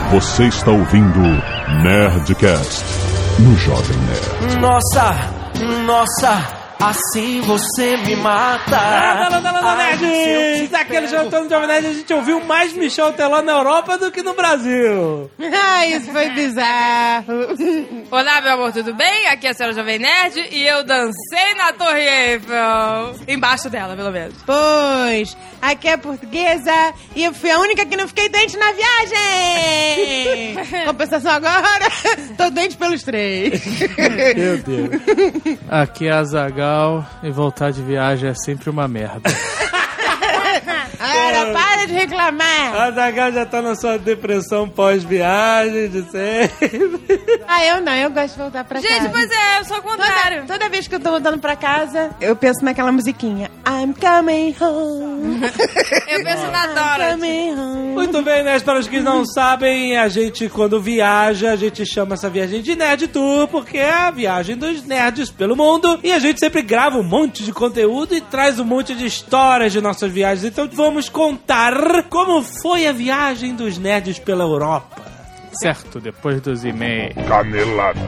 Você está ouvindo Nerdcast no Jovem Nerd. Nossa, assim você me mata. Não, Nerd! Daquele jantão do Jovem Nerd, a gente ouviu mais Michel Teló na Europa do que no Brasil. Isso foi bizarro. Olá, meu amor, tudo bem? Aqui é a senhora Jovem Nerd e eu dancei na Torre Eiffel. Embaixo dela, pelo menos. Pois, aqui é portuguesa e eu fui a única que não fiquei doente na viagem. Compensação agora, tô doente pelos três. Meu Deus. Aqui é a Zagal e voltar de viagem é sempre uma merda. Galera, para de reclamar. A Zagal já tá na sua depressão pós-viagem de sempre. Eu não, eu gosto de voltar pra casa. Gente, pois é, eu sou o contrário. Toda vez que eu tô voltando pra casa, eu penso naquela musiquinha. I'm coming home. Eu penso na Dora. Muito bem, Nerd, para os que não sabem, a gente, quando viaja, a gente chama essa viagem de Nerd Tour, porque é a viagem dos nerds pelo mundo, e a gente sempre grava um monte de conteúdo e traz um monte de histórias de nossas viagens. Então vamos contar como foi a viagem dos nerds pela Europa. Certo, depois dos e-mails. Canelada.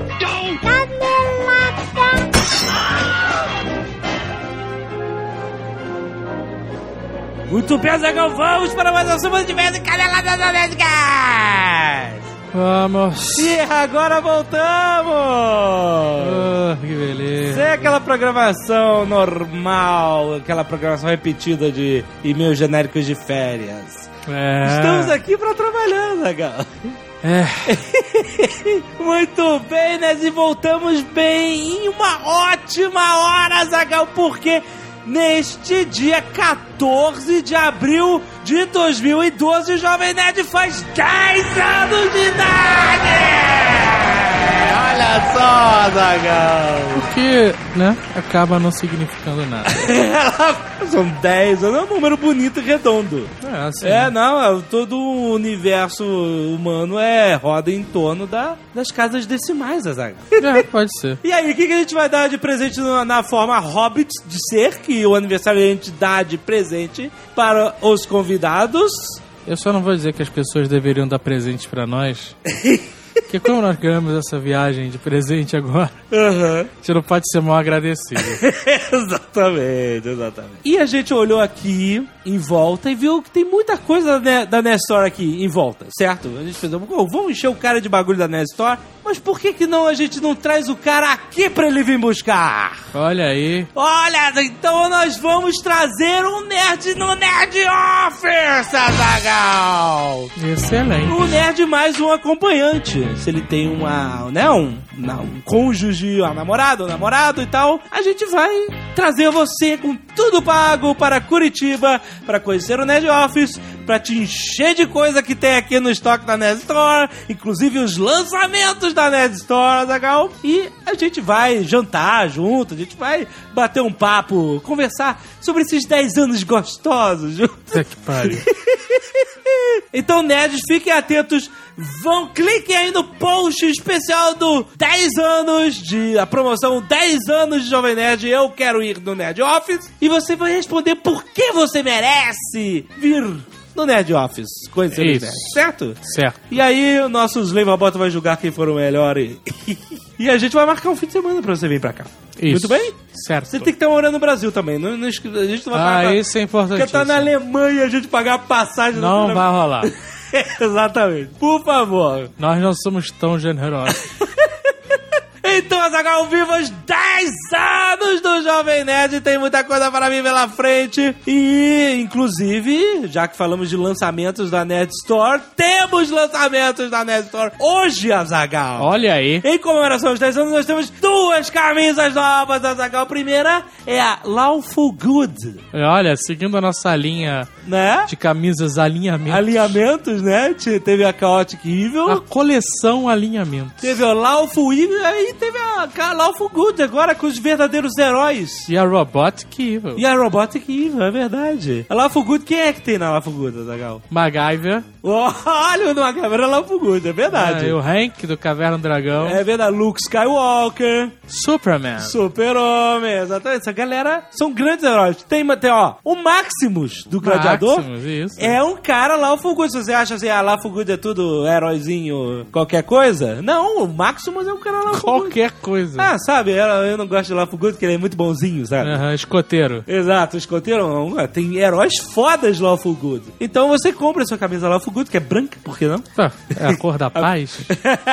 Muito bem, Zagal, vamos para mais uma semana de merda e canelada da Nerdcast! Vamos! E agora voltamos! Que beleza! É aquela programação normal, aquela programação repetida de e-mails genéricos de férias. Estamos aqui para trabalhar, Zagal. Muito bem, né? E voltamos bem em uma ótima hora, Zagal, porque neste dia 14 de abril de 2012, o Jovem Nerd faz 10 anos de idade! Olha só, Zagal! Porque, né, acaba não significando nada. São 10 anos, é um número bonito e redondo. Assim. Todo o universo humano roda em torno das casas decimais, Zagal. Pode ser. E aí, o que a gente vai dar de presente na forma Hobbit de ser, que o aniversariante dá de presente para os convidados? Eu só não vou dizer que as pessoas deveriam dar presente pra nós. Porque como nós ganhamos essa viagem de presente agora, a gente não pode ser mal agradecido. Exatamente. E a gente olhou aqui em volta e viu que tem muita coisa da Nerd Store aqui em volta, certo? A gente pensou, vamos encher o cara de bagulho da Nerd Store, mas por que não a gente não traz o cara aqui pra ele vir buscar? Olha aí. Olha, então nós vamos trazer um nerd no Nerd Office, Azaghal! Excelente. O nerd mais um acompanhante. Se ele tem um cônjuge, um namorado e tal, a gente vai trazer você com tudo pago para Curitiba, para conhecer o Nerd Office, para te encher de coisa que tem aqui no estoque da Nerd Store, inclusive os lançamentos da Nerd Store, Azaghal. E a gente vai jantar junto, a gente vai bater um papo, conversar sobre esses 10 anos gostosos juntos. Que pariu. Então, nerds, fiquem atentos. Cliquem aí no post especial do 10 anos a promoção 10 anos de Jovem Nerd. Eu quero ir no Nerd Office. E você vai responder por que você merece vir no Nerd Office, conhecer os nerds, certo? Certo. E aí, o nosso Slave Robot vai julgar quem for o melhor e a gente vai marcar um fim de semana pra você vir pra cá. Isso. Muito bem? Certo. Você tem que estar morando no Brasil também. A gente não vai pagar. Isso é importante. Porque tá na Alemanha a gente pagar a passagem. Não vai rolar. Exatamente. Por favor. Nós não somos tão generosos. Então, Azaghal, viva os 10 anos do Jovem Nerd. Tem muita coisa para vir pela frente. E, inclusive, já que falamos de lançamentos da Nerd Store, temos lançamentos da Nerd Store hoje, Azaghal. Olha aí. Em comemoração aos 10 anos, nós temos 2 camisas novas, Azaghal. A primeira é a Lawful Good. Olha, seguindo a nossa linha, né, de camisas alinhamentos, né? Teve a Chaotic Evil. A coleção alinhamentos. Teve o Lawful Evil e aí teve Lawful Good agora com os verdadeiros heróis. E a Robotic Evil. E a Robotic Evil, é verdade. A Lawful Good, quem é que tem na Lawful Good, Azaghal? MacGyver. Olha, o MacGyver é Lawful Good, é verdade. E o Hank do Caverna do Dragão. É verdade, Luke Skywalker. Superman. Super-Homem, exatamente. Essa galera são grandes heróis. Tem ó, o Maximus do Gladiador. Maximus, isso. É um cara Lawful Good. Se você acha assim, Lawful Good é tudo heróizinho, qualquer coisa. Não, o Maximus é um cara Lawful Good. Qualquer coisa. Sabe, eu não gosto de Lawful Good porque ele é muito bonzinho, sabe? Escoteiro. Exato, escoteiro. Tem heróis fodas Lawful Good. Então você compra a sua camisa Lawful Good, que é branca, por que não? É a cor da paz.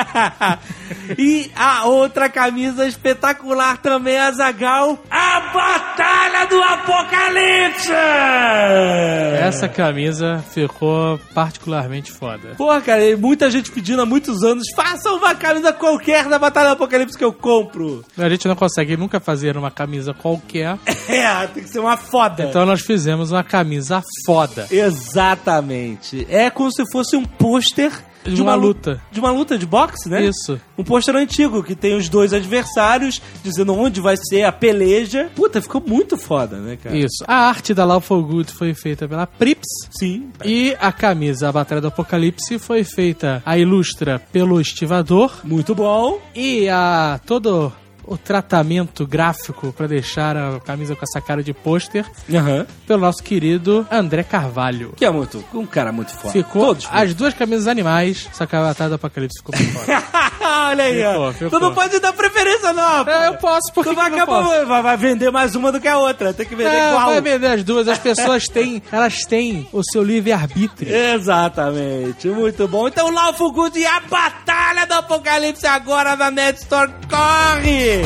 E a outra camisa espetacular também, Azaghal, a Batalha do Apocalipse! Essa camisa ficou particularmente foda. Porra, cara, e muita gente pedindo há muitos anos, faça uma camisa qualquer da Batalha do Apocalipse que eu compro. A gente não consegue nunca fazer uma camisa qualquer. Tem que ser uma foda. Então nós fizemos uma camisa foda. Exatamente. É como se fosse um pôster de uma luta. De uma luta de boxe, né? Isso. Um pôster antigo que tem os dois adversários dizendo onde vai ser a peleja. Puta, ficou muito foda, né, cara? Isso. A arte da Lawful Good foi feita pela Prips. Sim. E a camisa A Batalha do Apocalipse foi feita, a ilustra, pelo Estivador. Muito bom. E todo o tratamento gráfico pra deixar a camisa com essa cara de pôster pelo nosso querido André Carvalho. Que é um cara muito foda. Ficou as duas camisas animais, só que a Batalha do Apocalipse ficou muito foda. Olha aí, ó. Tu não pode dar preferência, não. Eu posso, porque vai vender mais uma do que a outra. Tem que vender igual. Vai vender as duas. As pessoas têm o seu livre-arbítrio. Exatamente. Muito bom. Então, Lawful Good e a Batalha do Apocalipse agora na Net Store. Corre!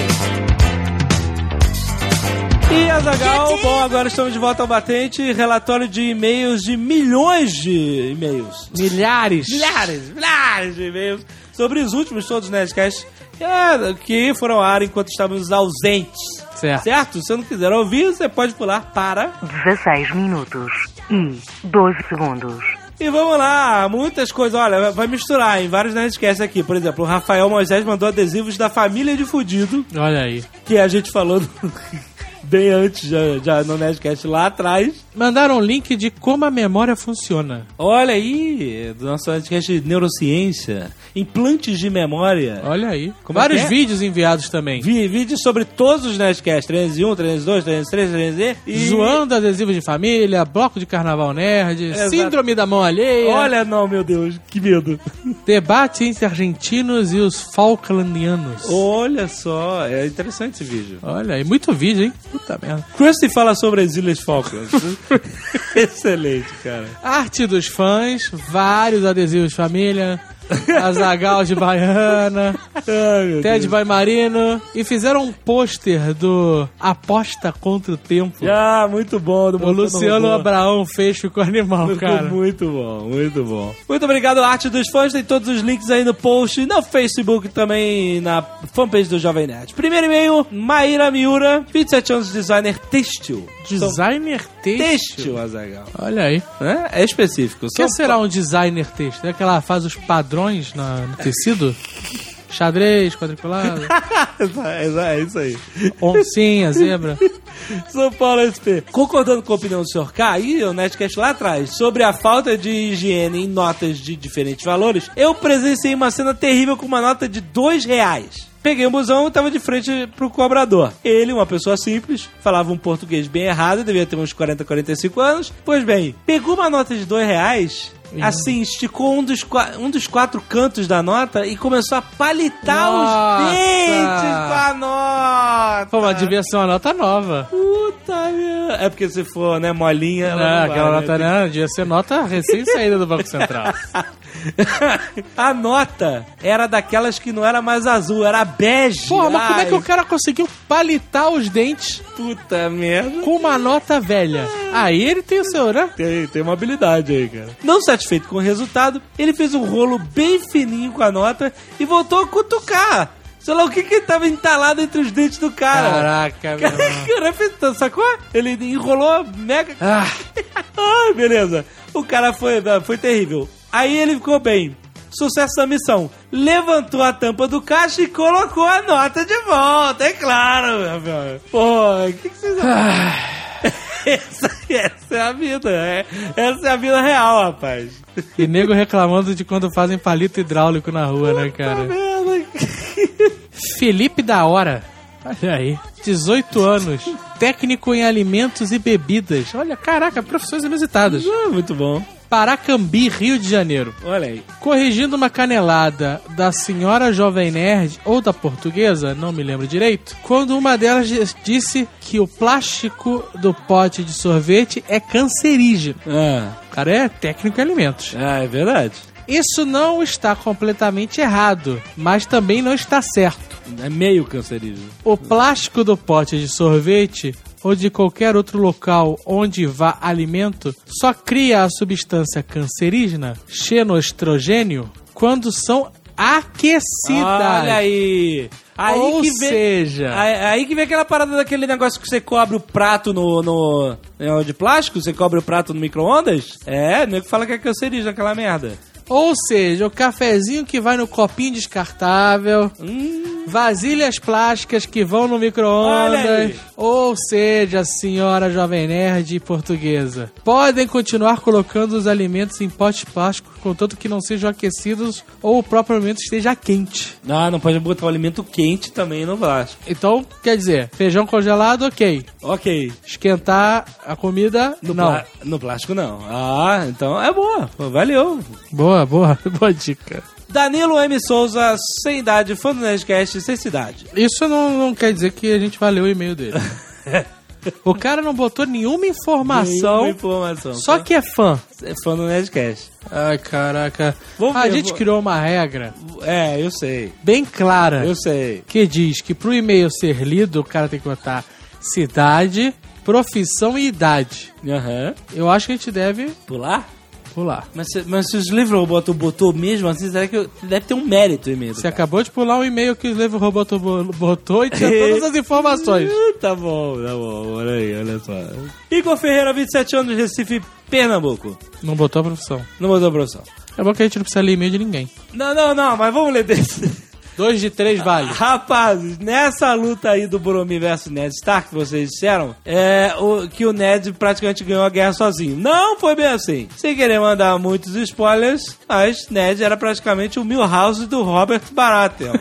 E Azaghal, bom, agora estamos de volta ao batente. Relatório de e-mails de milhões de e-mails. Milhares de e-mails sobre os últimos todos os Nerdcasts que foram ao ar enquanto estávamos ausentes. Certo? Se você não quiser ouvir, você pode pular para 16 minutos e 12 segundos. E vamos lá, muitas coisas. Olha, vai misturar em vários Nerdcasts aqui. Por exemplo, o Rafael Moisés mandou adesivos da família de Fudido. Olha aí. Que a gente falou bem antes, já no Nerdcast lá atrás. Mandaram um link de como a memória funciona. Olha aí, do nosso Nerdcast de Neurociência. Implantes de memória. Olha aí. Vários vídeos enviados também. Vídeos sobre todos os Nerdcasts. 301, 302, 303, 303 e... Zoando adesivos de família, bloco de carnaval nerd, Exato. Síndrome da mão alheia. Olha, não, meu Deus, que medo. Debate entre argentinos e os falklandianos. Olha só, é interessante esse vídeo. Olha aí, muito vídeo, hein? Puta merda. Krusty fala sobre as Ilhas Falklands. Excelente, cara. Arte dos fãs, vários adesivos de família. Azaghal de Baiana, Ted Baimarino, e fizeram um pôster do Aposta contra o Tempo. Muito bom. O Luciano Abraão fez, ficou animal, cara. Muito bom, muito bom. Muito obrigado, Arte dos Fãs. Tem todos os links aí no post, no Facebook também, na fanpage do Jovem Nerd. Primeiro e-mail, Maíra Miura, 27 anos, designer têxtil. Designer têxtil? Têxtil, Azaghal. Olha aí. É específico. O que será um designer têxtil? É que ela faz os padrões no tecido? Xadrez, quadriculado. É isso aí. Oncinha, zebra. São Paulo SP. Concordando com a opinião do Sr. K, e o Nerdcast lá atrás, sobre a falta de higiene em notas de diferentes valores, eu presenciei uma cena terrível com uma nota de R$2. Peguei o busão e tava de frente pro cobrador. Ele, uma pessoa simples, falava um português bem errado, devia ter uns 40, 45 anos. Pois bem, pegou uma nota de R$2, assim, esticou um dos quatro cantos da nota e começou a palitar os dentes com a nota. Pô, mas devia ser uma nota nova. Puta merda. É porque se for, né, molinha... Não, aquela nota não, devia ser nota recém-saída do Banco Central. A nota era daquelas que não era mais azul, era bege. Porra, mas como é que o cara conseguiu palitar os dentes? Puta merda. Com uma nota velha. Aí ele tem o seu, né? Tem uma habilidade aí, cara. Não satisfeito com o resultado, ele fez um rolo bem fininho com a nota e voltou a cutucar. Sei lá o que tava entalado entre os dentes do cara. Caraca, meu irmão. Cara, sacou? Ele enrolou mega... Ai, beleza. O cara foi terrível. Aí ele ficou bem. sucesso da missão. Levantou a tampa do caixa e colocou a nota de volta. É claro, meu amigo. Pô, o que vocês acham? Essa é a vida, essa é a vida real, rapaz. E nego reclamando de quando fazem palito hidráulico na rua, né, cara? Felipe da Hora, olha aí, 18 anos, técnico em alimentos e bebidas. Olha, caraca, profissões inusitadas. Muito bom. Paracambi, Rio de Janeiro. Olha aí. Corrigindo uma canelada da senhora Jovem Nerd ou da portuguesa, não me lembro direito, quando uma delas disse que o plástico do pote de sorvete é cancerígeno. O cara é técnico em alimentos. É verdade. Isso não está completamente errado, mas também não está certo. É meio cancerígeno. O plástico do pote de sorvete ou de qualquer outro local onde vá alimento só cria a substância cancerígena, xenoestrogênio, quando são aquecidas. Olha aí. Ou seja... Aí que vem aquela parada daquele negócio que você cobre o prato no de plástico, você cobre o prato no micro-ondas. É, nego fala que é cancerígeno aquela merda. Ou seja, o cafezinho que vai no copinho descartável, vasilhas plásticas que vão no micro-ondas, ou seja, senhora Jovem Nerd portuguesa, podem continuar colocando os alimentos em potes plásticos, contanto que não sejam aquecidos ou o próprio alimento esteja quente. Não pode botar o alimento quente também no plástico. Então, quer dizer, feijão congelado, ok. Ok. Esquentar a comida, não. No plástico, não. Ah, então é boa. Valeu. Boa dica. Danilo M. Souza, sem idade, fã do Nerdcast, sem cidade. Isso não quer dizer que a gente valeu o e-mail dele. O cara não botou nenhuma informação. Só que é fã. É fã do Nerdcast. Ai, caraca. A gente criou uma regra. Eu sei. Bem clara. Eu sei. Que diz que pro e-mail ser lido, o cara tem que botar cidade, profissão e idade. Eu acho que a gente deve... Pular. Mas se os livros roboto botou mesmo assim, será que deve ter um mérito o e-mail? Você acabou de pular um e-mail que o livro roboto botou e tinha todas as informações. Tá bom. Olha só. Igor Ferreira, 27 anos, Recife, Pernambuco. Não botou a profissão. É bom que a gente não precisa ler e-mail de ninguém. Não, mas vamos ler desse. 2 de 3 vale. Rapazes, nessa luta aí do Boromir versus Ned Stark que vocês disseram, que o Ned praticamente ganhou a guerra sozinho. Não foi bem assim. Sem querer mandar muitos spoilers, mas Ned era praticamente o Milhouse do Robert Baratheon.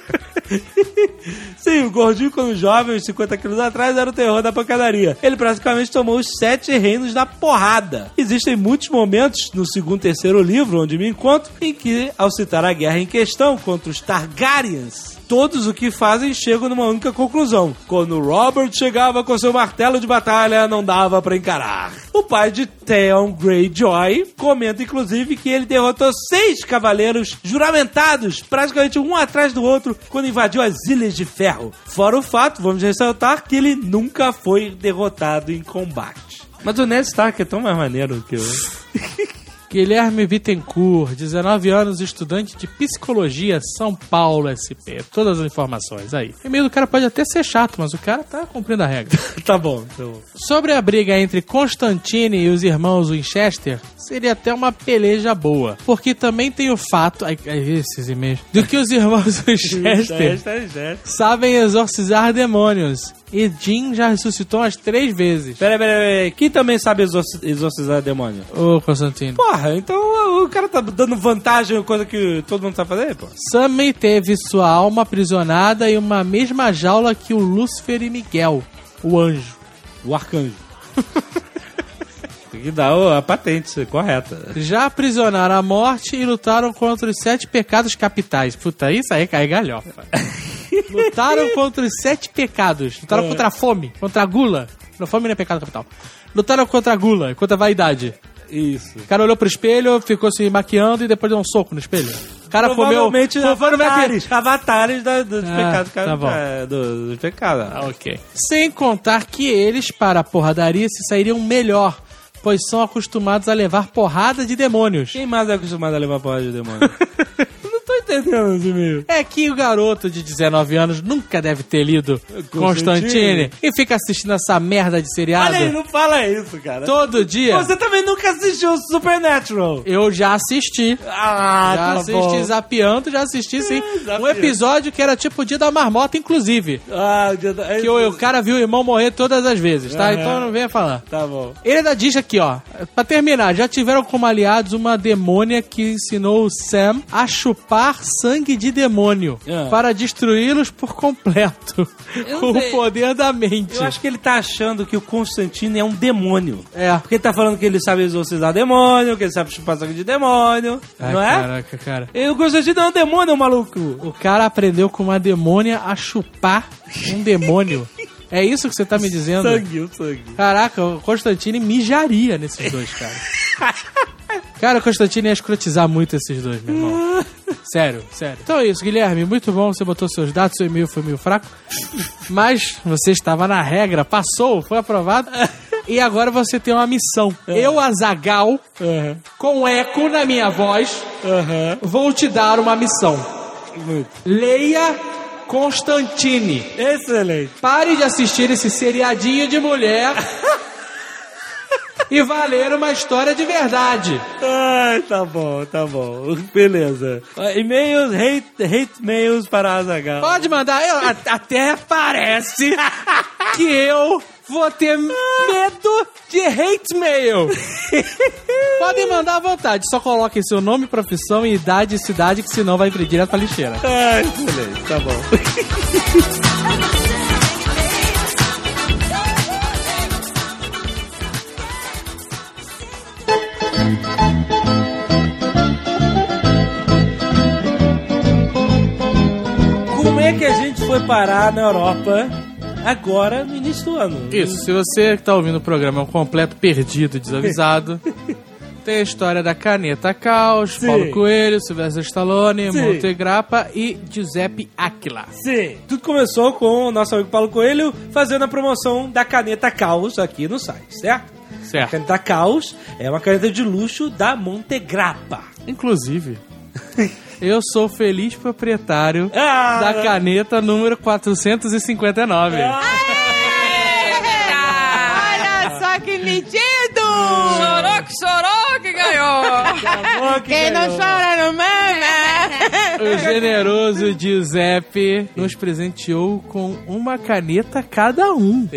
Sim, o gordinho quando jovem, uns 50 quilos atrás, era o terror da pancadaria. Ele praticamente tomou os 7 reinos na porrada. Existem muitos momentos no segundo e terceiro livro, onde me encontro, em que, ao citar a guerra em questão contra os Targaryens, todos o que fazem chegam numa única conclusão. Quando Robert chegava com seu martelo de batalha, não dava pra encarar. O pai de Theon Greyjoy comenta, inclusive, que ele derrotou 6 cavaleiros juramentados, praticamente um atrás do outro, quando invadiu as Ilhas de Ferro. Fora o fato, vamos ressaltar, que ele nunca foi derrotado em combate. Mas o Ned Stark é tão mais maneiro que eu... Guilherme Bittencourt, 19 anos, estudante de Psicologia, São Paulo, SP. Todas as informações aí. O e-mail do cara pode até ser chato, mas o cara tá cumprindo a regra. Tá bom. Sobre a briga entre Constantine e os irmãos Winchester, seria até uma peleja boa. Porque também tem o fato... esses e-mails. De que os irmãos Winchester sabem exorcizar demônios. E Jim já ressuscitou umas 3 vezes. Peraí. Quem também sabe exorcizar demônio? Ô, Constantino. Porra, então o cara tá dando vantagem, coisa que todo mundo sabe fazer, pô. Sammy teve sua alma aprisionada em uma mesma jaula que o Lúcifer e Miguel, o anjo. O arcanjo. Tem que dar a patente correta. Já aprisionaram a morte e lutaram contra os 7 pecados capitais. Puta, isso aí cai galhofa. Lutaram contra os 7 pecados. Lutaram contra a fome, contra a gula. Não, fome não é pecado capital. Lutaram contra a gula, contra a vaidade. Isso. O cara olhou pro espelho, ficou se maquiando e depois deu um soco no espelho. O cara comeu... avatares dos pecados. Tá bom. Dos pecados. Ok. Sem contar que eles, para a porradaria, se sairiam melhor, pois são acostumados a levar porrada de demônios. Quem mais é acostumado a levar porrada de demônio? entendendo esse e-mail. É que o garoto de 19 anos nunca deve ter lido Constantine e fica assistindo essa merda de seriado. Olha aí, não fala isso, cara. Todo dia. Você também nunca assistiu Supernatural. Eu já assisti. Já assisti zapeando, já assisti sim. Um episódio que era tipo o Dia da Marmota, inclusive. O dia da... Que o cara viu o irmão morrer todas as vezes, tá? Então não venha falar. Tá bom. Ele ainda diz aqui, ó. Pra terminar, já tiveram como aliados uma demônia que ensinou o Sam a chupar sangue de demônio para destruí-los por completo. Com o poder da mente. Eu acho que ele tá achando que o Constantine é um demônio. É. Porque ele tá falando que ele sabe exorcizar demônio, que ele sabe chupar sangue de demônio. Não é? Caraca, cara. E o Constantine é um demônio, maluco. O cara aprendeu com uma demônia a chupar um demônio. É isso que você tá me dizendo? O sangue. Caraca, o Constantine mijaria nesses dois, cara. Cara, o Constantine ia escrotizar muito esses dois, meu irmão. Sério. Então é isso, Guilherme. Muito bom, você botou seus dados, seu e-mail foi meio fraco. Mas você estava na regra, passou, foi aprovado. E agora você tem uma missão. Eu, Azaghal, com eco na minha voz, vou te dar uma missão. Leia Constantine. Excelente. Pare de assistir esse seriadinho de mulher e vá ler uma história de verdade. Ai, tá bom. Beleza. E-mails, hate mails para Azaghal. Pode mandar. Até parece que eu vou ter medo de hate mail. Podem mandar à vontade. Só coloquem seu nome, profissão, idade e cidade, que senão vai vir direto pra lixeira. Ai, excelente. Tá bom. Como é que a gente foi parar na Europa agora no início do ano? Isso, se você que tá ouvindo o programa é um completo perdido, desavisado, tem a história da Caneta Caos, Paulo Coelho, Sylvester Stallone, Monte Grappa e Giuseppe Aquila. Sim. Tudo começou com o nosso amigo Paulo Coelho fazendo a promoção da Caneta Caos aqui no site, certo? A Caneta Caos é uma caneta de luxo da Monte Grappa. Inclusive, eu sou feliz proprietário da caneta número 459. Olha só que metido! Chorou que ganhou! Quem não chora não mama! O generoso Giuseppe nos presenteou com uma caneta cada um.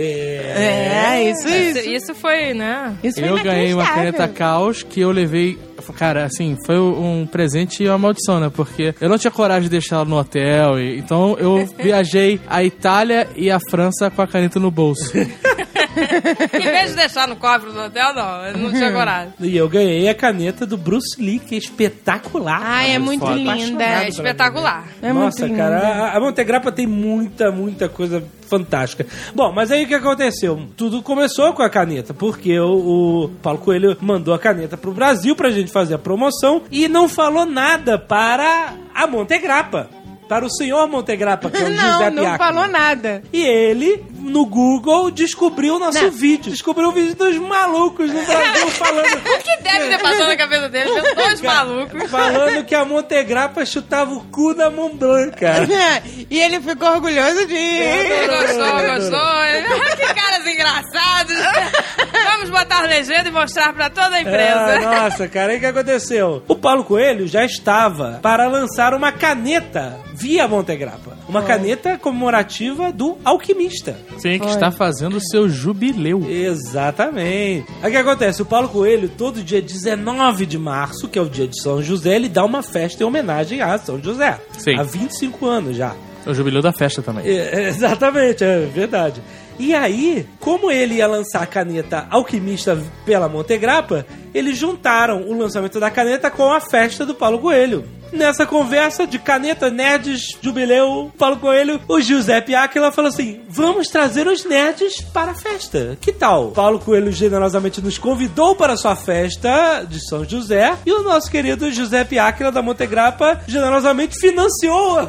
Isso foi, né? Isso foi eu ganhei uma caneta Caos que eu levei. Cara, assim, foi um presente e uma maldição, né? Porque eu não tinha coragem de deixar ela no hotel. Então eu viajei a Itália e a França com a caneta no bolso. Em vez de deixar no cofre do hotel, não. Eu não tinha coragem. E eu ganhei a caneta do Bruce Lee, que é espetacular. Ai, é muito linda. É espetacular. É Nossa, muito cara, linda. a Monte Grappa tem muita coisa fantástica. Bom, mas aí o que aconteceu? Tudo começou com a caneta, porque o Paulo Coelho mandou a caneta pro Brasil pra gente fazer a promoção e não falou nada para a Monte Grappa. Para o senhor Monte Grappa, que é o Giuseppe Não falou nada. E ele, no Google, descobriu o nosso vídeo. Descobriu o vídeo dos malucos no Brasil falando... O que deve ter passado na cabeça dele? Dois malucos. Falando que a Monte Grappa chutava o cu da Mont Blanc, cara. E ele ficou orgulhoso de... Gostou. Que caras engraçados. Vamos botar legenda e mostrar pra toda a empresa. Nossa, cara, aí o que aconteceu? O Paulo Coelho já estava para lançar uma caneta via Monte Grappa. Uma caneta comemorativa do Alquimista. Sim, que está fazendo o seu jubileu. Exatamente. Aí o que acontece? O Paulo Coelho, todo dia 19 de março, que é o dia de São José, ele dá uma festa em homenagem a São José. Sim. Há 25 anos já. O jubileu da festa também. Exatamente, é verdade. E aí, como ele ia lançar a caneta Alquimista pela Monte Grappa, eles juntaram o lançamento da caneta com a festa do Paulo Coelho. Nessa conversa de caneta, nerds, jubileu, Paulo Coelho, o Giuseppe Aquila falou assim: vamos trazer os nerds para a festa. Que tal? Paulo Coelho generosamente nos convidou para a sua festa de São José e o nosso querido Giuseppe Aquila da Monte Grappa generosamente financiou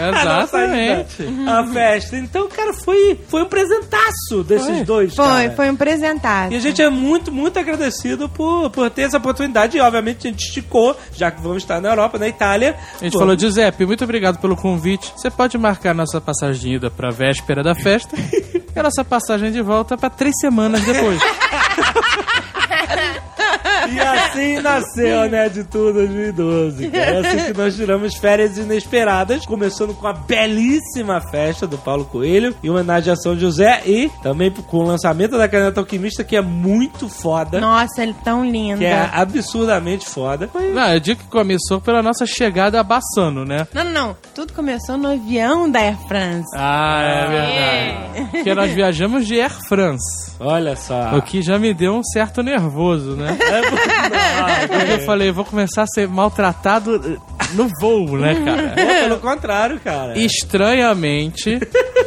a festa. Então, cara, foi um presentaço desses dois, cara. Foi um presentaço. E a gente é muito agradecido por ter essa oportunidade. E, obviamente, a gente esticou, já que vamos estar na Europa, na Itália, Itália. A gente falou, Giuseppe, muito obrigado pelo convite. Você pode marcar nossa passagem de ida pra véspera da festa e a nossa passagem de volta pra 3 semanas depois. E assim nasceu a Nerd Tour 2012. É assim que nós tiramos férias inesperadas, começando com a belíssima festa do Paulo Coelho, em homenagem a São José, e também com o lançamento da caneta alquimista, que é muito foda. Nossa, ele é tão lindo. Que é absurdamente foda. Não, eu digo que começou pela nossa chegada a Bassano, né? Não. Tudo começou no avião da Air France. Ah, é verdade. Porque nós viajamos de Air France. Olha só. O que já me deu um certo nervoso, né? Porque eu falei, vou começar a ser maltratado no voo, né, cara? Pelo contrário, cara. Estranhamente,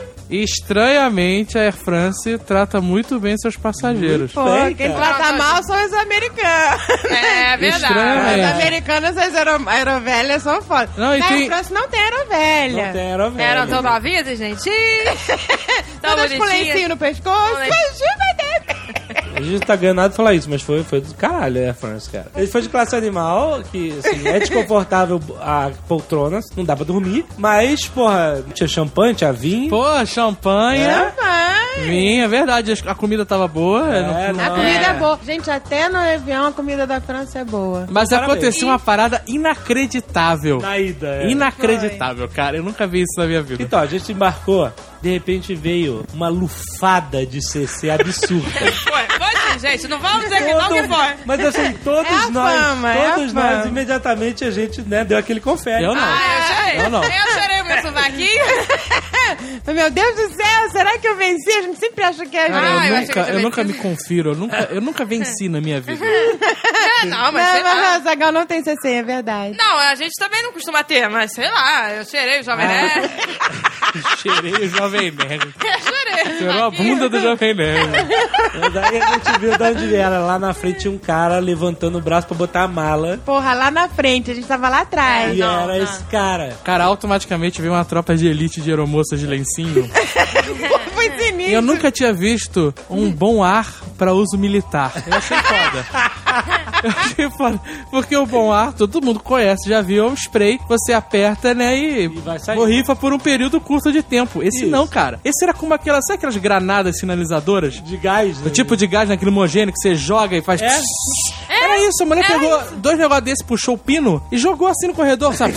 a Air France trata muito bem seus passageiros. Pô, quem trata mal são os americanos. É verdade. Estranhamente. Os americanos, as aerovelhas são foda. Não, e Na tem- Air France não tem aerovelha. Não tem aerovelha. Eram tão novinhas e gentis. Tão Todas com bonitinhas. lencinho no pescoço. Ajuda dele. A gente tá ganhando nada de falar isso, mas foi do caralho a Air France, cara. Ele foi de classe animal, que assim, é desconfortável a poltrona, não dá pra dormir, mas, porra, tinha champanhe, tinha vinho. Pô, champanhe, vinho, é verdade, a comida tava boa. A comida é boa. Gente, até no avião a comida da França é boa. Mas Parabéns. aconteceu uma parada inacreditável. Na ida, Inacreditável, cara. Eu nunca vi isso na minha vida. Então, a gente embarcou, de repente veio uma lufada de CC absurda. Foi, gente. Não vamos dizer que não que foi. Mas assim, todos É a nós, fama, é a todos nós, fama. imediatamente a gente, né, deu aquele confere. Eu não. Eu chorei. Eu não. Eu chorei o meu sovaquinho. Meu Deus do céu, será que eu venci? A gente sempre acha que é a Cara, gente. eu eu, achei que nunca, eu eu nunca me venci. confiro, eu nunca venci na minha vida. Não, mas sei lá. Não, Zagal não tem CC, é verdade. Não, a gente também não costuma ter, mas sei lá, eu cheirei o Jovem Nerd. Cheirei o Jovem Nerd. Eu chorei. Cheirou a bunda do Jovem Nerd. Mas aí a gente viu de onde era. Lá na frente tinha um cara levantando o braço pra botar a mala. Porra, lá na frente, a gente tava lá atrás. E não, era não. esse cara. Cara, automaticamente veio uma tropa de elite de aeromoças de lencinho. Foi sinistro. E eu nunca tinha visto um bom ar pra uso militar. Eu achei foda. Eu achei foda. Porque o bom ar, todo mundo conhece, já viu, é um spray que você aperta, né, e vai sair. borrifa por um período curto de tempo. Esse Isso. não, cara. Esse era como aquelas, sabe aquelas granadas sinalizadoras? De gás. O tipo de gás naquele homogêneo que você joga e faz... É? Era isso, a mulher pegou 2 negócios desse, puxou o pino e jogou assim no corredor, sabe?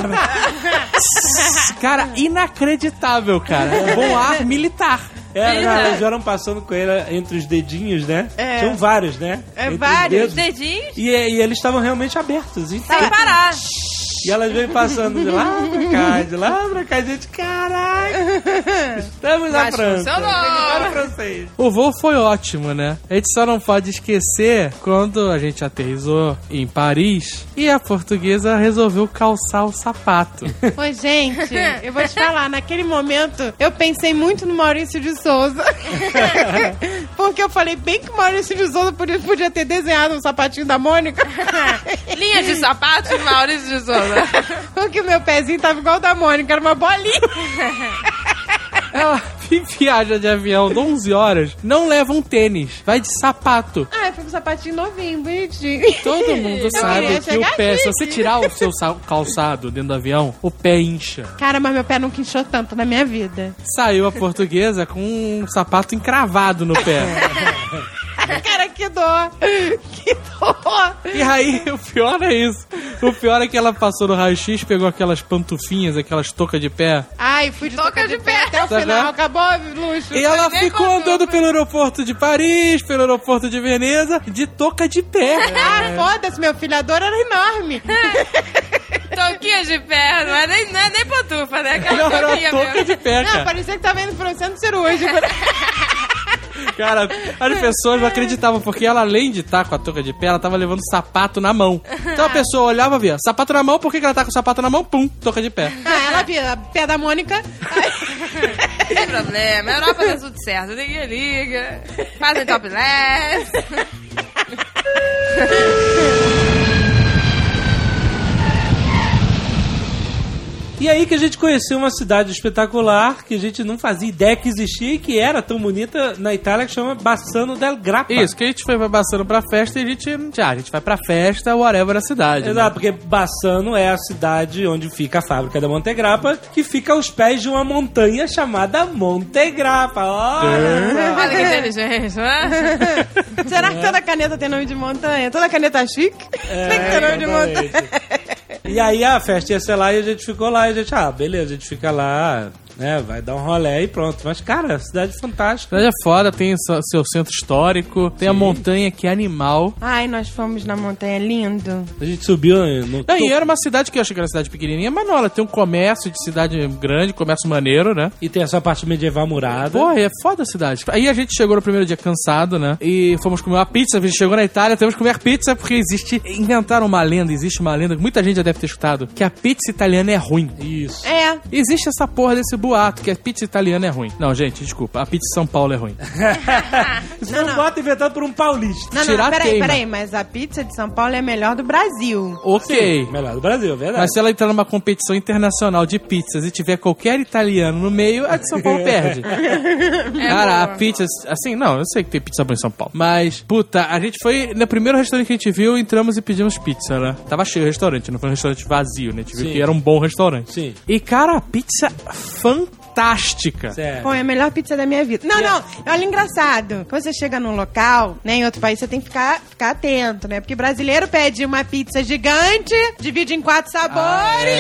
Cara, inacreditável, cara. Bom ar militar. Eles eram passando com ele entre os dedinhos, né? É. Tinham vários, né? É, Entre os vários. dedos. Dedinhos E eles estavam realmente abertos. Então, sem parar. e elas vêm passando de lá pra cá, de lá pra cá. Gente, caralho. Estamos na Mas França. funcionou. Agora francês. O voo foi ótimo, né? A gente só não pode esquecer quando a gente aterrissou em Paris e a portuguesa resolveu calçar o sapato. Ô, gente, eu vou te falar, naquele momento eu pensei muito no Maurício de Souza. Porque eu falei bem que o Maurício de Souza podia ter desenhado um sapatinho da Mônica. Linha de sapatos de Maurício de Souza. Porque o meu pezinho tava igual o da Mônica, era uma bolinha. Ela viaja de avião 11 horas, não leva um tênis, vai de sapato. Ah, foi um sapatinho novinho, bonitinho. Todo mundo sabe queria que chegar o pé, aqui. se você tirar o seu calçado dentro do avião, o pé incha. Cara, mas meu pé nunca inchou tanto na minha vida. Saiu a portuguesa com um sapato encravado no pé. Cara, que dó. Que dó. E aí, o pior é isso. O pior é que ela passou no raio-x, pegou aquelas pantufinhas, aquelas toucas de pé. Ai, fui de toca de pé até o Tá final. vendo? Acabou, luxo. E ela nem ficou contou, andando pelo aeroporto de Paris, pelo aeroporto de Veneza, de touca de pé. Ah, foda-se, meu filho, a dor era enorme. Touquinha de pé, não é nem pantufa, né? Aquela Não, era touquinha uma touca mesmo. de pé, Não, cara. parecia que tava indo pra um centro cirúrgico. Cara, as pessoas não acreditavam, porque ela, além de estar com a touca de pé, ela tava levando sapato na mão. Então a pessoa olhava e via, sapato na mão, por que ela tá com o sapato na mão? Pum, touca de pé. Ah, ela via pé da Mônica. Não tem problema, a Europa dá tudo certo, ninguém liga. Fazem topless. E aí que a gente conheceu uma cidade espetacular que a gente não fazia ideia que existia e que era tão bonita na Itália, que chama Bassano del Grappa. Isso, que a gente foi pra Bassano pra festa e a gente vai pra festa, whatever a cidade. Exato, né? porque Bassano é a cidade onde fica a fábrica da Montegrappa, que fica aos pés de uma montanha chamada Montegrappa. Olha que inteligente, né? Será que toda caneta tem nome de montanha? Toda caneta chique tem que ter nome de montanha. E aí a festa ia ser lá e a gente ficou lá. E a gente, beleza, a gente fica lá, né, vai dar um rolê e pronto. Mas, cara, a cidade é fantástica. A cidade é foda, tem seu centro histórico, tem a montanha que é animal. Ai, nós fomos na montanha, lindo. A gente subiu no Não, e era uma cidade que eu achei que era uma cidade pequenininha, mas não, ela tem um comércio de cidade grande, comércio maneiro, né? E tem essa parte medieval murada. Porra, é foda a cidade. Aí a gente chegou no primeiro dia cansado, né? E fomos comer uma pizza. A gente chegou na Itália, temos que comer pizza porque inventaram uma lenda, existe uma lenda que muita gente já deve ter escutado, que a pizza italiana é ruim. Isso. É. Existe essa porra desse boato que a pizza italiana é ruim. Não, gente, desculpa, a pizza de São Paulo é ruim. Isso foi um boato inventado por um paulista. Não, peraí, mas a pizza de São Paulo é a melhor do Brasil. Ok. Sim, melhor do Brasil, verdade. Mas se ela entrar numa competição internacional de pizzas e tiver qualquer italiano no meio, a de São Paulo perde. Cara, a pizza... Assim, não, eu sei que tem pizza boa em São Paulo. Mas, puta, a gente foi... No primeiro restaurante que a gente viu, entramos e pedimos pizza, né? Tava cheio o restaurante, não foi um restaurante vazio, né? A gente viu que era um bom restaurante. Sim. E, cara, a pizza fantástica. Sério. Pô, é a melhor pizza da minha vida. Não, olha, engraçado. Quando você chega num local, né, em outro país, você tem que ficar atento, né? Porque brasileiro pede uma pizza gigante, divide em 4 sabores.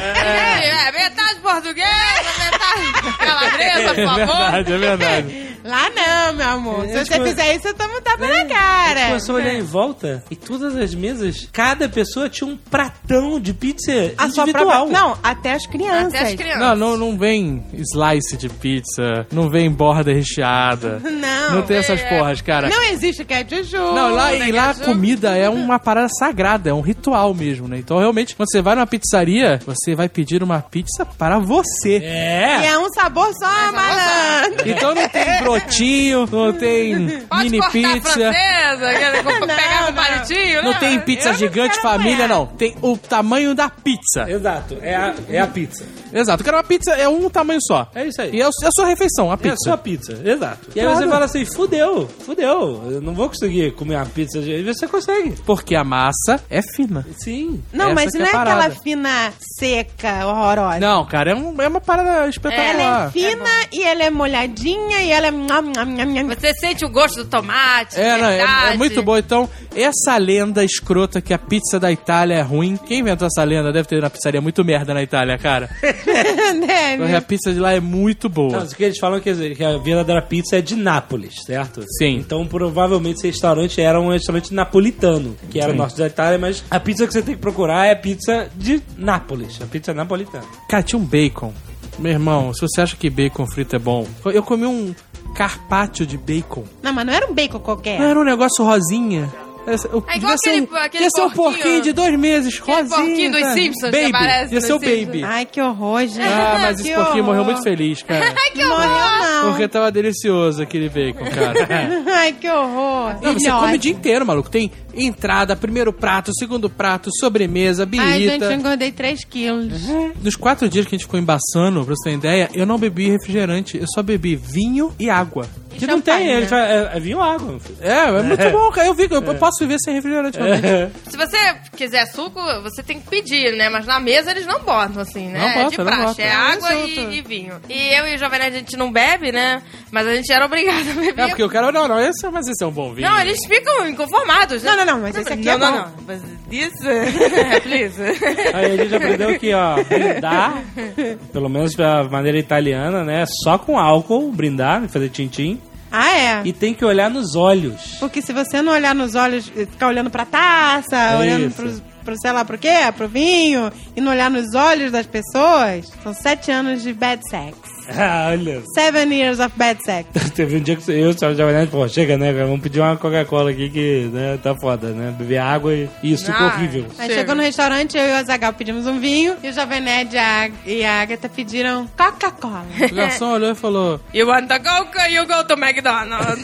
Metade portuguesa, metade calabresa, por favor. É verdade. Lá não, meu amor. Se você come- fizer isso, eu tomo um tapa na A gente cara. começou a olhar em volta e todas as mesas, cada pessoa tinha um pratão de pizza A sua individual. própria... Não, até as crianças. Até as crianças. Não vem slice de pizza, não vem borda recheada. Não tem essas porras, cara. Não existe ketchup. Não, lá a comida é uma parada sagrada, é um ritual mesmo, né? Então, realmente, quando você vai numa pizzaria, você vai pedir uma pizza para você. E É. é um sabor só, malandro. Então não tem brotinho, não tem Pode mini cortar a pizza, francesa, pegar um palitinho, não né? tem pizza gigante família, não. Tem o tamanho da pizza. Exato, é a pizza. Exato, eu quero uma pizza, é um tamanho só. É isso aí. E é a sua refeição, a É pizza. a sua pizza, exato. E aí Claro. você fala assim, fudeu, eu não vou conseguir comer uma pizza de... E você consegue. Porque a massa é fina. Sim. Não, Essa mas que não é é a aquela parada. fina, seca, horrorosa. Não, cara, é uma parada Ela espetacular. é fina e ela é molhadinha e ela é... Você sente o gosto do tomate, É muito bom. Então, essa lenda escrota que a pizza da Itália é ruim, quem inventou essa lenda deve ter uma pizzaria muito merda na Itália, cara. Porque a pizza de lá é muito boa. Não, o que eles falam que a verdadeira pizza é de Nápoles, certo? Sim. Então, provavelmente, esse restaurante era um restaurante napolitano, que era o norte da Itália, mas a pizza que você tem que procurar é a pizza de Nápoles, a pizza napolitana. Cara, tinha um bacon. Meu irmão, se você acha que bacon frito é bom, eu comi um carpaccio de bacon. Não, mas não era um bacon qualquer. Não era um negócio rosinha. É igual aquele ia ser um porquinho. porquinho de 2 meses, Aquele rosinho. porquinho dos cara. Simpsons que Baby, aparece ia nos ser o Simpsons. Baby. Ai, que horror, gente. Ah, mas esse Que porquinho morreu horror. muito feliz, cara. Que Morreu não. Porque tava delicioso aquele bacon, cara. Ai, que horror. Não, você Filhote. come o dia inteiro, maluco. Tem entrada, primeiro prato, segundo prato, sobremesa, Ai, gente, eu birita. engordei 3 quilos. Nos 4 dias que a gente ficou embaçando, pra você ter ideia, eu não bebi refrigerante. Eu só bebi vinho e água. Que não tem, champanhe, ele né? vai, é vinho água, meu filho. É muito bom, cara. Eu posso viver sem refrigerante, realmente. Se você quiser suco, você tem que pedir, né? Mas na mesa eles não botam, assim, né? Não É botam, de não praxe. botam. É água e vinho. E eu e o Jovem Nerd, a gente não bebe, né? Mas a gente era obrigado a beber. É, porque o cara, não, mas esse é um bom vinho. Não, eles ficam inconformados, né? Não, mas esse aqui é não, bom. não. Mas isso... Please. Aí a gente aprendeu que, ó, brindar, pelo menos da maneira italiana, né? Só com álcool, brindar, fazer tintim. Ah, é? E tem que olhar nos olhos. Porque se você não olhar nos olhos, ficar olhando pra taça, olhando isso. pro sei lá pro quê, pro vinho, e não olhar nos olhos das pessoas, são 7 anos de bad sex. Ah, olha. 7 years of bad sex. Teve um dia que eu e o Sérgio Jovem Nerd, pô, chega, né, cara? Vamos pedir uma Coca-Cola aqui que, né, tá foda, né? Beber água e suco horrível. Aí Chega. chegou no restaurante, eu e o Azaghal pedimos um vinho, e o Jovem Nerd e a Agatha pediram Coca-Cola. O garçom olhou e falou... You want a Coca, you go to McDonald's.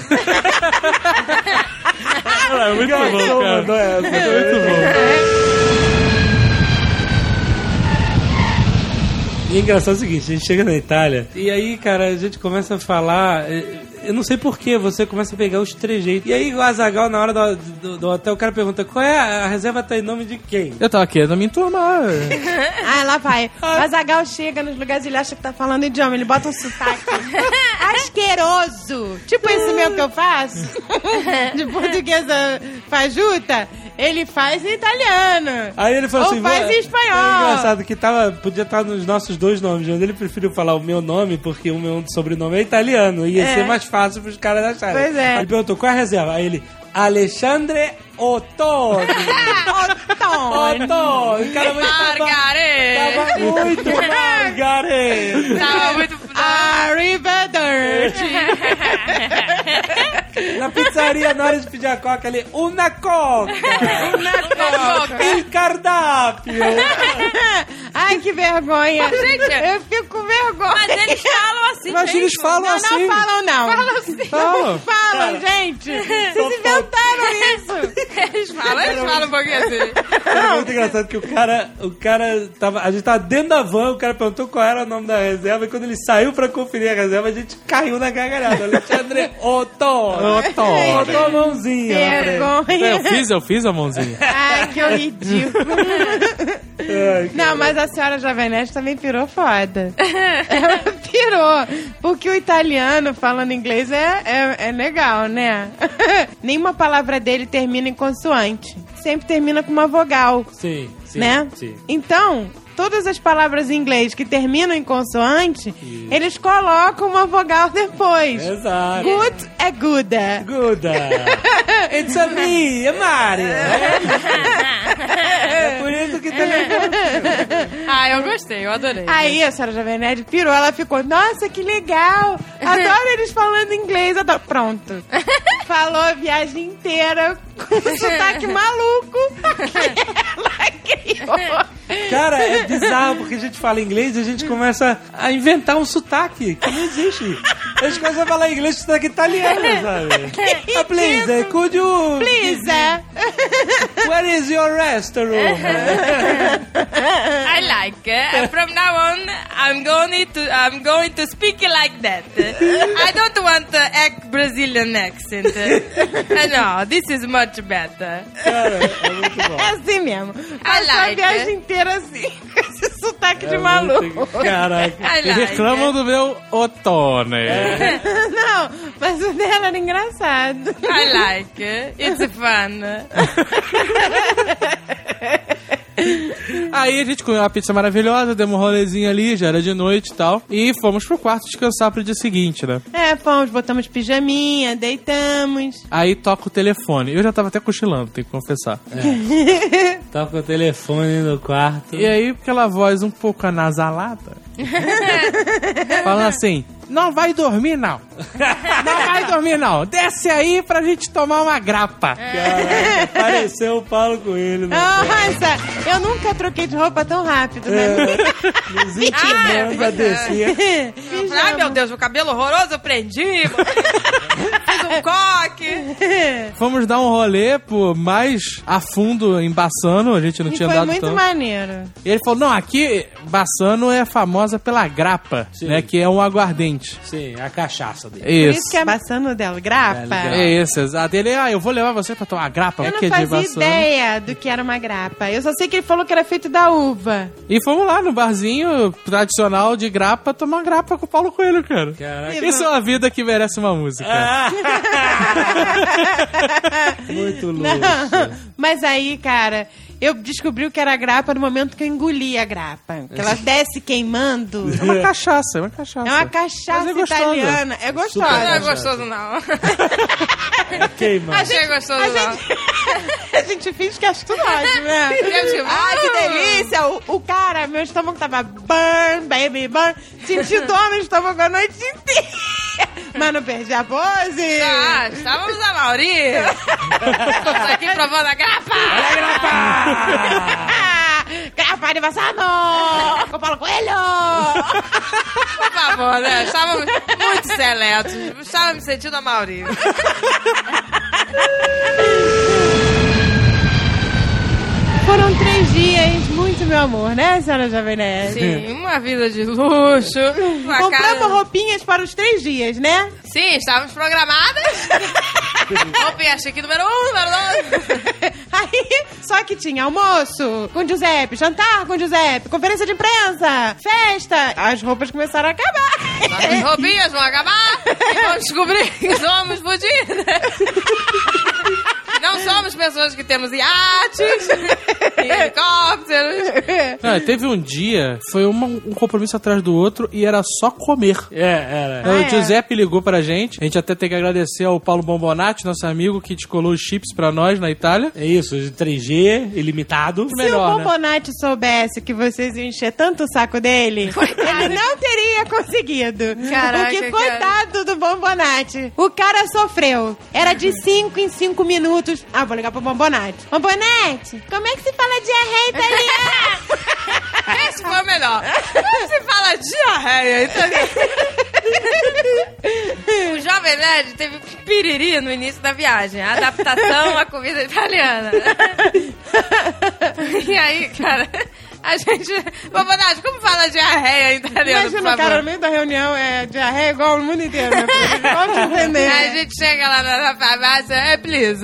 É muito bom, cara. Mandou essa. Muito bom. E é engraçado o seguinte, a gente chega na Itália e aí, cara, a gente começa a falar... Eu não sei porquê, você começa a pegar os trejeitos. E aí o Azaghal, na hora do hotel, o cara pergunta, qual é a reserva, tá em nome de quem? Eu tava querendo me enturmar. Lá vai. O Azaghal chega nos lugares e ele acha que tá falando idioma, ele bota um sotaque asqueroso. Tipo esse meu que eu faço, de portuguesa fajuta, ele faz em italiano. Aí ele falou ou assim... faz em espanhol. É engraçado que podia estar nos nossos dois nomes, mas ele preferiu falar o meu nome, porque o meu sobrenome é italiano, ia ser mais fácil pros caras acharem. Pois é. Ele perguntou, qual é a reserva? Aí ele, Alexandre Ottoni. Ottoni. O cara Margarete. Tava muito Margarete. Tava muito... Arrivederci. Na pizzaria, na hora de pedir a coca, ele, una coca. Il cardápio. Ai, que vergonha. Gente, eu fico com vergonha. Mas eles falam assim, Mas mesmo. eles falam assim. Não falam, não. Falam assim. Não falam, gente. Vocês inventaram isso. Eles falam um pouquinho assim. É muito engraçado que o cara tava... A gente tava dentro da van, o cara perguntou qual era o nome da reserva, e quando ele saiu pra conferir a reserva, a gente caiu na gargalhada. Alexandre Ottoni. Botou a mãozinha. Vergonha. Eu fiz a mãozinha. Ai, que ridículo. Não, mas a senhora Jovem Nerd também pirou foda. Ela pirou. Porque o italiano falando inglês é legal, né? Nenhuma palavra dele termina em consoante. Sempre termina com uma vogal. Sim, né? Sim. Então, todas as palavras em inglês que terminam em consoante, eles colocam uma vogal depois. Exato. Good é Guda. Guda. It's a me, é Mario. É por isso que tem... Eu gostei, eu adorei. Aí a senhora Jovem Nerd pirou, ela ficou, nossa, que legal. Adoro eles falando inglês. Adoro. Pronto. Falou a viagem inteira com um sotaque maluco que ela criou. Cara, é bizarro, porque a gente fala inglês e a gente começa a inventar um sotaque que não existe. A gente começa a falar inglês com sotaque italiano, sabe? Please, could you... Please. Where is your restaurant? I like. From now on, I'm going to speak like that. I don't want to act Brazilian accent. No, this is much better. Cara, é muito bom. É assim mesmo. I like. A viagem inteira assim, com esse sotaque de maluco. Caraca. I like. Reclamam do meu Ottoni. Não, mas o dela era engraçado. I like. It's fun. Aí a gente comeu uma pizza maravilhosa, demos um rolezinho ali, já era de noite e tal. E fomos pro quarto descansar pro dia seguinte, né? Fomos, botamos pijaminha, deitamos. Aí toca o telefone. Eu já tava até cochilando, tenho que confessar. Toca o telefone no quarto. E aí, aquela voz um pouco anasalada. Falando assim, não vai dormir não. Não vai dormir não. Desce aí pra gente tomar uma grapa. Caraca, pareceu o Paulo Coelho. Nossa, eu nunca troquei de roupa tão rápido, né? Nos intimando a descer. Ai, meu Deus, o cabelo horroroso eu prendi. Fiz um coque. Fomos dar um rolê mais a fundo em Bassano, a gente não tinha foi dado muito tanto. maneiro. E ele falou, não, aqui Bassano é famosa pela grapa, Sim. né, que é um aguardente. Sim, a cachaça dele. Por Isso. isso que é passando dela, grapa. É isso, exato. Ele, eu vou levar você pra tomar grapa, Eu porque não é de fazia Bassano. ideia do que era uma grapa. Eu só sei que ele falou que era feito da uva. E fomos lá no barzinho tradicional de grapa tomar grapa com o Paulo Coelho, cara. Caraca. Isso é uma vida que merece uma música. Muito louco. Não, mas aí, cara, eu descobri o que era grapa no momento que eu engoli a grapa. Que ela desce queimando. É uma cachaça, é uma cachaça. É uma cachaça Mas é gostosa. italiana. É Não gostosa. é gostoso, não. Queima. Achei gostoso, não. A gente finge que acha tudo ótimo, né? Ai, que delícia! O cara, meu estômago tava burn, baby, burn. Senti dor no estômago a noite inteira. Mas não perdi a pose. Estávamos a Mauri. Estamos aqui provando a grapa. Grapa de Bassano! Com o Paulo Coelho! Por favor, né? Estávamos muito seletos. Estava me sentindo a Mauri. Foram 3 dias, muito meu amor, né, senhora Jovem Nerd? Sim, uma vida de luxo. Compramos roupinhas para os 3 dias, né? Sim, estávamos programadas. Roupinha chique número 1, número 2. Aí, só que tinha almoço com Giuseppe, jantar com Giuseppe, conferência de imprensa, festa. As roupas começaram a acabar. As roupinhas vão acabar e vão descobrir que somos fodidas. Não somos pessoas que temos iates, helicópteros. Não, teve um dia, foi um compromisso atrás do outro e era só comer. Era. O Giuseppe ligou pra gente, a gente até tem que agradecer ao Paulo Bombonati, nosso amigo, que descolou os chips pra nós na Itália. É isso, de 3G, ilimitado. Se Melhor, o Bombonati soubesse que vocês iam encher tanto o saco dele, ele não teria conseguido. Caraca, Porque coitado do Bombonati. O cara sofreu. Era de 5 em 5 minutos. Ah, vou ligar pro Bombonati. Bombonati, como é que se fala diarreia italiana? Esse foi o melhor. Como se fala diarreia italiana? O Jovem Nerd teve piriri no início da viagem. A adaptação à comida italiana. E aí, cara... A gente... Bombonati, como fala diarreia em italiano, Imagina o cara no meio da reunião, diarreia igual no mundo inteiro, né? Pode entender. Aí a gente chega lá na farmácia, please.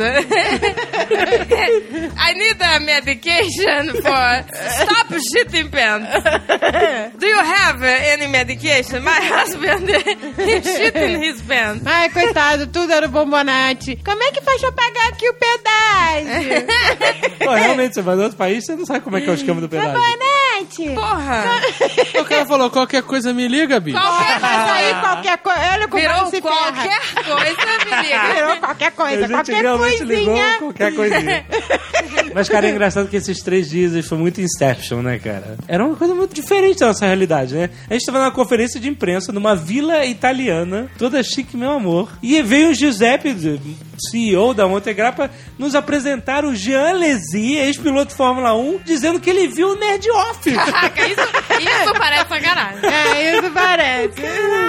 I need a medication for stop shitting pants. Do you have any medication? My husband is shitting his pants. Ai, coitado, tudo era o Bombonati. Como é que faz pra pagar aqui o pedágio? Pô, realmente, você vai em outro país, você não sabe como é que é o esquema do pedágio. Bombonati! Porra! O cara falou, qualquer coisa me liga, bicho. Qualquer Mas aí qualquer coisa... Olha como Virou se qualquer coisa, me liga. Virou qualquer coisa, A gente qualquer realmente ligou coisinha. qualquer coisinha. Mas, cara, é engraçado que esses 3 dias foi muito Inception, né, cara? Era uma coisa muito diferente da nossa realidade, né? A gente tava numa conferência de imprensa numa vila italiana, toda chique, meu amor. E veio o Giuseppe, CEO da Montegrappa, nos apresentar o Jean Lézy, ex-piloto de Fórmula 1, dizendo que ele viu o Nerd Office. Caraca, isso parece sacanagem. Isso parece.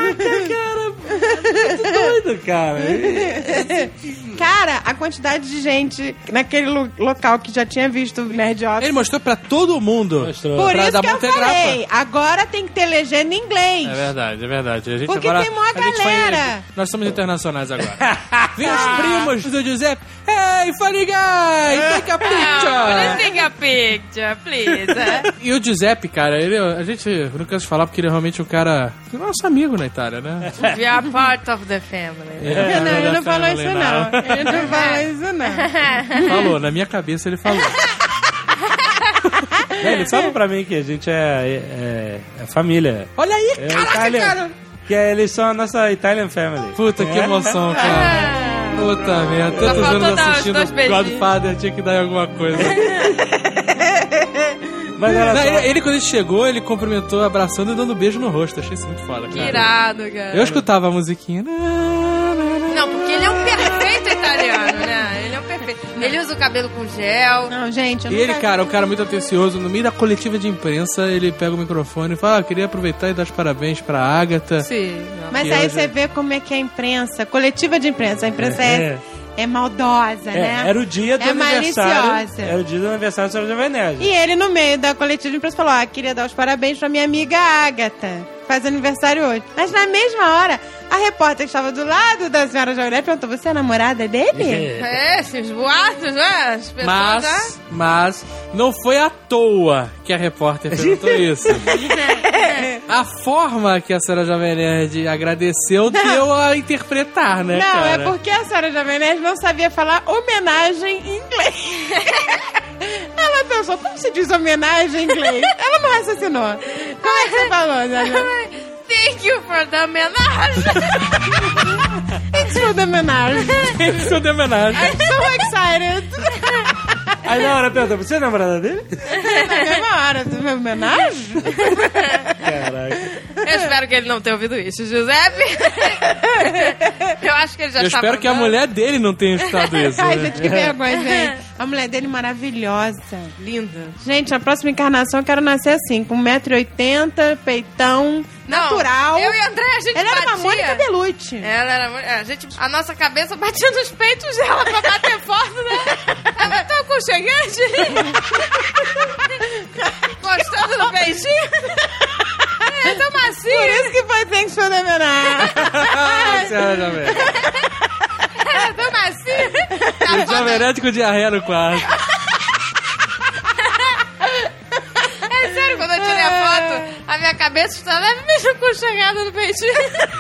Muito doido, cara. Cara, a quantidade de gente naquele local que já tinha visto o Nerd Office. Ele mostrou pra todo mundo. Mostrou. Por Pra isso dar que eu Montegrappa. falei, agora tem que ter legenda em inglês. É verdade, é verdade. A gente Porque agora, tem mó a gente galera. nós somos internacionais agora. Vem os primos do Giuseppe. Hey, funny guy, take a Let's picture. take a picture, please. E o Giuseppe, cara, a gente não cansa de falar porque ele é realmente um cara... Nosso amigo na Itália, né? We are part of the family. Não, ele não falou isso family não. Ele não falou isso não. Falou, na minha cabeça ele falou. Ele fala pra mim que a gente é família. Olha aí, É caraca, Italian. cara. Que eles são a nossa Italian family. Puta, que emoção, cara. Puta merda, tantos Só faltou anos dar os assistindo 2 beijinhos. Godfather, tinha que dar em alguma coisa. Mas olha Não, só. ele, quando ele chegou, ele cumprimentou abraçando e dando beijo no rosto. Achei isso muito foda, Que cara. irado, cara. Eu escutava a musiquinha. Não, porque ele é um perfeito italiano, né? Ele é um perfeito. Ele usa o cabelo com gel. Não, gente, eu E não ele, cara, um cara muito atencioso, no meio da coletiva de imprensa, ele pega o microfone e fala, queria aproveitar e dar os parabéns pra Agatha. Sim. Mas E aí hoje- você vê como é que é a imprensa, coletiva de imprensa. A imprensa é maldosa, né? Era o dia do É aniversário. maliciosa. Era o dia do aniversário da Senhora Jovem Nerd. E ele, no meio da coletiva de imprensa, falou: queria dar os parabéns pra minha amiga Agatha. Faz aniversário hoje. Mas na mesma hora, a repórter que estava do lado da senhora Jovem Nerd perguntou: você é a namorada dele? Esses boatos, né? As pessoas, Mas não foi à toa que a repórter perguntou isso. A forma que a senhora Jovem Nerd agradeceu deu a interpretar, né, Não, cara? é porque a senhora Jovem Nerd não sabia falar homenagem em inglês. Ela pensou, como se diz homenagem em inglês? Ela não raciocinou. Como é que você falou, Zé? Thank you for the homenagem. It's for the homenagem. Isso de homenagem. I'm so excited. Aí na hora pergunta, você é namorada dele? Na mesma hora, do meu homenagem? Caraca. Eu espero que ele não tenha ouvido isso, Giuseppe. Eu acho que ele já Eu está espero que a mandando. mulher dele não tenha escutado isso. Ai, né? gente, que vergonha, gente. A mulher dele maravilhosa. Linda. Gente, na próxima encarnação eu quero nascer assim, com 1,80m, peitão, Não, natural. Eu e a André, a gente Ela era uma batia. Mônica Bellucci. Ela era... A nossa cabeça batia nos peitos dela pra bater forte, né? Então, aconchegante? Gostando do beijinho? É tão macio. Por isso que foi Thanks for the Banana. Senhora Jovem. É tão macio. O Jovem Nerd com diarreia no quarto. É sério, quando eu tirei a foto, a minha cabeça está levemente aconchegada no beijinho.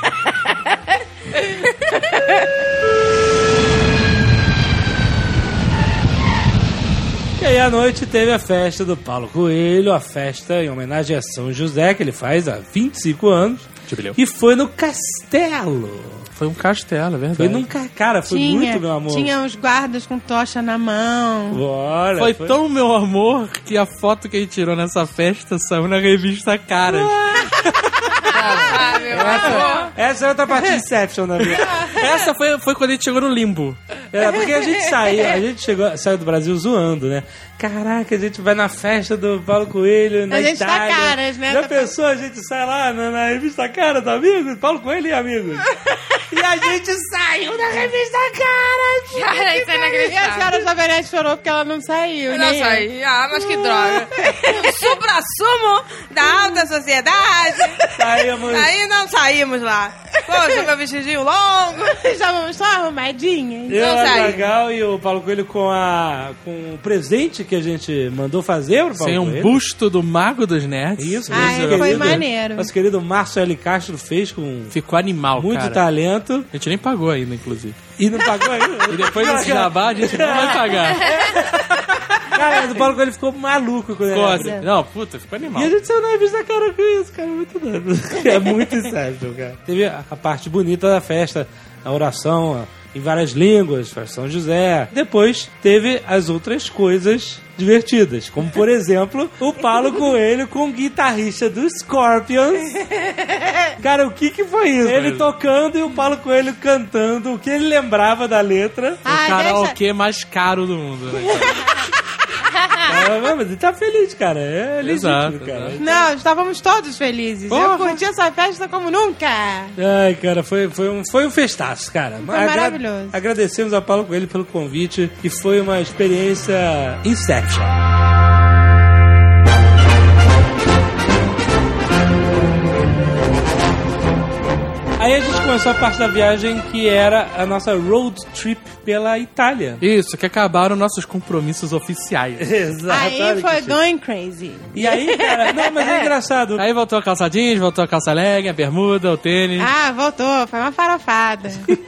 E aí à noite teve a festa do Paulo Coelho, a festa em homenagem a São José, que ele faz há 25 anos. E foi no castelo. Foi um castelo, é verdade. Foi num cara, foi muito, meu amor. Tinha uns guardas com tocha na mão. Bora, foi tão meu amor que a foto que ele tirou nessa festa saiu na revista Caras. Essa é outra parte de Inception, né? Essa foi quando a gente chegou no limbo. É, porque a gente saiu do Brasil zoando, né? Caraca, a gente vai na festa do Paulo Coelho na Itália. A gente tá Caras, né? Já pensou, a gente sai lá na revista Caras, amigos? Paulo Coelho e amigos. E a gente saiu da revista Caras. Cara, isso é inacreditável. E a senhora Jovem Nerd chorou porque ela não saiu, né? Não saí. Ah, mas que droga. Supra-sumo da alta sociedade. Saímos. Aí não saímos lá. Poxa, meu vestidinho longo. Já vamos só arrumadinhas. Eu, Não a saiu. Zagal e o Paulo Coelho com o presente que a gente mandou fazer pro Paulo Sem Coelho. um busto do Mago dos Nerds. Isso, Foi maneiro. Nosso querido Márcio L. Castro fez com Ficou animal, muito cara. talento. A gente nem pagou ainda, inclusive. E não pagou ainda. E depois desse jabá, a gente não vai pagar. Cara, o Paulo Coelho ficou maluco com ele. Não, puta, ficou animal. E a gente saiu na revista Cara com isso, cara. Muito doido. É muito Inception, cara. Teve a parte bonita da festa, a oração em várias línguas, para São José. Depois teve as outras coisas divertidas, como por exemplo, o Paulo Coelho com o guitarrista do Scorpions. Cara, o que foi isso? Ele tocando e o Paulo Coelho cantando o que ele lembrava da letra. O karaokê mais caro do mundo, né? Mas ele tá feliz, cara. É legítimo, Exato, cara. exato. Não, estávamos todos felizes. Porra. Eu curti essa festa como nunca. Ai, cara, foi um festaço, cara. Foi maravilhoso. Agradecemos ao Paulo Coelho pelo convite, que foi uma experiência Inception. Aí a gente começou a parte da viagem que era a nossa road trip pela Itália. Isso, que acabaram nossos compromissos oficiais. Exato. Aí foi going crazy. E aí, cara, não, mas é engraçado. Aí voltou a calça jeans, voltou a calça legging, a bermuda, o tênis. Ah, voltou. Foi uma farofada.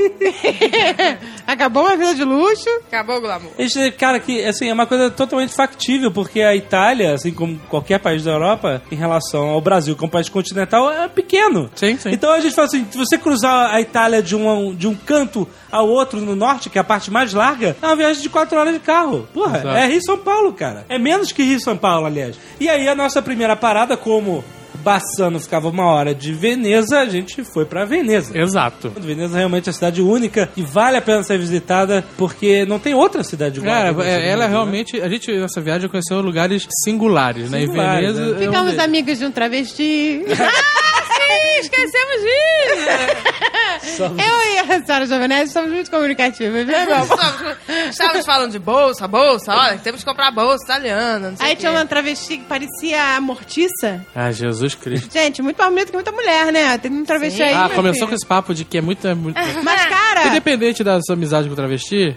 Acabou uma vida de luxo. Acabou o glamour. Esse cara que, assim, é uma coisa totalmente factível, porque a Itália, assim como qualquer país da Europa, em relação ao Brasil, que é um país continental, é pequeno. Sim, sim. Então a gente fala assim, se você cruzar a Itália de um canto ao outro no norte, que é a parte mais larga, é uma viagem de 4 horas de carro. Porra, Exato. é Rio-São Paulo, cara. É menos que Rio-São Paulo, aliás. E aí a nossa primeira parada, como Bassano ficava 1 hora de Veneza, a gente foi pra Veneza. Exato. Veneza realmente é uma cidade única e vale a pena ser visitada porque não tem outra cidade igual. a Veneza, Ela né? realmente... A gente, nessa viagem, conheceu lugares singulares, né? Em Singulares, Veneza... né? Ficamos amigos de um travesti. Sim, esquecemos disso. Eu e a senhora Jovem Nerd somos muito comunicativos, né, meu amor? Estávamos falando de bolsa, olha, temos que comprar bolsa italiana, não sei Aí o quê. tinha uma travesti que parecia a Mortiça. Ah, Jesus Cristo. Gente, muito mais bonito que muita mulher, né? Tem um travesti Sim. aí. Ah, meu começou filho. com esse papo de que é muito... Mas, cara... Independente da sua amizade com o travesti,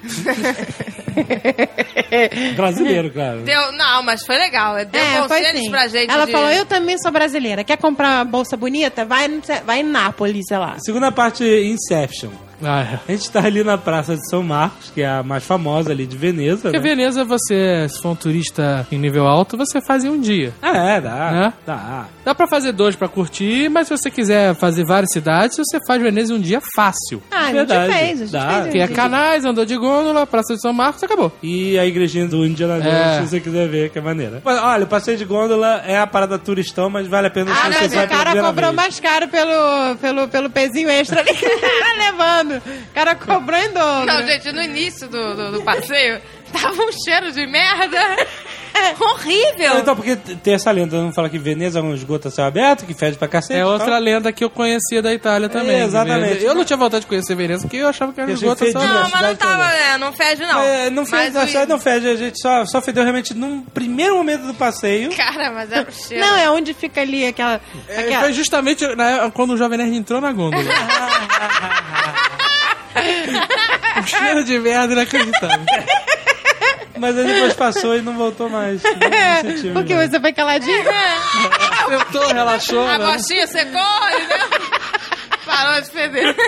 Brasileiro, claro. Não, mas foi legal. Deu foi conselhos sim. pra gente. Ela de... falou, eu também sou brasileira. Quer comprar uma bolsa bonita? Vai em Nápoles, sei lá. Segunda parte, Inception. Ah, A gente tá ali na Praça de São Marcos, que é a mais famosa ali de Veneza, porque né? Veneza, você, se for um turista em nível alto, você faz em um dia. Ah, dá. Né? Dá. Dá pra fazer 2 pra curtir, mas se você quiser fazer várias cidades, você faz Veneza em um dia fácil. Ah, Verdade. a gente Dá. fez. Que é Canais, andou de gôndola, Praça de São Marcos, acabou. E a igrejinha do Indiana Jones, É. se você quiser ver, que é maneira. Mas, olha, o passeio de gôndola é a parada turistão, mas vale a pena Ah, se mas você vai o pela cara primeira cobrou vez. mais caro pelo pezinho extra ali. Levando. O cara cobrou em dobro. Não, gente, no início do passeio, tava um cheiro de merda. Horrível. Então, porque tem essa lenda, não fala que Veneza é um esgoto a céu aberto, que fede pra cacete. É outra lenda que eu conhecia da Itália também. Exatamente. Eu não tinha vontade de conhecer Veneza, porque eu achava que era um esgoto a céu fedia. aberto. Não, mas não tava, não fede não. Não fede, na cidade não fede, a gente só fedeu realmente num primeiro momento do passeio. Cara, mas é o cheiro. Não, é onde fica ali aquela... Foi justamente quando o Jovem Nerd entrou na gôndola. Um cheiro de merda inacreditável. Mas aí depois passou e não voltou mais. Não sentiu, Porque né? você foi caladinho? Sentou, relaxou. A né? bochinha secou, né? Parou de feder.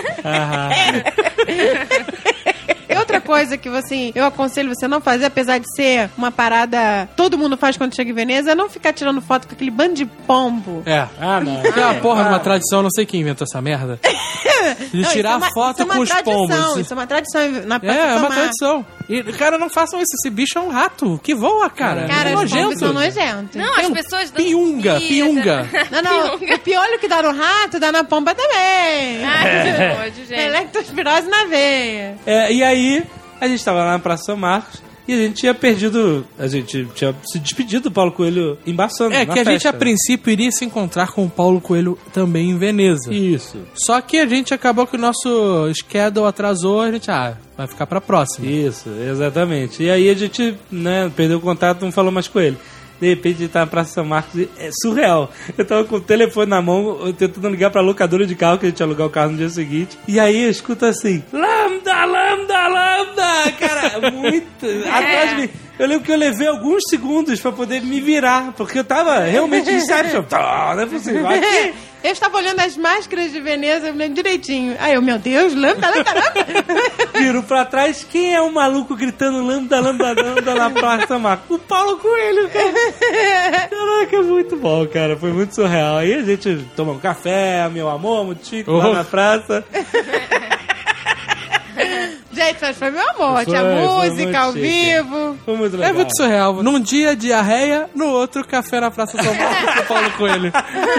E outra coisa que eu aconselho você não fazer, apesar de ser uma parada todo mundo faz quando chega em Veneza, é não ficar tirando foto com aquele bando de pombo. É. Não. Tem uma porra numa tradição, não sei quem inventou essa merda. De Não, tirar isso é uma- foto isso é uma com os tradição, pombos. Isso é uma tradição na Praça É São uma Marcos. tradição. E, cara, não façam isso. Esse bicho é um rato que voa, cara. Cara, é os pombos nojento. são nojentos. Não, as pessoas dão Piunga, comida. piunga. Não, o piolho que dá no rato, dá na pomba também. Ai, que nojo, gente. Lectospirose na veia. E aí, a gente tava lá na Praça São Marcos e a gente tinha se despedido do Paulo Coelho embaçando. É na que a gente, festa. a princípio, iria se encontrar com o Paulo Coelho também em Veneza. Isso. Só que a gente acabou que o nosso schedule atrasou, a gente, vai ficar pra próxima. Isso, exatamente. E aí a gente, perdeu o contato, não falou mais com ele. De repente a gente tá na Praça São Marcos e é surreal. Eu tava com o telefone na mão, tentando ligar pra locadora de carro, que a gente ia alugar o carro no dia seguinte. E aí eu escuto assim, lambda, lambda, lambda! Cara, muito atrás de mim. Eu lembro que eu levei alguns segundos pra poder me virar, porque eu tava realmente em sério. Não é possível. Aqui. Eu estava olhando as máscaras de Veneza, eu me lembro direitinho. Aí eu, meu Deus, lambda, lambda, lambda. Viro pra trás, quem é o maluco gritando lambda, lambda, lambda na Praça São Marcos? O Paulo Coelho, cara. Caraca, muito bom, cara. Foi muito surreal. Aí a gente tomou um café, meu amor, muito chique, lá na praça. Gente, mas foi meu amor. Tinha Foi música muito ao chique. vivo. Foi muito legal. É muito surreal. Num dia, diarreia, no outro, café na Praça São Marcos com o Paulo Coelho.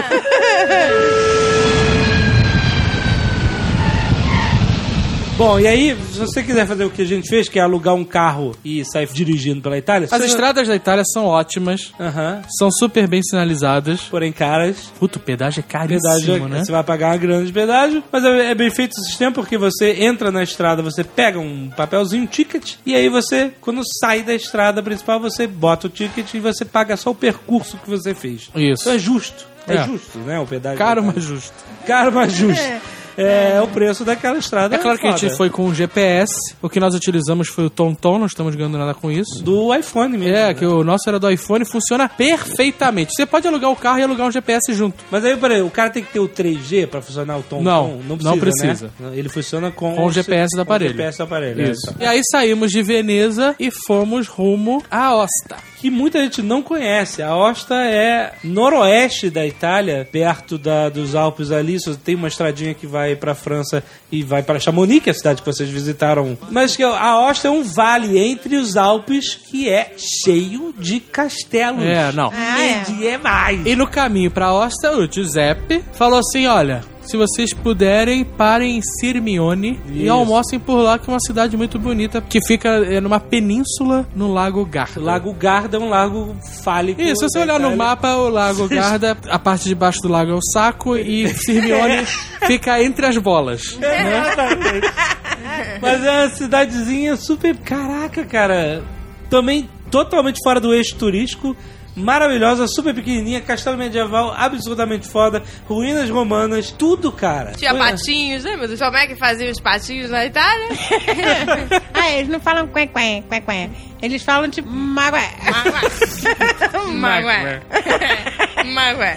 Bom, e aí, se você quiser fazer o que a gente fez, que é alugar um carro e sair dirigindo pela Itália... As estradas da Itália são ótimas, Aham. são super bem sinalizadas. Porém caras. Puta, o pedágio é caríssimo, Pedágio, né? você vai pagar uma grana de pedágio, mas é bem feito o sistema porque você entra na estrada, você pega um papelzinho, um ticket, e aí você, quando sai da estrada principal, você bota o ticket e você paga só o percurso que você fez. Isso. Então é justo. É É. justo, né? O pedágio. Caro, da mas Itália. justo. Caro, mas justo. É o preço daquela estrada. É claro que a gente foda. foi com o GPS. O que nós utilizamos foi o TomTom, não estamos ganhando nada com isso. Do iPhone mesmo. É, né? que o nosso era do iPhone, funciona perfeitamente. Você pode alugar o carro e alugar um GPS junto. Mas aí, peraí, o cara tem que ter o 3G pra funcionar o Tom? Não, não precisa. Né? Ele funciona com Com o GPS do aparelho. Com o GPS do aparelho. Isso. E aí saímos de Veneza e fomos rumo a Aosta. Que muita gente não conhece. A Aosta é noroeste da Itália, perto dos Alpes ali. Só tem uma estradinha que vai pra França e vai para Chamonix, que é a cidade que vocês visitaram. Mas que a Aosta é um vale entre os Alpes que é cheio de castelos. É, não. Demais. E no caminho pra Aosta, o Giuseppe falou assim, olha... Se vocês puderem, parem em Sirmione e Isso. almocem por lá, que é uma cidade muito bonita, que fica numa península no Lago Garda. O Lago Garda é um lago fálico. Isso, se você da olhar no Itália. mapa, o Lago Garda, a parte de baixo do lago é o saco e Sirmione fica entre as bolas. Exatamente. Mas é uma cidadezinha super... Caraca, cara. Também totalmente fora do eixo turístico. Maravilhosa, super pequenininha, castelo medieval, absurdamente foda, ruínas romanas, tudo, cara. Tinha patinhos, né, meu Deus? Como é que faziam os patinhos na Itália? Eles não falam quen, eles falam tipo magué. Magué. Magué.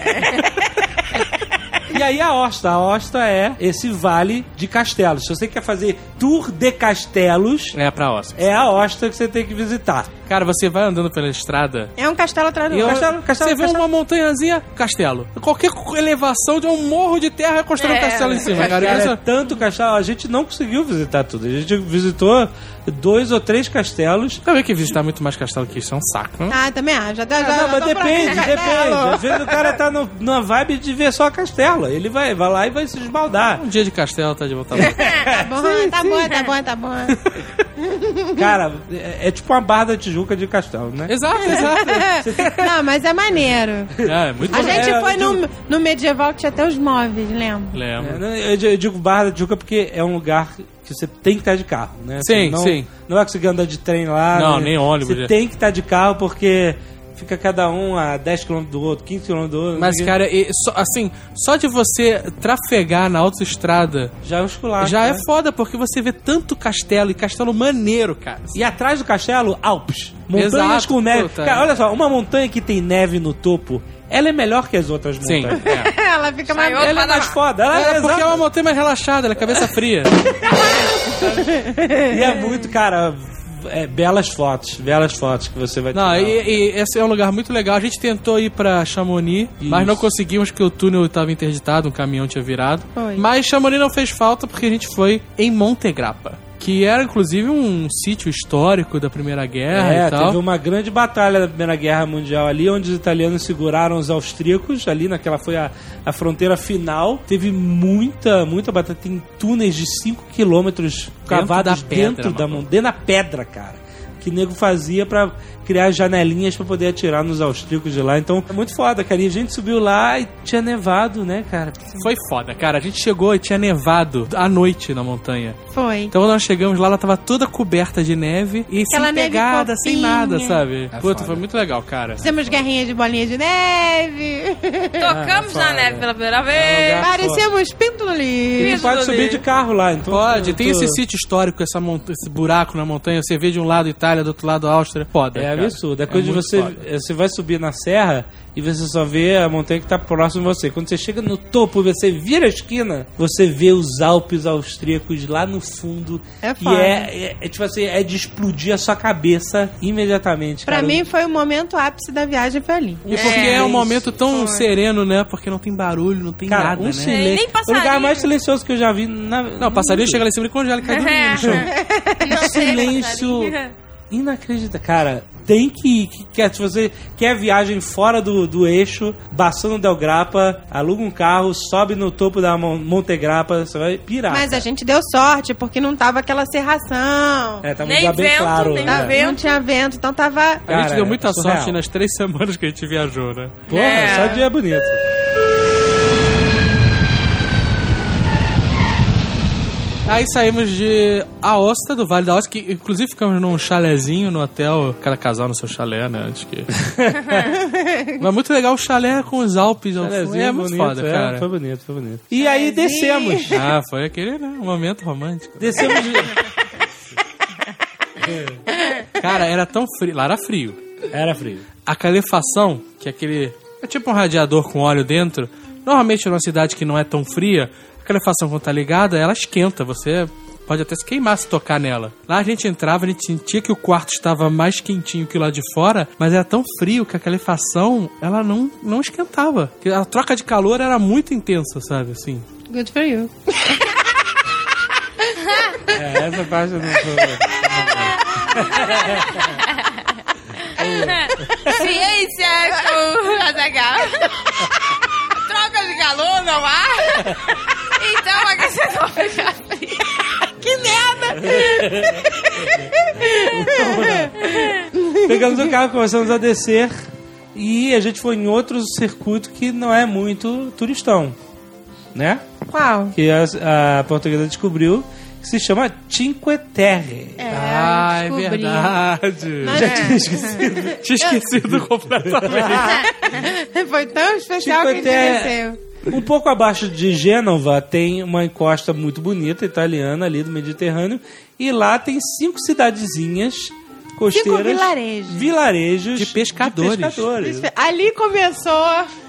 E aí a Aosta é esse vale de castelos. Se você quer fazer tour de castelos, É pra Aosta. é a Aosta que você tem que visitar. Cara, você vai andando pela estrada... É um castelo atrás do e outro. você vê uma montanhazinha, castelo. Qualquer elevação de um morro de terra é construir um castelo em cima, cara. Cara, Isso- é tanto castelo, a gente não conseguiu visitar tudo. A gente visitou 2 ou 3 castelos. Sabe que visitar muito mais castelo que isso é um saco, né? Ah, também acho. Já Não, mas tô por aqui, depende. castelo. Às vezes o cara tá numa vibe de ver só castelo. Ele vai lá e vai se esbaldar. Um dia de castelo tá de volta. Tá bom. Cara, é tipo uma Barra da Tijuca de Castelo, né? Exato. Não, mas é maneiro. É muito A bom. gente foi no medieval que tinha até os móveis, lembra? Lembro. Eu digo Barra da Tijuca porque é um lugar que você tem que estar de carro, né? Sim, não, sim. Não vai conseguir andar de trem lá. Não, né? nem ônibus. Você tem que estar de carro porque fica cada um a 10 km do outro, 15 km do outro. Mas, cara, só de você trafegar na autoestrada já é um esculacho, já né? é foda, porque você vê tanto castelo e castelo maneiro, cara. E atrás do castelo, Alpes. Montanhas Exato, com neve. puta, Cara, olha só, uma montanha que tem neve no topo, ela é melhor que as outras Sim, montanhas. Ela fica mais... Saiu. Ela é mais foda. Ela É porque é exato. uma montanha mais relaxada, ela é cabeça fria. E é muito, cara, belas fotos que você vai Não, tirar. e esse é um lugar muito legal. A gente tentou ir pra Chamonix, mas não conseguimos porque o túnel estava interditado, um caminhão tinha virado. Foi. Mas Chamonix não fez falta porque a gente foi em Montegrappa, que era inclusive um sítio histórico da Primeira Guerra e tal. Teve uma grande batalha da Primeira Guerra Mundial ali, onde os italianos seguraram os austríacos, ali naquela foi a fronteira final. Teve muita batalha, tem túneis de 5 quilômetros cavados da pedra, dentro da mano. dentro da pedra, cara. Que o nego fazia pra criar janelinhas pra poder atirar nos austríacos de lá. Então, é muito foda, cara. E a gente subiu lá e tinha nevado, né, cara? Foi foda, cara. A gente chegou e tinha nevado à noite na montanha. Foi. Então quando nós chegamos lá, ela tava toda coberta de neve e Aquela sem neve pegada, sem fofinha. nada, sabe? Puta, foda. foi muito legal, cara. Fizemos guerrinha de bolinha de neve. Tocamos na neve pela primeira vez. lugar Parecemos pinto no E livro. tu pode subir de carro lá, então. Pode, tem esse sítio histórico, esse buraco na montanha, você vê de um lado Itália, do outro lado Áustria. Foda, É cara. absurdo. É coisa de muito você. foda. Você vai subir na serra e você só vê a montanha que tá próximo de você. Quando você chega no topo e você vira a esquina, você vê os Alpes austríacos lá no fundo. É e foda. é tipo assim, é de explodir a sua cabeça imediatamente. Pra cara. mim foi o momento ápice da viagem, foi ali. E porque é um momento tão sereno, né? Porque não tem barulho, não tem Cara, nada, um né? silêncio. Nem O passarinho. lugar mais silencioso que eu já vi na. Não, o passarinho chega lá em cima e congela e cai dormindo no chão. Não sei, silêncio passarinho. inacreditável. Cara, tem que se você quer viagem fora do eixo, Bassano del Grappa, aluga um carro, sobe no topo da Montegrappa, você vai pirar. Mas cara. a gente deu sorte, porque não tava aquela serração. Tava um Nem lugar bem vento, claro. nem né? vento. Não tinha vento, então tava... A gente Cara, deu muita é surreal. sorte nas 3 semanas que a gente viajou, né? Porra, É. só dia bonito. Aí saímos de Aosta, do Vale da Aosta, que inclusive ficamos num chalezinho no hotel, cada casal no seu chalé, né? Antes que... Mas muito legal o chalé com os Alpes ao fundo. Chalezinho É muito bonito, foda, cara. Foi bonito, foi bonito. E aí descemos. Ah, foi aquele, né? Um momento romântico. Descemos de... Cara, era tão frio. Lá era frio. Era frio. A calefação, que é aquele... É tipo um radiador com óleo dentro. Normalmente numa cidade que não é tão fria, a calefação quando tá ligada, ela esquenta. Você pode até se queimar se tocar nela. Lá a gente entrava, a gente sentia que o quarto estava mais quentinho que lá de fora, mas era tão frio que a calefação, ela não esquentava. Porque a troca de calor era muito intensa, sabe? Assim. Good for you. Essa parte eu não tô... Ciência com Azaghal. Troca de calor não há. Então aquecedor fica frio. Que merda! Pegamos o carro, começamos a descer e a gente foi em outro circuito que não é muito turistão, né? Qual? Que a portuguesa descobriu, que se chama Cinque Terre. Ah, é descobri. verdade. Já tinha esquecido. Tinha esquecido completamente. Foi tão especial que a gente desceu. Um pouco abaixo de Gênova tem uma encosta muito bonita, italiana, ali do Mediterrâneo. E lá tem 5 cidadezinhas costeiras. 5 vilarejos. Vilarejos De pescadores. Ali começou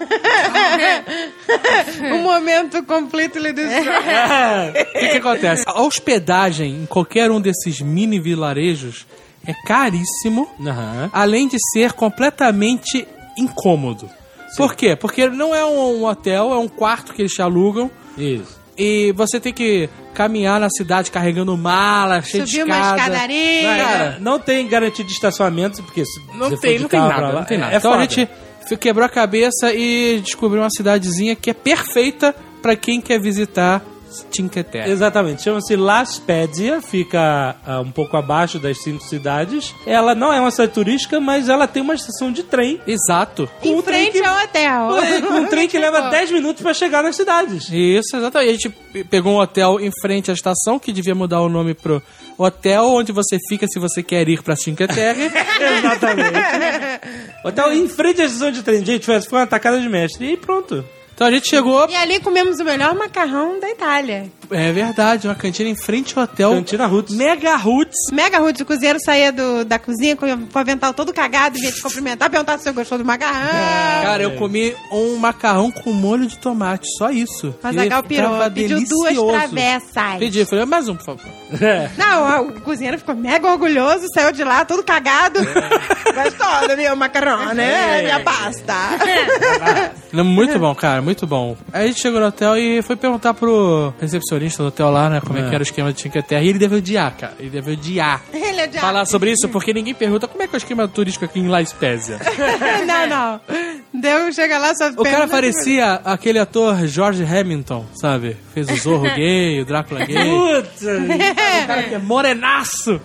o momento completely destroyed. O que acontece? A hospedagem em qualquer um desses mini vilarejos é caríssimo, Aham. além de ser completamente incômodo. Por quê? Porque não é um hotel, é um quarto que eles te alugam. Isso. E você tem que caminhar na cidade carregando mala, cheio de Subiu uma escada. escadaria. Cara, não tem garantia de estacionamento, porque se Não você for tem, de não tem carro nada, pra lá, não tem nada. É Então foda. a gente quebrou a cabeça e descobriu uma cidadezinha que é perfeita pra quem quer visitar Cinque Terre. Exatamente, chama-se La Spezia, fica um pouco abaixo das 5 cidades. Ela não é uma cidade turística, mas ela tem uma estação de trem. Exato. Em frente ao hotel. Com um trem que leva 10 minutos pra chegar nas cidades. Isso, exatamente. A gente pegou um hotel em frente à estação, que devia mudar o nome pro hotel onde você fica se você quer ir pra Cinque Terre. Exatamente. Hotel em frente à estação de trem. Gente, foi uma tacada de mestre. E pronto. Então a gente chegou... E ali comemos o melhor macarrão da Itália. É verdade, uma cantina em frente ao hotel. Cantina Roots. Mega Roots. Mega Roots, o cozinheiro saía da cozinha com o avental todo cagado, vinha te cumprimentar, perguntar se você gostou do macarrão. Cara, eu comi um macarrão com molho de tomate, só isso. O Azaghal pirou, pediu delicioso. 2 travessas. Pedi, falei, mais um, por favor. Não, o cozinheiro ficou mega orgulhoso, saiu de lá todo cagado. Gostou do meu macarrão, né? Minha pasta. Muito bom, cara, muito bom. Aí a gente chegou no hotel e foi perguntar pro recepcionista do hotel lá, né, como é que era o esquema de Cinque Terre. E ele deve odiar, cara. Ele deve odiar. Ele odiava. Falar sobre isso, porque ninguém pergunta como é que é o esquema turístico aqui em La Spezia. Não. Deu, chega lá, só O cara parecia aquele ator George Hamilton, sabe? Fez o Zorro gay, o Drácula gay. Putz! O cara que é morenaço.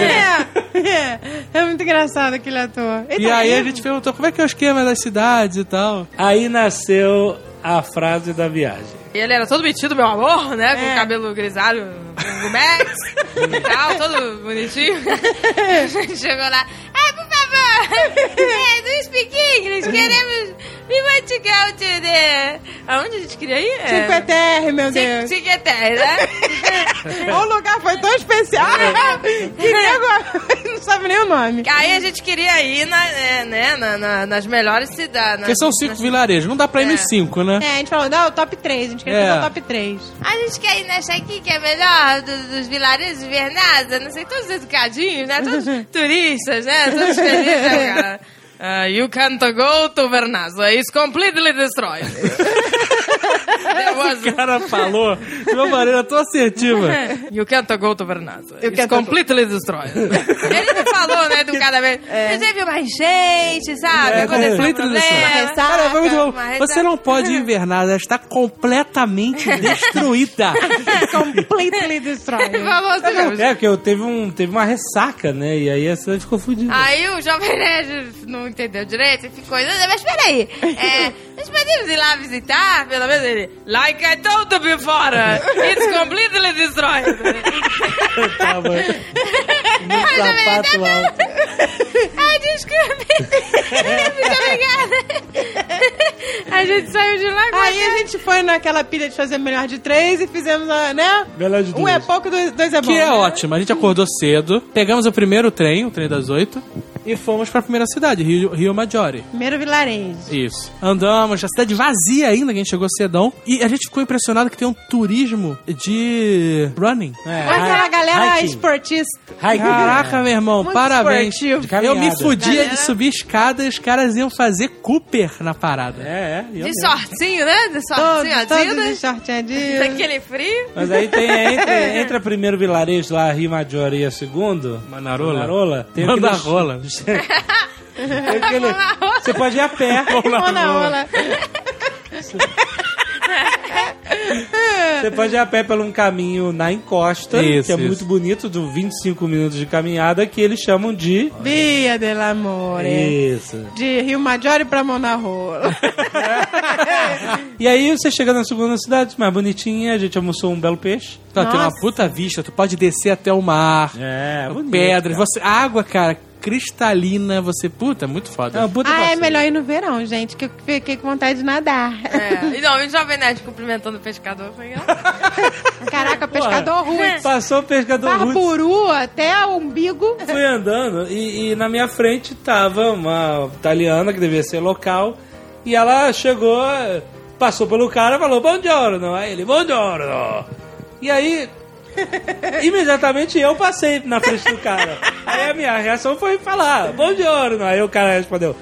É muito engraçado aquele ator. E aí a gente perguntou como é que é o esquema das cidades e tal. Aí nasceu a frase da viagem. Ele era todo metido, meu amor, né? Com o cabelo grisalho, com o Max e tal, todo bonitinho. A gente chegou lá. Por favor! Do Speak English, queremos... We want to go to the... Aonde a gente queria ir? Cinque Terre, meu Deus. Cinque Terre, né? O lugar foi tão especial que nego não sabe nem o nome. Aí a gente queria ir nas melhores cidades. Porque são 5 vilarejos, não dá pra ir nos 5, né? A gente falou, não, o top 3. A gente queria fazer o top 3. A gente quer ir nessa aqui, que é melhor, dos vilarejos de Vernazza, não sei, todos educadinhos, né? Todos turistas, né? Todos felizes, né, cara? You can't go to Vernazza. It's completely destroyed. O cara falou de uma maneira tão assertiva. You can't go to Vernazza. It's completely destroyed. Ele não falou, né, educadamente. Você teve uma enchente, sabe? Aconteceu um problema. Cara, vamos lá. Você não pode ir em Vernazza, ela está completamente destruída. Completely destroyed. Porque teve uma ressaca, né? E aí a cidade ficou fodida. Aí o Jovem Nerd não entendeu direito e ficou... Mas peraí, nós podemos ir lá visitar, pelo menos ele... Like I told you before, it's completely destroyed. Tá bom. No sapato alto. Ai, desculpe. Muito obrigada. A gente saiu de lá. Aí a gente foi naquela pilha de fazer melhor de 3 e fizemos, né? Melhor de 2. Um é pouco, 2 é bom. Que é ótimo. A gente acordou cedo, pegamos o primeiro trem, o trem das 8, e fomos pra primeira cidade, Rio Maggiore. Primeiro vilarejo. Isso. Andamos, a cidade vazia ainda, que a gente chegou cedão. E a gente ficou impressionado que tem um turismo de running. Aquela galera esportista. Caraca, meu irmão, Muito parabéns. esportivo. Eu me fudia de subir escada e os caras iam fazer Cooper na parada. De sortinho, né? De sortinho, Todos de shortinho. daquele frio. Mas aí tem entre a primeiro vilarejo lá, Rio Maggiore, e a segundo, Manarola. tem Mandarola. Você pode ir a pé. Manarola. Você pode ir a pé por um caminho na encosta, que é muito bonito, de 25 minutos de caminhada, que eles chamam de... Via dell'Amore. Isso. De Rio Maggiore pra Manarola. E aí você chega na segunda cidade, mais bonitinha, a gente almoçou um belo peixe. Tem uma puta vista, tu pode descer até o mar. Bonito, pedras, cara. água, cara, cristalina, puta, muito foda. É melhor ir no verão, gente, que eu fiquei com vontade de nadar. E não, o Jovem Nerd cumprimentando o pescador foi Caraca, pescador Roots. Passou o pescador Roots. Barburu até o umbigo. Fui andando e na minha frente tava uma italiana que devia ser local e ela chegou, passou pelo cara e falou buongiorno. Aí ele, buongiorno. E aí... imediatamente eu passei na frente do cara. Aí a minha reação foi falar buongiorno. Aí o cara respondeu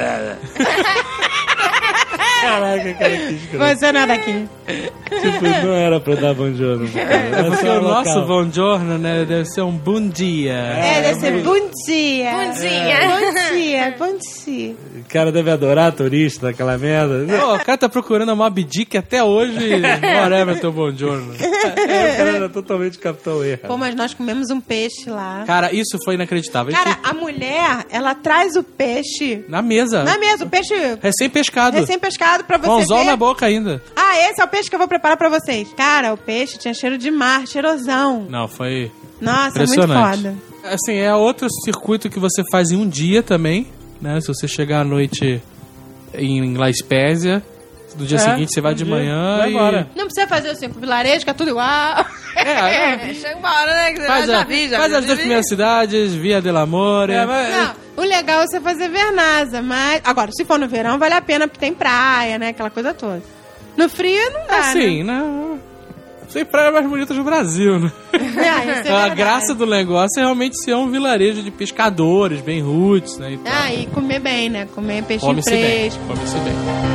caraca, cara, que escroto. Você não é daqui. Tipo, não era pra dar buongiorno. Porque o nosso buongiorno, né, deve ser um bom dia. Deve ser bom dia. Bom dia. Bom dia. O cara deve adorar turista, aquela merda. Pô, o cara tá procurando a Mob Dick até hoje. Whatever teu buongiorno. O cara era totalmente Capitão Errado. Pô, mas nós comemos um peixe lá. Cara, isso foi inacreditável. Cara, a mulher, ela traz o peixe Na mesa. o peixe Recém-pescado. recém-pescado pra você Com anzol ver. na boca ainda. Ah, esse é o peixe que eu vou preparar pra vocês. Cara, o peixe tinha cheiro de mar, cheirosão. Não, foi Nossa, muito impressionante. foda. Assim, é outro circuito que você faz em um dia também, né? Se você chegar à noite em La Spezia, no dia seguinte você vai de manhã vai e... embora. Não precisa fazer assim, com vilarejo, que é tudo igual. Chega uma hora, né? Que Faz, já vi. faz as duas primeiras cidades, Via dell'Amore. Não, o legal é você fazer Vernazza, mas... Agora, se for no verão, vale a pena, porque tem praia, né? Aquela coisa toda. No frio, não dá, Assim, não... Tem praias mais bonitas do Brasil, né? Isso é A verdade. graça do negócio é realmente ser um vilarejo de pescadores, bem roots, né? Então, Ah, e comer bem, né? Comer peixinho come-se bem, fresco. come-se bem.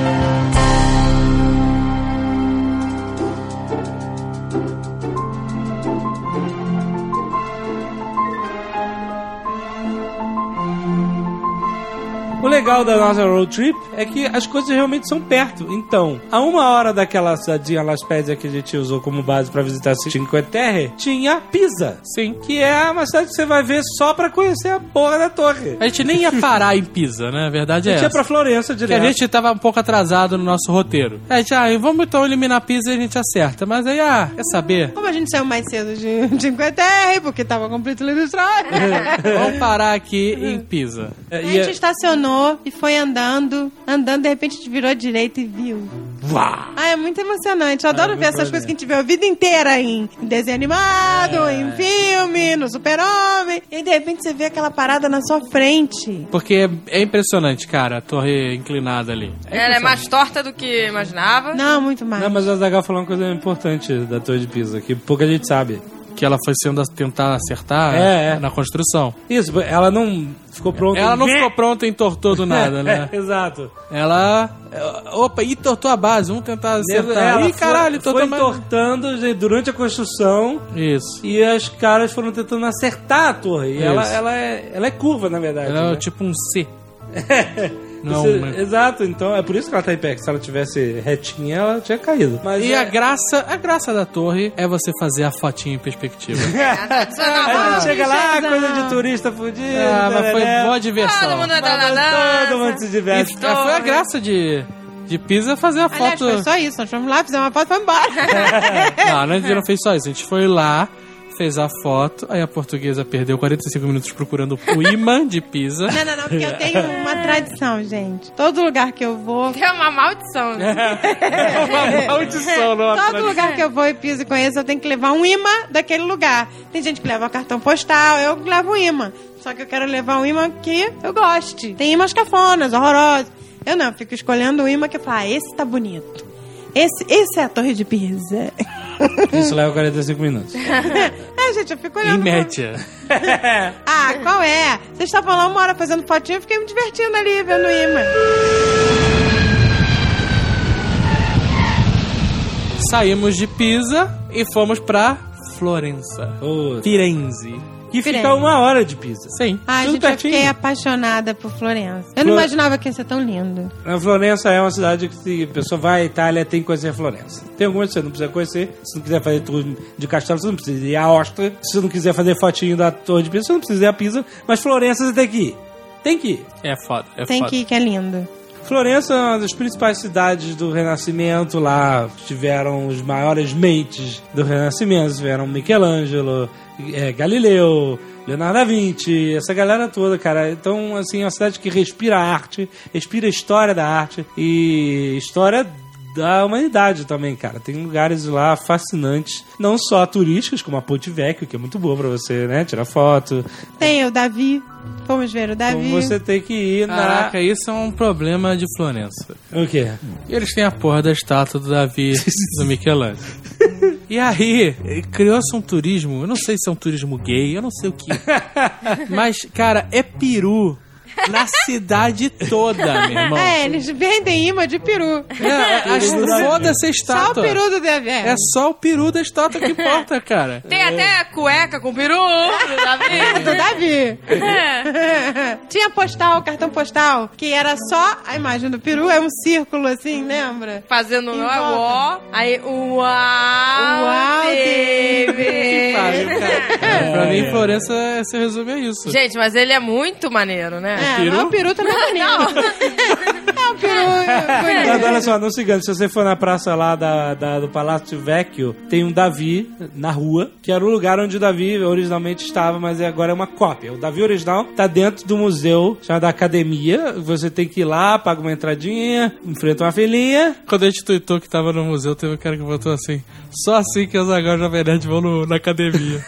O legal da nossa road trip é que as coisas realmente são perto. Então, a 1 hora daquela cidadinha La Spezia que a gente usou como base pra visitar Cinque Terre, tinha Pisa. Sim. Que é uma cidade que você vai ver só pra conhecer a porra da torre. A gente nem ia parar em Pisa, né? A verdade A é gente ia essa. pra Florença Porque direto. a gente tava um pouco atrasado no nosso roteiro. A gente, vamos então eliminar Pisa e a gente acerta. Mas aí, quer saber? Como a gente saiu mais cedo de Cinque Terre, porque tava completamente destroyed. Vamos parar aqui em Pisa. A gente estacionou e foi andando, de repente a gente virou à direita e viu. Uau! É muito emocionante. Eu adoro ver essas coisas que a gente vê a vida inteira em desenho animado, em filme, no Super-Homem. E de repente você vê aquela parada na sua frente. Porque é impressionante, cara, a torre inclinada ali. Ela é mais torta do que imaginava. Não, muito mais. Não, mas o Azaghal falou uma coisa importante da Torre de Pisa, que pouca gente sabe. Que ela foi sendo tentar acertar na construção. Isso, ela não ficou pronta. Ela não ficou pronta e entortou do nada, né? Exato. Ela... Opa, entortou a base, vamos tentar acertar. Ela Ih, caralho, foi entortou mais. entortando durante a construção. Isso. E as caras foram tentando acertar a torre. E Isso. ela é curva, na verdade. Ela é né? tipo um C. Não, Exato, então é por isso que ela tá em pé. Que se ela tivesse retinha, ela tinha caído. Mas E a graça da torre é você fazer a fotinha em perspectiva. a gente chega lá, coisa de turista fudido. Mas foi boa diversão. Todo mundo anda na Todo dança. mundo se diverte. E foi a graça de Pisa fazer a Aliás, foto. foi só isso. Nós fomos lá, fizemos uma foto e fomos embora. Não, a gente não fez só isso. A gente foi lá, fez a foto, aí a portuguesa perdeu 45 minutos procurando o imã de Pisa. Não, porque eu tenho uma tradição, gente. Todo lugar que eu vou... É uma maldição. É uma maldição, não. Todo lugar que eu vou e piso e conheço, eu tenho que levar um imã daquele lugar. Tem gente que leva cartão postal, eu levo um imã. Só que eu quero levar um imã que eu goste. Tem imãs cafonas, horrorosos. Eu não, eu fico escolhendo um imã que eu falo, esse tá bonito. Esse é a Torre de Pisa. Isso leva 45 minutos. Gente, eu fico olhando. Em média. Qual é? Vocês estavam lá 1 hora fazendo fotinho, eu fiquei me divertindo ali, vendo o imã. Saímos de Pisa e fomos pra Florença. Firenze. Que fica 1 hora de Pisa. Sim. Ai, Tudo gente, eu pertinho. fiquei apaixonada por Florença. Eu não imaginava que ia ser tão lindo. A Florença é uma cidade que se a pessoa vai à Itália, tem que conhecer a Florença. Tem algumas que você não precisa conhecer. Se não quiser fazer tour de castelo, você não precisa ir à Ostra. Se você não quiser fazer fotinho da Torre de Pisa, você não precisa ir a Pisa. Mas Florença você tem que ir. Tem que ir. É foda, Tem foda. que ir, que é lindo. Florença é uma das principais cidades do Renascimento. Lá tiveram os maiores mentes do Renascimento. Tiveram Michelangelo, Galileu, Leonardo da Vinci, essa galera toda, cara. Então, assim, é uma cidade que respira arte, respira história da arte e história da humanidade também, cara. Tem lugares lá fascinantes, não só turísticos, como a Ponte Vecchio, que é muito boa pra você, né, tirar foto. Tem o Davi. Fomos ver o Davi. Como você tem que ir Caraca, isso é um problema de Florença. O quê? Eles têm a porra da estátua do Davi do Michelangelo. E aí, criou-se um turismo, eu não sei se é um turismo gay, eu não sei o que. Mas, cara, é peru na cidade toda, meu irmão. Eles vendem imã de peru. Foda-se a estátua. Só o peru do Davi. É só o peru da estátua que importa, cara. Tem até a cueca com peru do Davi. Do Davi. Tinha cartão postal, que era só a imagem do peru, é um círculo assim, lembra? Fazendo Em o volta. ó, aí uau, Que pariu, cara. Pra mim, Florença se resume a isso. Gente, mas ele é muito maneiro, né? peru? Mas o peru também é maneiro. É o peru bonito. Mas olha só, não se engane, se você for na praça lá do Palácio Vecchio, tem um Davi na rua, que era o lugar onde o Davi originalmente estava, mas agora é uma cópia. O Davi original tá dentro do museu, chamado Academia. Você tem que ir lá, paga uma entradinha, enfrenta uma filhinha. Quando a gente tweetou que tava no museu, teve um cara que botou assim: só assim que os Azaghal e o Jovem Nerd vão na academia.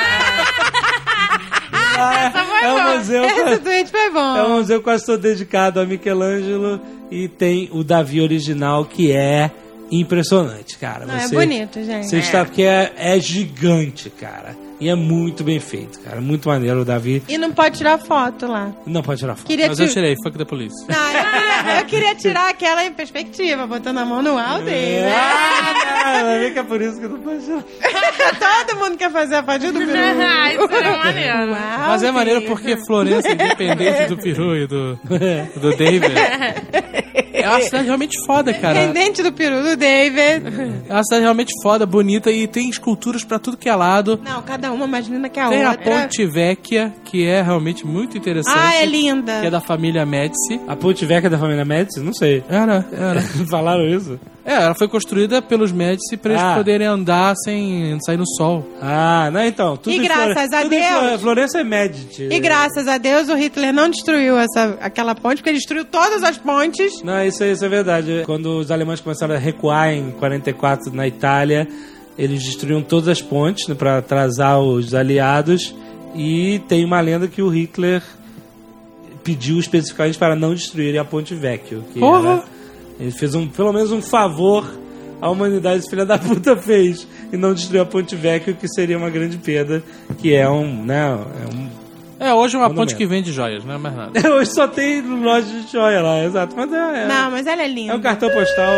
É um museu. Esse tweet foi bom. É um museu quase todo dedicado a Michelangelo e tem o Davi original, que é impressionante, cara. É bonito, gente. Você está porque é gigante, cara. E é muito bem feito, cara. Muito maneiro o Davi. E não pode tirar foto lá. Não pode tirar foto. Mas eu tirei, fuck the police. Não, eu queria tirar aquela em perspectiva, botando a mão no alto e... Vai ver que é por isso que não pode tirar. Todo mundo quer fazer a fotinha do peru. Isso é maneiro. Uau, Mas é maneiro sim. porque Florença, independente do peru e do David, é uma cidade realmente foda, cara. Independente do peru do David. É uma cidade realmente foda, bonita e tem esculturas pra tudo que é lado. Não, cada uma mais linda que a Tem a outra. Ponte Vecchia, que é realmente muito interessante. É linda. Que é da família Médici. A Ponte Vecchia da família Médici? Não sei. Era. Falaram isso? Ela foi construída pelos Médici pra eles poderem andar sem sair no sol. Não, então. Tudo E graças a Deus. Florença é Medici. E graças a Deus o Hitler não destruiu aquela ponte, porque ele destruiu todas as pontes. Não, isso é verdade. Quando os alemães começaram a recuar em 44 na Itália, eles destruíram todas as pontes, né, para atrasar os aliados. E tem uma lenda que o Hitler pediu especificamente para não destruírem a Ponte Vecchio. Ele fez pelo menos um favor à humanidade, esse filho da puta fez, e não destruiu a Ponte Vecchio, que seria uma grande perda, que é hoje é uma ponte que vende joias, não é mais nada. Hoje só tem loja de joia lá, exato. Mas Não, mas ela é linda. é um cartão postal.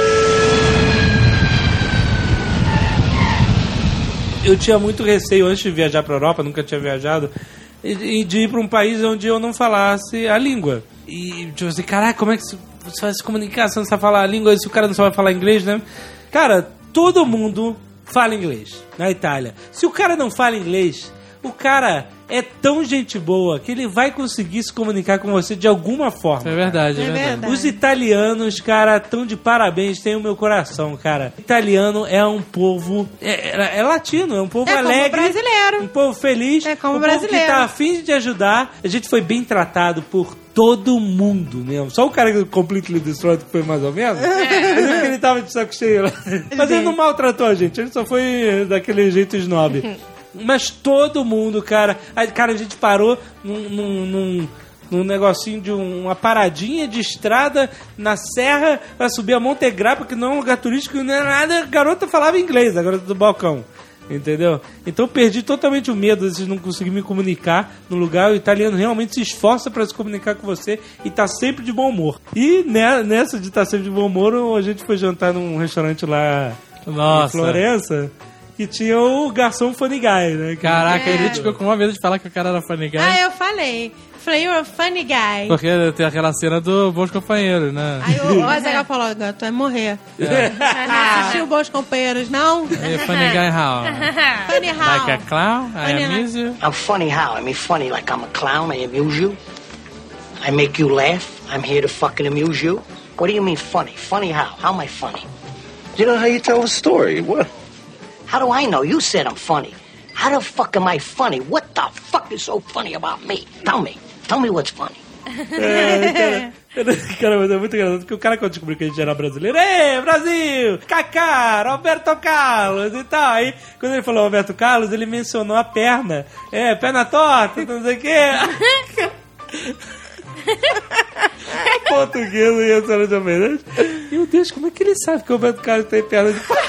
Eu tinha muito receio antes de viajar para a Europa, nunca tinha viajado, de ir para um país onde eu não falasse a língua. E tipo assim, caraca, como é que você faz se comunicar se não sabe falar a língua, se o cara não sabe falar inglês, né? Cara, todo mundo fala inglês na Itália. Se o cara não fala inglês, o cara é tão gente boa que ele vai conseguir se comunicar com você de alguma forma. É verdade, É verdade. Os italianos, cara, estão de parabéns, tem o meu coração, cara. Italiano é um povo... É latino, é um povo alegre. Como brasileiro. Um povo feliz. É como um brasileiro. povo que tá afim de ajudar. A gente foi bem tratado por todo mundo mesmo. Só o cara do Completely Destroyed que foi mais ou menos. Eu lembro que ele tava de saco cheio lá. Mas ele não maltratou a gente, ele só foi daquele jeito snob. Mas todo mundo, cara... Cara, a gente parou num negocinho de uma paradinha de estrada na serra pra subir a Montegrappa, que não é um lugar turístico, não é nada. A garota falava inglês, a garota do balcão. Entendeu? Então eu perdi totalmente o medo de não conseguir me comunicar no lugar. O italiano realmente se esforça pra se comunicar com você e tá sempre de bom humor. E nessa de estar sempre de bom humor, a gente foi jantar num restaurante lá em Florença, que tinha o garçom Funny Guy, né? Caraca, ele ficou com uma vez de falar que o cara era Funny Guy. Eu falei, you're a funny guy. Porque tem aquela cena do Bons Companheiros, né? Aí o Azaghal falou, tu vai morrer. Não assistiu Bons Companheiros, não? Funny Guy how? Funny how? Like a clown? I Funny amuse you? I'm funny how? I mean funny like I'm a clown, I amuse you? I make you laugh? I'm here to fucking amuse you? What do you mean funny? Funny how? How am I funny? You know how you tell a story. What? How do I know? You said I'm funny. How the fuck am I funny? What the fuck is so funny about me? Tell me. Tell me what's funny. Cara, mas é muito engraçado, porque o cara, quando descobriu que a gente era brasileiro, Ê, Brasil! Kaká, Roberto Carlos e tal. Aí, quando ele falou Roberto Carlos, ele mencionou a perna. Perna torta, não sei o quê. Português e a senhora de Almeida. Meu Deus, como é que ele sabe que o Roberto Carlos tem perna de pau?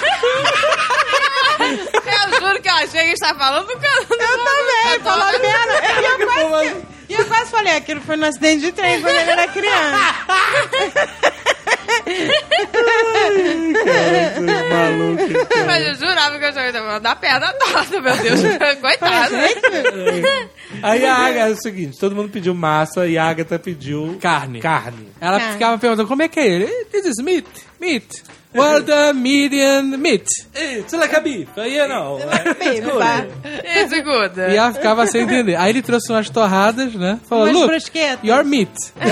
Eu juro que eu achei que a gente tá falando do cara. Eu também, falou perna. E Eu quase falei, aquilo foi no acidente de trem quando ele era criança. Mas eu jurava que eu já ia dar perna toda, meu Deus. Coitado. Aí a Agatha é o seguinte, todo mundo pediu massa e a Agatha pediu Carne. carne. Ela ficava perguntando, como é que é ele? This is meat. Meat. Well done, medium meat. It's like a beef. Aí não. It's good. E ela ficava sem entender. Aí ele trouxe umas torradas, né? Falou, Umas look, brusquetas. your meat.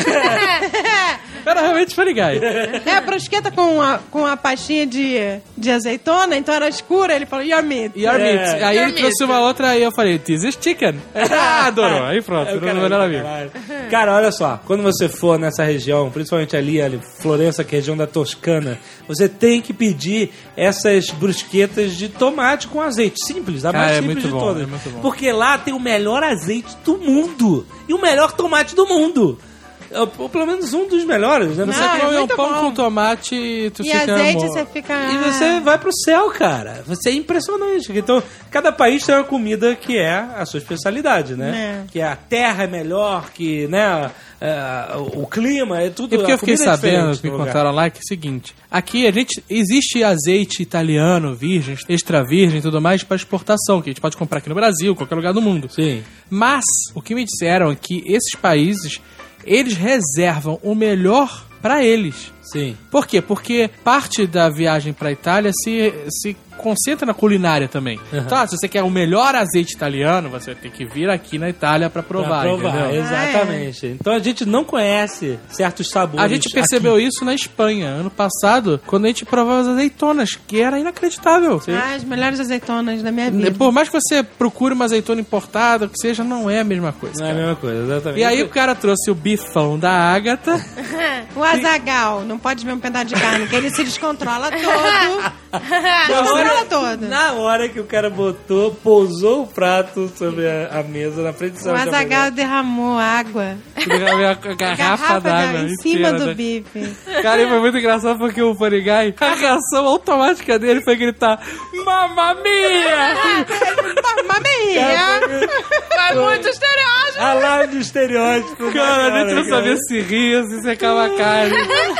Era realmente Funny Guy. É, a brusqueta com a pastinha de azeitona, então era escura, ele falou, your meat. Your meat. Aí your ele trouxe meat. uma outra, aí eu falei, this is chicken. Adorou. Aí pronto, não vai nada a ver. Cara, olha só, quando você for nessa região, principalmente ali, Florença, que é a região da Toscana, você tem que pedir essas brusquetas de tomate com azeite. Simples, a mais simples de todas. É muito bom. Porque lá tem o melhor azeite do mundo e o melhor tomate do mundo. Ou pelo menos um dos melhores, né? Você Não, é come um muito pão bom. com tomate e tu E fica... azeite você fica... E você vai pro céu, cara. Você é impressionante. Então, cada país tem uma comida que é a sua especialidade, né? É. Que a terra é melhor, que, né, o clima, é tudo... E porque a eu fiquei comida é sabendo, diferente me no lugar. contaram lá, que é o seguinte: aqui existe azeite italiano, virgem, extra virgem e tudo mais para exportação, que a gente pode comprar aqui no Brasil, qualquer lugar do mundo. Sim. Mas o que me disseram é que esses países, eles reservam o melhor para eles. Sim. Por quê? Porque parte da viagem pra Itália se concentra na culinária também. Então, se você quer o melhor azeite italiano, você vai ter que vir aqui na Itália pra provar, entendeu? Exatamente. Então a gente não conhece certos sabores. A gente percebeu isso na Espanha, ano passado, quando a gente provava as azeitonas, que era inacreditável. Ah, as melhores azeitonas da minha vida. Por mais que você procure uma azeitona importada, que seja, não é a mesma coisa. Não é a mesma coisa, exatamente. E aí o cara trouxe o bifão da Agatha. O Azaghal, não pode ver um pedaço de carne, que ele se descontrola todo. Descontrola todo. Na hora que o cara pousou o prato sobre a mesa na frente do O Azaghal derramou água. A garrafa d'água em cima inteira, do né? bife. Cara, e foi muito engraçado porque o Funny Guy, a reação automática dele foi gritar Mamma Mia! Mamma mia! Foi muito estereótipo. Alarme de estereótipo. Cara, a gente não sabia se ria, se secava a carne.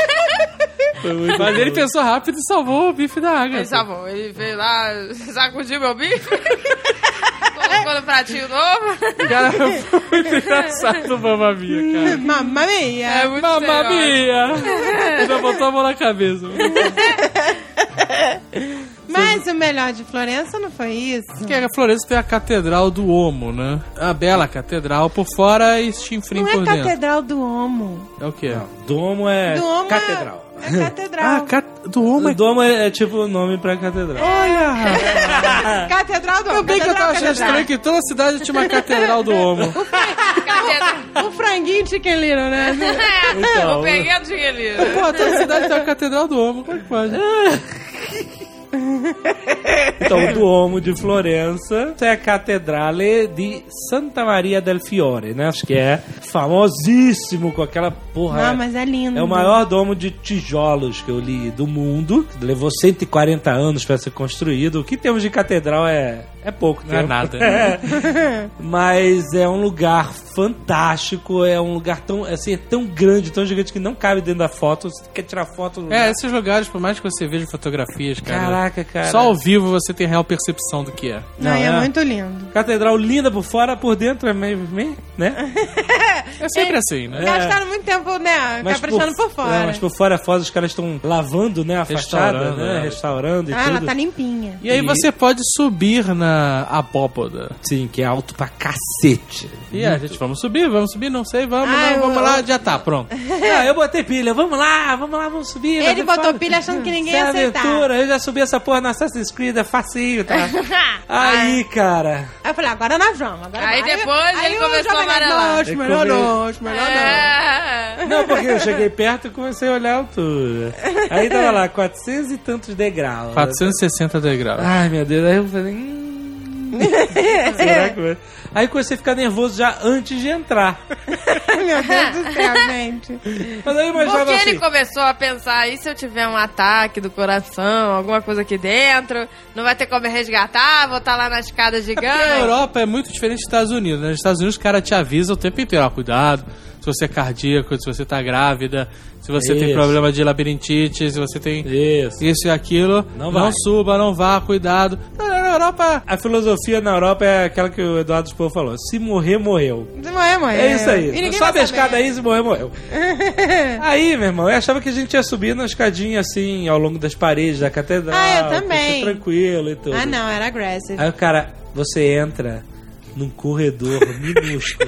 Mas ele pensou rápido e salvou o bife da Agatha. Ele salvou. Ele veio lá, sacudiu meu bife. Colocou no pratinho novo. Cara, foi muito engraçado o Mamma Mia, cara. Mamma mia! É muito Mamma estereótipo. Mia! Ainda botou a mão na cabeça. Mas o melhor de Florença não foi isso? Porque a Florença tem a Catedral do Omo, né? A bela catedral por fora e chinfrim Não por é dentro. Catedral do Omo. É o quê? Domo é Domo catedral. É catedral. Do Omo é... Domo é tipo o nome pra catedral. Olha, rapaz. Catedral do Omo. Eu bem que eu tava achando estranho que toda cidade tinha uma Catedral do Omo. O franguinho Chicken Little, né? Então, O peguento de Guilherme. Pô, toda cidade tem uma Catedral do Omo. Como é que pode? Então, o Duomo de Florença é a Cattedrale di Santa Maria del Fiore, né? Acho que é famosíssimo com aquela porra. Não, mas é lindo. É o maior domo de tijolos que eu li do mundo. Levou 140 anos para ser construído. O que temos de catedral é pouco tempo. Não é nada. Mas é um lugar fantástico. É um lugar tão, assim, é tão grande, tão gigante que não cabe dentro da foto. Você quer tirar foto do lugar. Esses lugares, por mais que você veja fotografias, cara. Caraca, cara. Só ao vivo você tem real percepção do que é. Não, é muito lindo. Catedral linda por fora, por dentro é meio, né? É sempre assim, né? Gastaram muito tempo, né? Caprichando por fora. Mas por fora é foda, os caras estão lavando, né, a fachada, Restaurando, né? né? Restaurando e Ah, tudo. ela tá limpinha. E aí você pode subir na abóboda. Sim, que é alto pra cacete. E a gente, vamos subir, não sei, vamos lá, já tá, pronto. Ah, eu botei pilha, vamos lá, vamos subir. vai Ele ser botou foda. pilha achando que ninguém Isso é ia aceitar. aventura, eu já subi essa porra na Assassin's Creed, é facinho, tá? Aí, cara... Aí eu falei, agora nós vamos. Agora Aí vai. depois Aí ele o começou a jovem nerd, amarelar. Nossa, melhor não. É. Não, porque eu cheguei perto e comecei a olhar a altura. Aí tava lá, 400 e tantos degraus. 460 degraus. Ai, meu Deus, aí eu falei... Será que vai? Aí comecei a ficar nervoso já antes de entrar. Meu Deus do céu, gente. Mas aí imaginava Porque assim... ele começou a pensar, e se eu tiver um ataque do coração, alguma coisa aqui dentro, não vai ter como me resgatar, vou estar lá na escada A gigante. Europa é muito diferente dos Estados Unidos, né? Nos Estados Unidos o cara te avisa o tempo inteiro, ó, cuidado, se você é cardíaco, se você tá grávida, se você tem Isso. problema de labirintite, se você tem Isso. isso e aquilo, Não não vai. suba, não vá, cuidado. Na Europa... A filosofia na Europa é aquela que o Eduardo Spohr falou. Se morrer, morreu. Se morrer, morreu. É isso E aí. ninguém Sobe vai a escada saber. aí, se morrer, morreu. Aí, meu irmão, eu achava que a gente ia subir na escadinha assim, ao longo das paredes da catedral. Ah, eu que ia também. ser tranquilo e tudo. Ah, não, era aggressive. Aí o cara, você entra num corredor minúsculo,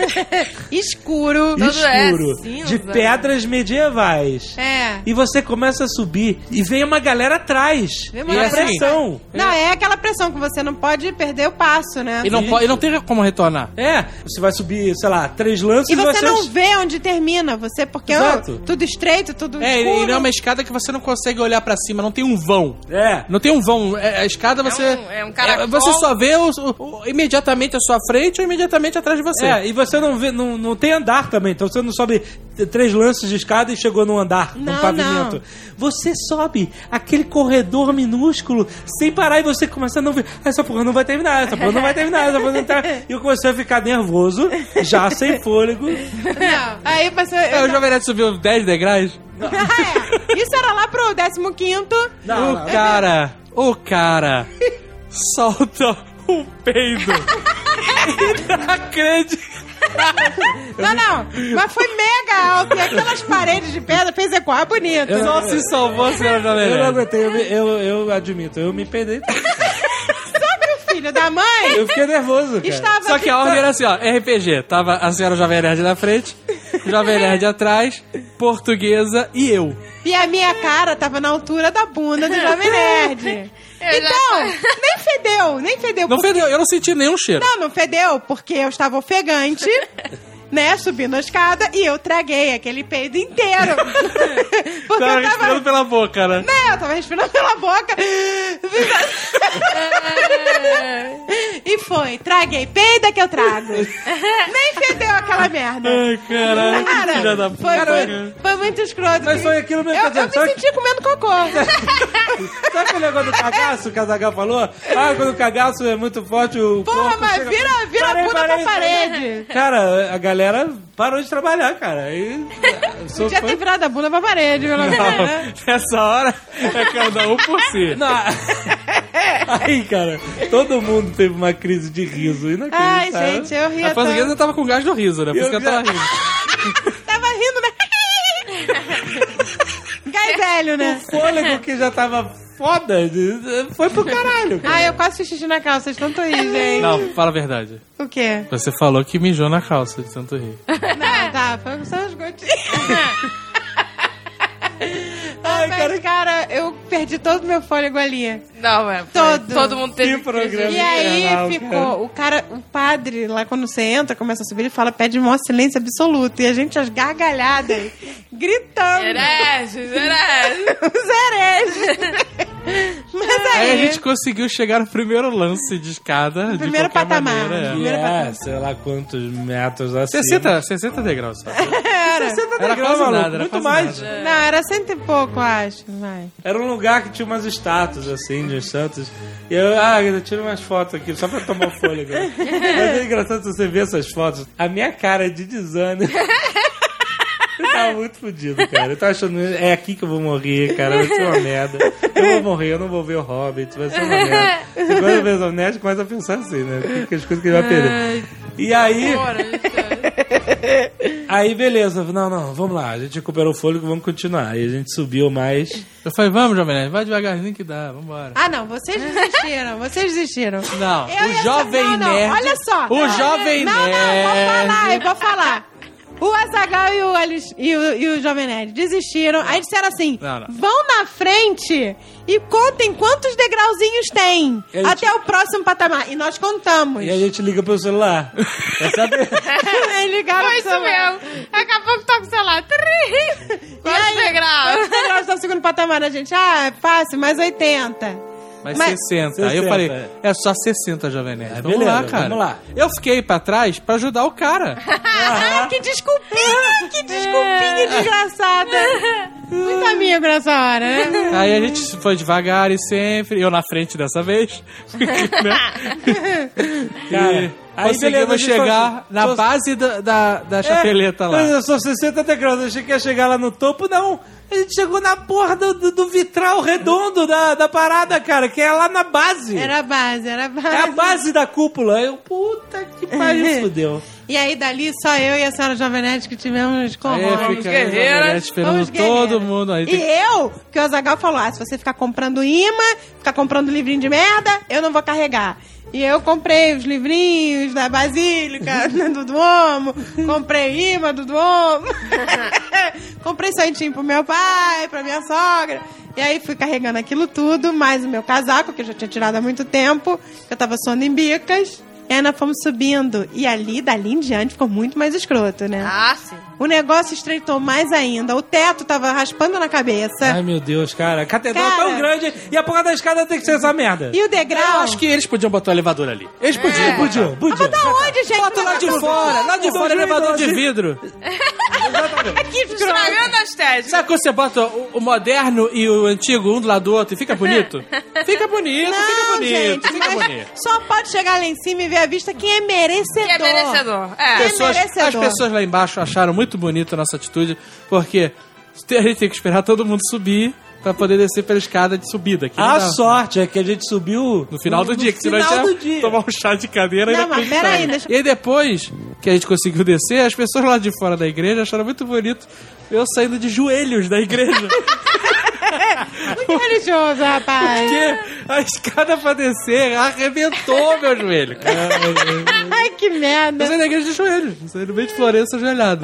Escuro. Todo é escuro, cinza. de pedras medievais. É. E você começa a subir e vem uma galera atrás. Vem uma E a galera pressão. Não, é aquela pressão que você não pode perder o passo, né? E não tem como retornar. É, você vai subir, sei lá, 3 lances E você não vê onde termina, você, porque Exato. tudo estreito, tudo É, escuro. e não é uma escada que você não consegue olhar pra cima, não tem um vão. É. Não tem um vão. A escada você. É um caracol. Você só vê imediatamente à sua frente ou imediatamente atrás de você. É, e você não vê, não tem andar também, então você não sobe 3 lances de escada e chegou num andar, num Não, pavimento. não. Você sobe aquele corredor minúsculo sem parar e você começa a não ver. Essa porra não vai terminar, essa porra não vai terminar, essa porra não tá. E eu comecei a ficar nervoso, já sem fôlego. Não, aí você... O Jovem Nerd subiu 10 degraus. Isso era lá pro 15º. O cara solta um peido. Inacreditável. Não, mas foi mega alto. E aquelas paredes de pedra fez ecoar bonito. Só se salvou, senhora Jovem Eu não Nerd. aguentei, eu admito, eu me peidei. Só que o filho da mãe Eu fiquei nervoso, cara. estava... Só que a ordem era assim, ó, RPG. Tava a senhora Jovem Nerd na frente, Jovem Nerd atrás, portuguesa e eu. E a minha cara tava na altura da bunda do Jovem Nerd. Então, nem fedeu. Não porque- fedeu, eu não senti nenhum cheiro. Não fedeu, porque eu estava ofegante, né, subindo a escada, e eu traguei aquele peido inteiro. Porque Tava eu tava... respirando pela boca, né? Eu tava respirando pela boca. E foi, traguei, peida que eu trago. Nem fedeu aquela merda. Ai, caralho, que Cara, filha da puta. foi muito escroto. Mas foi aquilo mesmo, Eu me senti comendo cocô. Sabe aquele negócio do cagaço que a Zagal falou? Ah, quando o cagaço é muito forte, o Porra, corpo mas chega... vira a bunda pra parede. Cara, a galera parou de trabalhar, cara. Aí, só Podia foi- ter virado a bunda pra parede, pelo menos, né? Nessa hora é cada um por si. Não. Aí, cara, todo mundo teve uma crise de riso. Ai, Inacreditável. gente, eu ria A portuguesa tanto. tava com gás do riso, né? Por isso que ela tava rindo. Tava rindo, né? Gai velho, né? O fôlego que já tava foda foi pro caralho. Cara. Ai, eu quase fiz xixi na calça de tanto rir, gente. Não, fala a verdade. O quê? Você falou que mijou na calça de tanto rir. Não, tá, foi só uns gotinhos. Ai, Mas, cara, eu perdi todo o meu fôlego ali. Não, é. Todo mundo teve Que programa. E aí Infernal, ficou, o padre, lá quando você entra, começa a subir, ele fala, pede um silêncio absoluto. E a gente, as gargalhadas, gritando. Hereges. Os hereges. Mas Aí a aí, gente conseguiu chegar no primeiro lance de escada. Primeiro de qualquer patamar. maneira, é. Primeiro É, sei lá quantos metros assim. 60 degraus. Só. era. 60 Era degraus, quase maluco, nada, era muito quase mais. nada. Não, era 100 e pouco, acho. Vai. Era um lugar que tinha umas estátuas, assim, de uns santos. E eu tiro umas fotos aqui, só pra tomar fôlego. Mas é engraçado você ver essas fotos. A minha cara de desânimo. Eu tava muito fodido, cara. Eu tava achando, é aqui que eu vou morrer, cara. Vai ser uma merda. Eu vou morrer, eu não vou ver o Hobbit, vai ser uma merda. E quando eu vejo o Nerd, começa a pensar assim, né? Que as coisas que ele vai perder. E aí. Aí, beleza. Não, vamos lá. A gente recuperou o fôlego, vamos continuar. Aí a gente subiu mais. Eu falei, vamos, Jovem Nerd, vai devagarzinho que dá, vambora. Ah, não, vocês desistiram. Não, Eu o ia Jovem não, não, Nerd. olha só. O Jovem Não, Nerd. eu vou falar. O Azaghal e o Jovem Nerd desistiram. Aí disseram assim: Não. vão na frente e contem quantos degrauzinhos tem E a gente- até o próximo patamar. E nós contamos. E a gente liga pro celular. Pra saber. Aí ligaram Foi pro isso celular. mesmo. Daqui a pouco toca o celular. E Quantos aí, degraus? quantos degraus tá o segundo patamar, a gente? Ah, é fácil, mais 80. Mas 60. Aí eu falei, é só 60, Jovem Nerd. Vamos beleza, lá, cara. vamos lá. Eu fiquei pra trás pra ajudar o cara. Que desculpinha! Que desculpinha desgraçada! Muito amigo nessa hora, né? Aí a gente foi devagar e sempre. Eu na frente dessa vez. Né? Cara, aí conseguimos beleza, chegar na base da chapeleta lá. Mas eu sou 60 degraus, eu achei que ia chegar lá no topo, não. A gente chegou na porra do vitral redondo da parada, cara, que é lá na base. Era a base. É a base da cúpula. Eu, puta que pariu, fudeu. E aí, dali, só eu e a senhora Jovem Nerd que tivemos Aí fica aí, esperando todo mundo aí. E eu, que o Azaghal falou, se você ficar comprando imã, ficar comprando livrinho de merda, eu não vou carregar. E eu comprei os livrinhos da Basílica, do Duomo, comprei imã do Duomo, comprei santinho pro meu pai, pra minha sogra. E aí fui carregando aquilo tudo, mais o meu casaco, que eu já tinha tirado há muito tempo, que eu tava suando em bicas. E aí nós fomos subindo. E dali em diante, ficou muito mais escroto, né? Ah, sim. O negócio estreitou mais ainda. O teto tava raspando na cabeça. Ai, meu Deus, cara. A catedral é tão grande e a porra da escada tem que ser essa merda. E o degrau... Eu acho que eles podiam botar o elevador ali. Eles podiam. Mas da onde, gente? Bota lá de fora. Lá de fora, elevador de vidro. Que escroto. Estragando a estética. Sabe quando você bota o moderno e o antigo um do lado do outro e fica bonito? Fica bonito, Gente, fica mas bonito. só pode chegar lá em cima e ver a vista quem é merecedor. Que é merecedor. As pessoas lá embaixo acharam muito bonito a nossa atitude, porque a gente tem que esperar todo mundo subir pra poder descer pela escada de subida. A sorte é que a gente subiu no final do dia, que senão a gente ia tomar um chá de cadeira. Não, mas peraí, E aí depois que a gente conseguiu descer, as pessoas lá de fora da igreja acharam muito bonito eu saindo de joelhos da igreja. Muito religioso, rapaz. Porque a escada pra descer arrebentou meu joelho. Ai, que merda. Eu saí da igreja de joelhos. Eu saí no meio de Florença ajoelhado.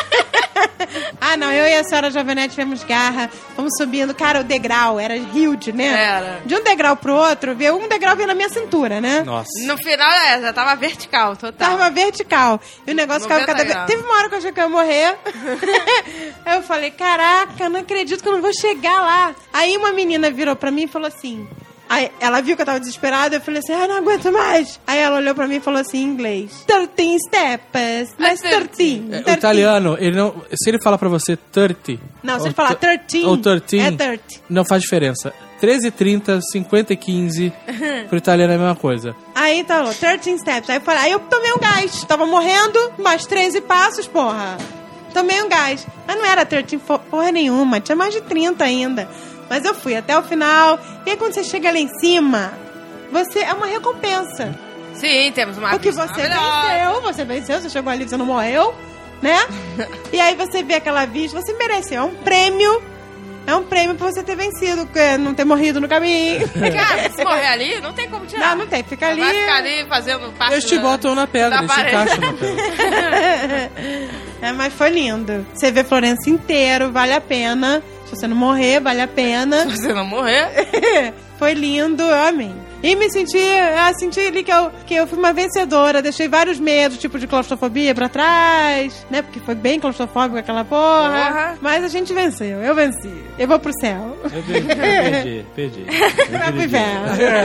Ah, não, eu e a senhora Jovem Nerd tivemos garra, fomos subindo, cara, o degrau era huge, né? Era. De um degrau pro outro, um degrau veio na minha cintura, né? Nossa. No final, já tava vertical, total. Tava vertical. E o negócio ficava cada vez... graus. Teve uma hora que eu achei que eu ia morrer. Aí eu falei, caraca, não acredito que eu não vou chegar lá. Aí uma menina virou pra mim e falou assim... Aí ela viu que eu tava desesperada, eu falei assim, não aguento mais. Aí ela olhou pra mim e falou assim em inglês, 13 steps, mas 13. O italiano, ele não, se ele fala pra você 30... Não, se ele falar 13, ou 13, é 30. Não faz diferença. 13, 30, 50 e 15, pro italiano é a mesma coisa. Aí falou, 13 steps. Aí eu falei, aí eu tomei um gás, tava morrendo, mais 13 passos, porra. Tomei um gás. Mas não era 13 porra nenhuma, tinha mais de 30 ainda. Mas eu fui até o final. E aí quando você chega lá em cima, é uma recompensa. Sim, temos uma porque você venceu, você chegou ali, você não morreu, né? E aí você vê aquela vista, você mereceu. É um prêmio pra você ter vencido, não ter morrido no caminho. Cara, se morrer ali, não tem como tirar. Não tem, fica ali. Vai ficar ali fazendo parte. Eles te botam na pedra, eles se encaixam na pedra. Mas foi lindo. Você vê Florença inteiro, vale a pena. Se você não morrer, vale a pena. Se você não morrer. Foi lindo, eu amei. E me senti ali que eu fui uma vencedora. Deixei vários medos, tipo de claustrofobia pra trás, né? Porque foi bem claustrofóbico aquela porra. Mas a gente venceu, eu venci. Eu vou pro céu. Eu perdi. Vai pro inferno.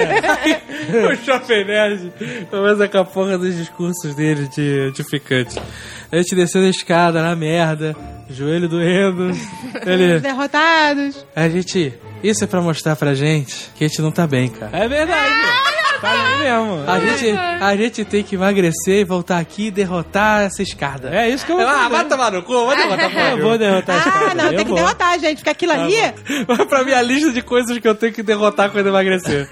O Jovem Nerd começa com a porra dos discursos dele de ficante. A gente desceu a escada na merda, joelho doendo. Derrotados. A gente... Isso é pra mostrar pra gente que a gente não tá bem, cara. É verdade. Tá bem mesmo. A gente tem que emagrecer e voltar aqui e derrotar essa escada. É isso que eu vou fazer. Vai tomar no cu, vou derrotar. Eu vou derrotar a escada. Não, tem que derrotar, gente. Porque aquilo ali... Vai pra minha lista de coisas que eu tenho que derrotar quando emagrecer.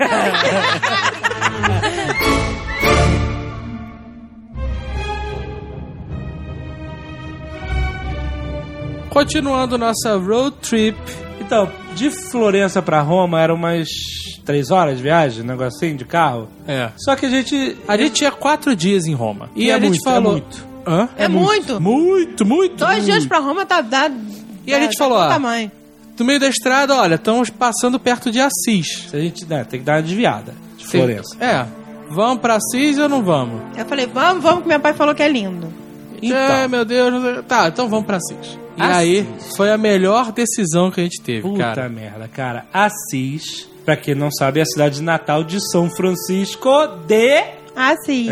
Continuando nossa road trip. Então, de Florença pra Roma eram umas 3 horas de viagem, um negócio assim, de carro. É. Só que a gente tinha 4 dias em Roma. E a gente falou... É muito. Hã? É muito. Muito. 2 dias pra Roma tá... E a gente falou, tamanho. No meio da estrada, olha, estamos passando perto de Assis. A gente tem que dar uma desviada de Florença. Vamos pra Assis ou não vamos? Eu falei, vamos, que meu pai falou que é lindo. Então. Meu Deus. Tá, então vamos pra Assis. E Assis. aí, foi a melhor decisão que a gente teve, Puta cara. merda, cara. Assis, pra quem não sabe, é a cidade natal de São Francisco de... Assis.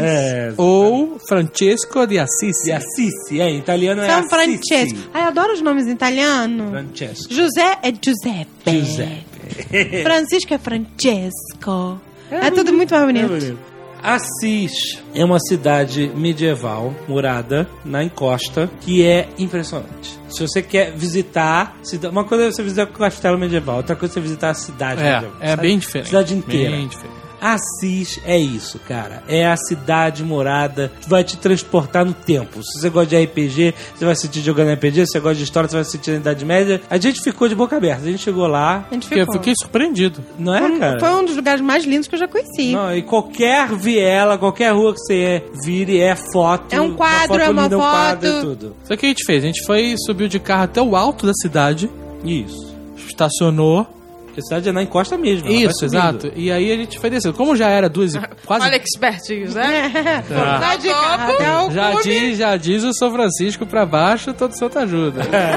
Ou Francesco de Assis. De Assisi, em italiano é São Assisi. Francesco. Ai, eu adoro os nomes em italiano. Francesco. José é Giuseppe. Giuseppe. Francisco é Francesco. É tudo muito mais bonito. Assis é uma cidade medieval, murada na encosta, que é impressionante. Se você quer visitar... Uma coisa é você visitar o castelo medieval, outra coisa é você visitar a cidade medieval. É bem diferente. Cidade inteira. Bem diferente. Assis é isso, cara. É a cidade morada que vai te transportar no tempo. Se você gosta de RPG, você vai se sentir jogando RPG. Se você gosta de história, você vai se sentir na Idade Média. A gente ficou de boca aberta. A gente chegou lá. Eu fiquei surpreendido. Não é, cara? Foi um dos lugares mais lindos que eu já conheci. Não, e qualquer viela, qualquer rua que você vire é foto. É um quadro, é uma linda, foto. Um quadro, é tudo. Só que a gente fez? A gente subiu de carro até o alto da cidade. Isso. Estacionou. A cidade é na encosta mesmo. ela vai Isso, subindo. exato. E aí a gente foi descendo. Como já era quase... Olha que espertinhos, né? Vai de carro até o Já diz o São Francisco pra baixo, todo santo ajuda.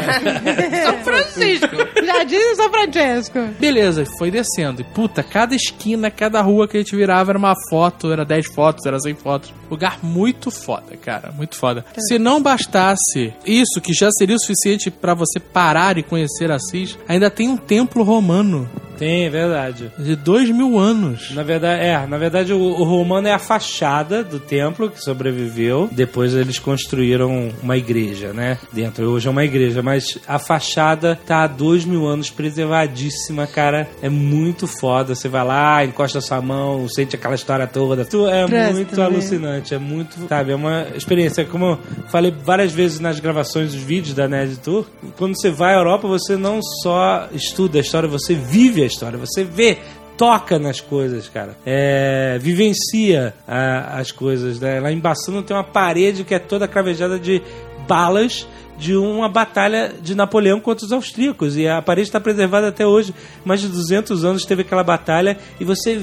São Francisco. Já diz o São Francesco. Beleza, foi descendo. E puta, cada esquina, cada rua que a gente virava era uma foto, era 10 fotos, era 100 fotos. Lugar muito foda, cara, muito foda. Se não bastasse isso, que já seria o suficiente pra você parar e conhecer Assis, ainda tem um templo romano. Tem, é verdade. De 2000 anos. Na verdade o romano é a fachada do templo que sobreviveu. Depois eles construíram uma igreja, né? Dentro, hoje é uma igreja, mas a fachada tá há 2000 anos preservadíssima, cara. É muito foda. Você vai lá, encosta sua mão, sente aquela história toda. É muito alucinante, é muito, sabe? É uma experiência, como eu falei várias vezes nas gravações dos vídeos da Nerd Tour. Quando você vai à Europa, você não só estuda a história, você vive a história, você vê, toca nas coisas, cara. Vivencia as coisas, né? Lá em Bassano tem uma parede que é toda cravejada de balas de uma batalha de Napoleão contra os austríacos, e a parede está preservada até hoje. Mais de 200 anos teve aquela batalha e você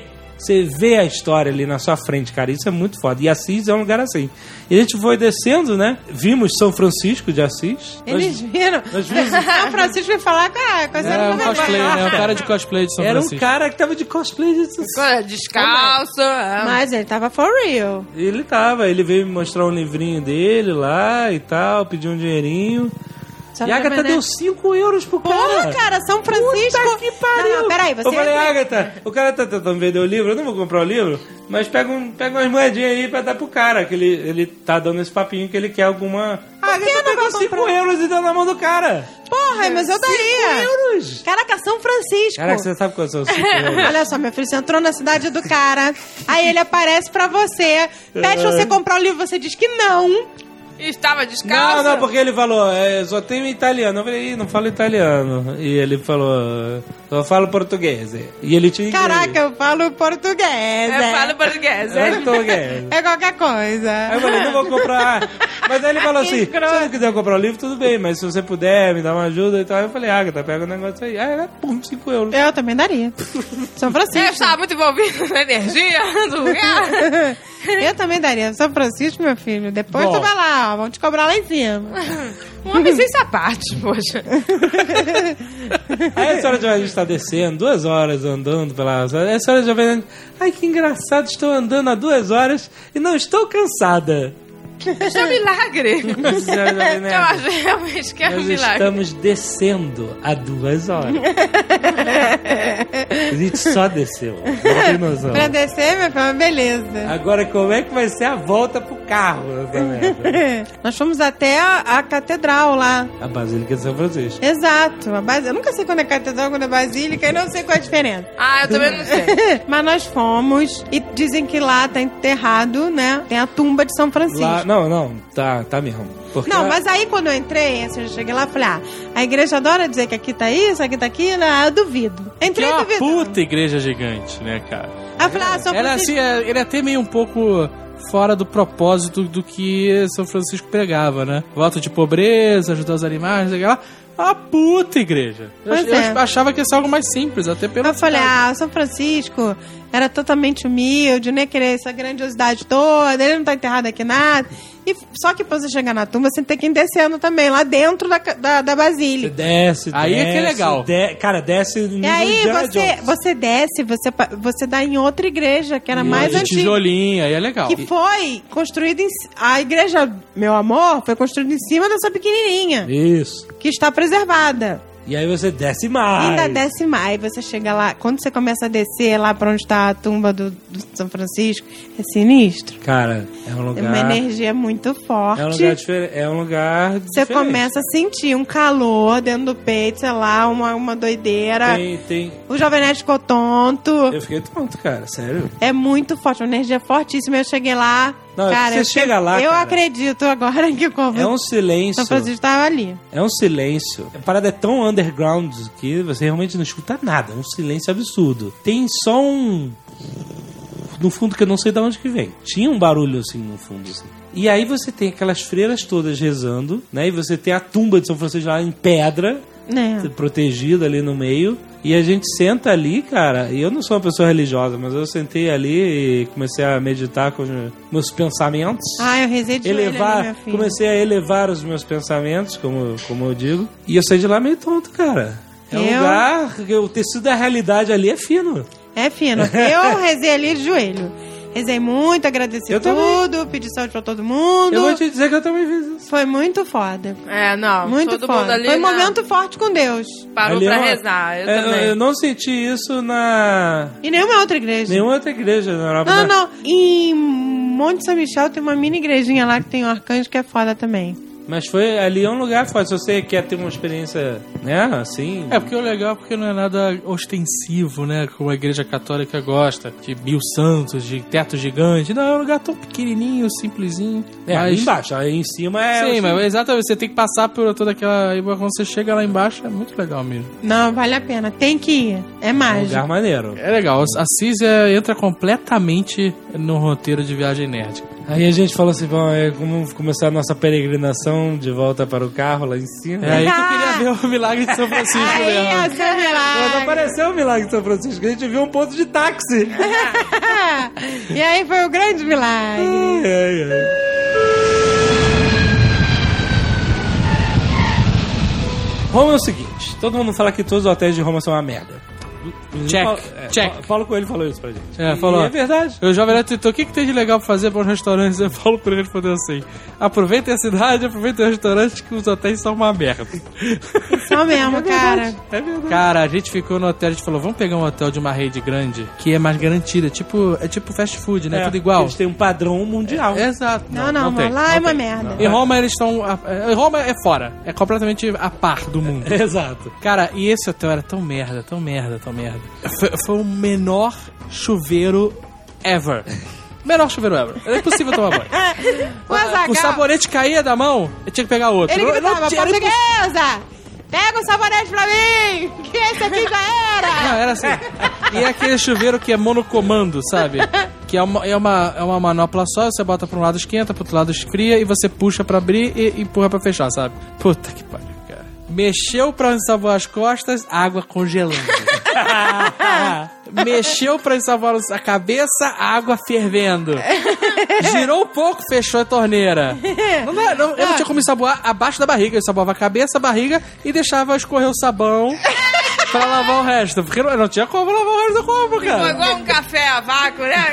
vê a história ali na sua frente, cara. Isso é muito foda. E Assis é um lugar assim. E a gente foi descendo, né? Vimos São Francisco de Assis. Eles viram. Nós vimos... São Francisco foi falar, cara, Era um cosplay, né? Um cara de cosplay de São Era Francisco. um cara que tava de cosplay de Descalço. Mas ele tava for real. Ele veio me mostrar um livrinho dele lá e tal, pediu um dinheirinho. Só E a Agatha deu 5 euros pro cara. Porra, cara, São Francisco. Puta que pariu. Não, peraí, você... Eu falei, Agatha, o cara tá tentando vender o livro, eu não vou comprar o livro, mas pega umas moedinhas aí pra dar pro cara, que ele tá dando esse papinho que ele quer alguma... A Agatha pegou 5 euros e deu na mão do cara. Porra, mas eu daria. 5 euros. Caraca, São Francisco. Caraca, você sabe quantos são 5 euros? Olha só, meu filho, você entrou na cidade do cara, aí ele aparece pra você, pede pra você comprar o livro, você diz que não. Estava descalço. Não, porque ele falou, só tem italiano. Eu falei, não falo italiano. E ele falou, eu falo português. E ele tinha inglês. Caraca, eu falo português. Eu falo português. Português. É qualquer coisa. Aí eu falei, não vou comprar. Mas aí ele falou assim, se você não quiser comprar o livro, tudo bem, mas se você puder me dar uma ajuda e tal. Aí eu falei, Agatha, pega o negócio aí. Aí, pum, 5 euros. Eu também daria. São Francisco. Eu estava muito envolvido na energia do lugar. Eu também daria. São Francisco, meu filho. Depois tu vai lá, ó. Vão te cobrar lá em cima. Um homem sem sapatos, poxa. Aí a senhora Jovem está descendo, 2 horas andando pela... Aí a senhora Jovem... Ai, que engraçado, estou andando há 2 horas e não estou cansada. Isso é um milagre. Eu acho realmente que é um Nós milagre. estamos descendo há 2 horas. A gente só desceu. Não tem noção. Pra descer, meu filho, beleza. Agora, como é que vai ser a volta pro carro? Nós fomos até a catedral lá. A Basílica de São Francisco. Exato. Eu nunca sei quando é catedral, quando é basílica, e não sei qual é a diferença. Eu também não sei. Mas nós fomos e dizem que lá tá enterrado, né? Tem a tumba de São Francisco. Lá, não, tá mesmo. Porque não, mas aí quando eu entrei, assim, eu cheguei lá e falei, a igreja adora dizer que aqui tá isso, aqui tá aquilo, eu duvido. Entrei que é e uma duvido. puta igreja gigante, né, cara? Aí eu falei, São Era Francisco... assim, ele até meio um pouco fora do propósito do que São Francisco pregava, né? Voto de pobreza, ajudar os animais, sei lá. Uma puta igreja. Eu achava que ia ser algo mais simples, até pelo... Eu falei, São Francisco era totalmente humilde, não ia querer essa grandiosidade toda, ele não tá enterrado aqui nada. Só que pra você chegar na tumba, você tem que ir descendo também, lá dentro da basílica. Desce, Aí é que é legal. Cara, desce no E aí você desce, você dá em outra igreja, que era mais de antiga. tijolinho, aí é legal. Que foi construída a igreja, meu amor, foi construída em cima dessa pequenininha, Isso. que está preservada. E aí você desce mais. Ainda desce mais, você chega lá, quando você começa a descer lá pra onde está a tumba do São Francisco, é sinistro. Cara, é um lugar... É uma energia muito forte. É um lugar diferente. É um lugar Você diferente. começa a sentir um calor dentro do peito, sei lá, uma doideira. Tem... O Jovem Nerd ficou tonto. Eu fiquei tonto, cara, sério. É muito forte, uma energia fortíssima. Eu cheguei lá. Não, cara, você chega lá, eu cara, acredito agora que o povo é um silêncio. São Francisco estava ali. É um silêncio. A parada é tão underground que você realmente não escuta nada. É um silêncio absurdo. Tem só no fundo que eu não sei de onde que vem. Tinha um barulho assim no fundo, assim. E aí você tem aquelas freiras todas rezando, né? E você tem a tumba de São Francisco lá em pedra, protegida ali no meio. E a gente senta ali, cara, e eu não sou uma pessoa religiosa, mas eu sentei ali e comecei a meditar com os meus pensamentos. Eu rezei de joelho ali, minha filha. Comecei a elevar os meus pensamentos, como eu digo. E eu saí de lá meio tonto, cara. É um lugar que o tecido da realidade ali é fino. É fino. Eu rezei ali de joelho. Rezei muito, agradeci tudo, pedi saúde pra todo mundo. Eu vou te dizer que eu também fiz isso. Foi muito foda. Muito Todo foda. mundo ali foi um momento forte com Deus. Parou ali pra rezar, eu também. Eu não senti isso na... E nenhuma outra igreja. Nenhuma outra igreja na Europa. Não. Em Monte São Michel tem uma mini igrejinha lá que tem um arcanjo que é foda também. Mas foi ali um lugar forte. Se você quer ter uma experiência, né, assim... É, porque o legal é porque não é nada ostensivo, né? Como a igreja católica gosta, de 1000 santos, de teto gigante. Não, é um lugar tão pequenininho, simplesinho. Mas... aí embaixo, aí em cima é... Sim, mas exatamente, você tem que passar por toda aquela... Aí quando você chega lá embaixo, é muito legal mesmo. Não, vale a pena. Tem que ir. É mágico. Um lugar maneiro. É legal. Assis entra completamente no roteiro de viagem nerd. Aí a gente falou assim, vamos começar a nossa peregrinação de volta para o carro lá em cima. É aí que eu queria ver o milagre de São Francisco. Aí, seu milagre. Quando apareceu o milagre de São Francisco, a gente viu um ponto de táxi. E aí foi o grande milagre. Roma é o seguinte, todo mundo fala que todos os hotéis de Roma são uma merda. Check. Paulo Coelho falou isso pra gente. Falou. E é verdade. O Jovem Nerd tweetou, o que tem de legal pra fazer para os restaurantes? E Paulo Coelho respondeu assim, aproveitem a cidade, aproveitem os restaurantes, que os hotéis são uma merda. Só mesmo, cara. É verdade. Cara, a gente ficou no hotel, a gente falou, vamos pegar um hotel de uma rede grande, que é mais garantida, é tipo fast food, né? Tudo igual. Eles têm um padrão mundial. Exato. Não tem, lá é uma merda. Em Roma eles estão... Em Roma é fora. É completamente a par do mundo. Exato. Cara, e esse hotel era tão merda. Foi o menor chuveiro ever. Menor chuveiro ever. É impossível tomar banho. O sabonete caía da mão, eu tinha que pegar outro. Ele gritava, portuguesa! Pega o sabonete pra mim! Que esse aqui já era! Não, era assim. E é aquele chuveiro que é monocomando, sabe? Que é uma manopla só, você bota pra um lado esquenta, pro outro lado esfria, e você puxa pra abrir e empurra pra fechar, sabe? Puta que pariu, cara. Mexeu pra ensaboar as costas, água congelando. Mexeu pra ensaboar a cabeça, água fervendo. Girou um pouco, fechou a torneira. Eu não tinha como ensaboar abaixo da barriga. Eu ensaboava a cabeça, a barriga e deixava escorrer o sabão pra lavar o resto. Porque não tinha como lavar o resto do corpo, cara. Ficou igual um café a vácuo, né?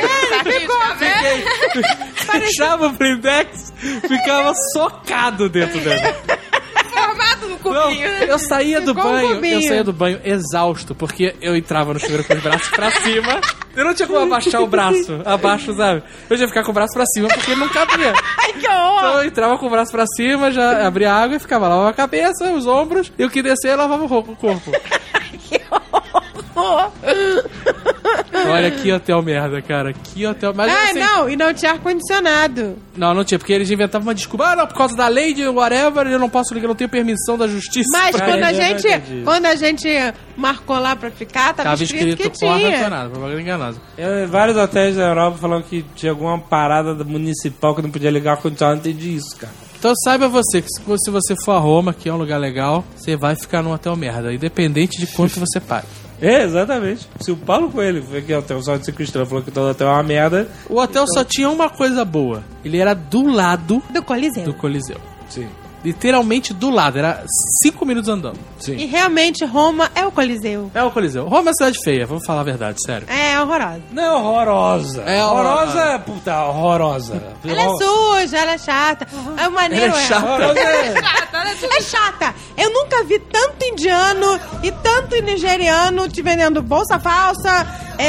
Fechava o Blindex, ficava socado dentro dele. Formado no cubinho, né? Eu saía do banho exausto, porque eu entrava no chuveiro com os braços pra cima. Eu não tinha como abaixar o braço abaixo, sabe? Eu tinha que ficar com o braço pra cima porque não cabia. Ai, que horror! Então eu entrava com o braço pra cima, já abria a água e ficava, lavava a cabeça, os ombros, e o que descia lavava o corpo. Que horror! Olha, que hotel merda, cara. Que hotel... Mas, assim, não, e não tinha ar-condicionado. Não tinha, porque eles inventavam uma desculpa. Não, por causa da lei de whatever, eu não posso ligar, eu não tenho permissão da justiça. Mas quando a gente marcou lá pra ficar, tava escrito que tinha. Propaganda enganosa. Vários hotéis da Europa falaram que tinha alguma parada municipal que não podia ligar ar-condicionado, não entendi isso, cara. Então saiba você que se você for a Roma, que é um lugar legal, você vai ficar num hotel merda, independente de quanto você pague. Exatamente. Se o Paulo Coelho foi aqui, hotel só de 5 estrelas, falou que todo hotel é uma merda. O hotel só tinha uma coisa boa. Ele era do lado Do Coliseu. do Coliseu. Sim. Literalmente do lado. Era 5 minutos andando. E realmente Roma é o Coliseu. É o Coliseu. Roma é uma cidade feia, vamos falar a verdade, sério. É horrorosa. Não é horrorosa. É horrorosa, puta, horrorosa. Ela é suja, ela é chata. É o maneiro. Ela é chata. Horrorosa é... É chata. Eu nunca vi tanto indiano e tanto nigeriano te vendendo bolsa falsa,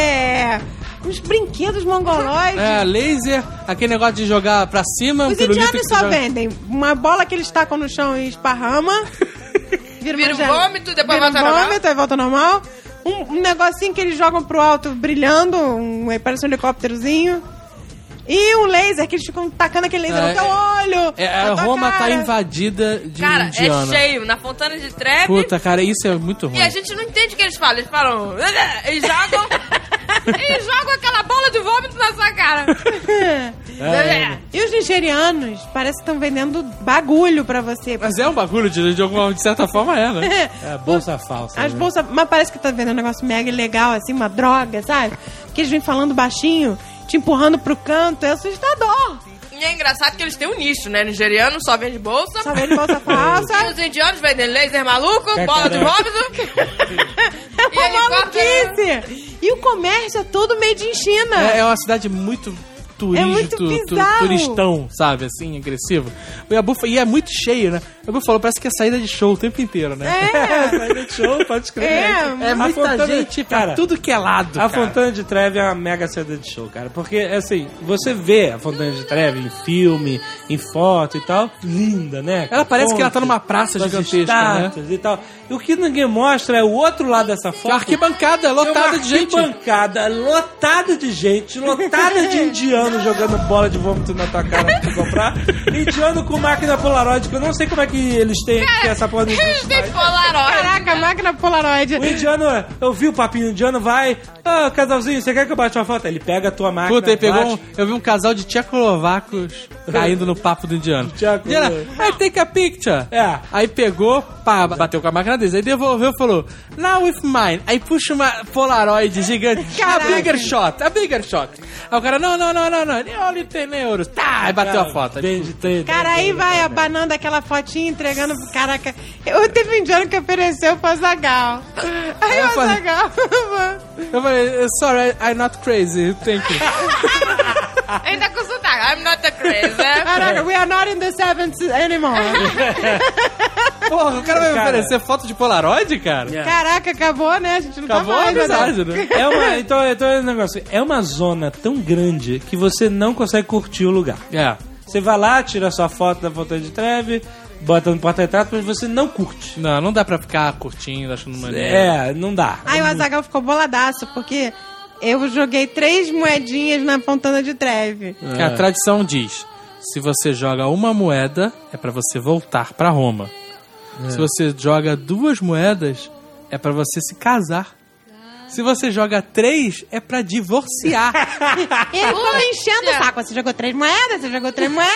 uns brinquedos mongolóides. Laser, aquele negócio de jogar pra cima. Os um pirulito indianos que só joga... vendem uma bola que eles tacam no chão e esparrama. Vira uma um gel- vômito, depois vira volta normal. vômito, aí volta normal. Um negocinho que eles jogam pro alto brilhando, parece um helicópterozinho. E um laser que eles ficam tacando aquele laser no teu olho. na tua Roma tá cara. invadida de Cara, indiano. é cheio. Na Fontana de Trevi. Puta, cara, isso é muito ruim. E a gente não entende o que eles falam. Eles falam... Eles jogam... eles jogam aquela bola de vômito na sua cara. E os nigerianos parece que estão vendendo bagulho pra você. Mas é um bagulho, de certa forma né? É bolsa falsa. As né? bolsas, mas parece que tá vendendo um negócio mega ilegal, assim, uma droga, sabe? Que eles vêm falando baixinho, te empurrando pro canto, é assustador. E é engraçado que eles têm um nicho, né? Nigeriano só vende bolsa. Só vende bolsa falsa. E os indianos vendem laser maluco, bola de vômito. É E uma helicóptero. maluquice. E o comércio é todo made in China. É uma cidade muito É muito bizarro. turistão, sabe, assim, agressivo. E é muito cheio, né? O Yabu falou, parece que é saída de show o tempo inteiro, né? Saída de show, pode escrever. É muita Fontana- gente pra cara, tudo que é lado, A cara. Fontana de Trevi é uma mega saída de show, cara. Porque, assim, você vê a Fontana de Trevi em filme, em foto e tal, linda, né? Ela parece Fonte, que ela tá numa praça com as gigantesca, né? estátuas e tal. E o que ninguém mostra é o outro lado dessa foto. A arquibancada lotada de gente. Arquibancada lotada de gente, lotada de indiano jogando bola de vômito na tua cara pra comprar. Indiano com máquina Polaroid, que eu não sei como é que eles têm que essa porra não Eles existe têm mais. Polaroid. Caraca, máquina Polaroid. O indiano, eu vi o papinho indiano, vai, casalzinho, você quer que eu bate uma foto? Ele pega a tua máquina, Puta, ele pegou bate. eu vi um casal de tchecoslovacos caindo no papo do indiano. Tchecoslovaco. Indiana, I take a picture. É. Aí pegou, pá, bateu com a máquina deles. Aí devolveu e falou, now with mine. Aí puxa uma Polaroid gigante. A bigger shot. Aí o cara, não. Only 10 euros. Tá, aí bateu a foto. Vende 3. Cara, aí vai abanando aquela fotinha, entregando. Caraca, eu teve um indiano que ofereceu pro Azaghal. Aí Eu o falei- Azaghal. Eu falei, sorry, I'm not crazy. Thank you. Ainda com sotaque. I'm not a crazy. Caraca, we are not in the seventh anymore. Porra, o cara vai me Cara. oferecer foto de Polaroid, cara? Caraca, acabou, né? A gente não Acabou tá a mais, né? amizade, né? É uma, então é um negócio. É uma zona tão grande que você não consegue curtir o lugar. É. Você vai lá, tira sua foto da Fontana de Trevi, bota no porta-retrato, mas você não curte. Não dá pra ficar curtindo, achando maneiro. É, não dá. Aí o Azaghal ficou boladaço, porque eu joguei 3 moedinhas na Fontana de Trevi. Que a tradição diz, se você joga uma moeda, é pra você voltar pra Roma. Se você joga 2 moedas, é pra você se casar. Se você joga 3, é pra divorciar. E ele ficou me enchendo o saco. Você jogou 3 moedas? Você jogou 3 moedas?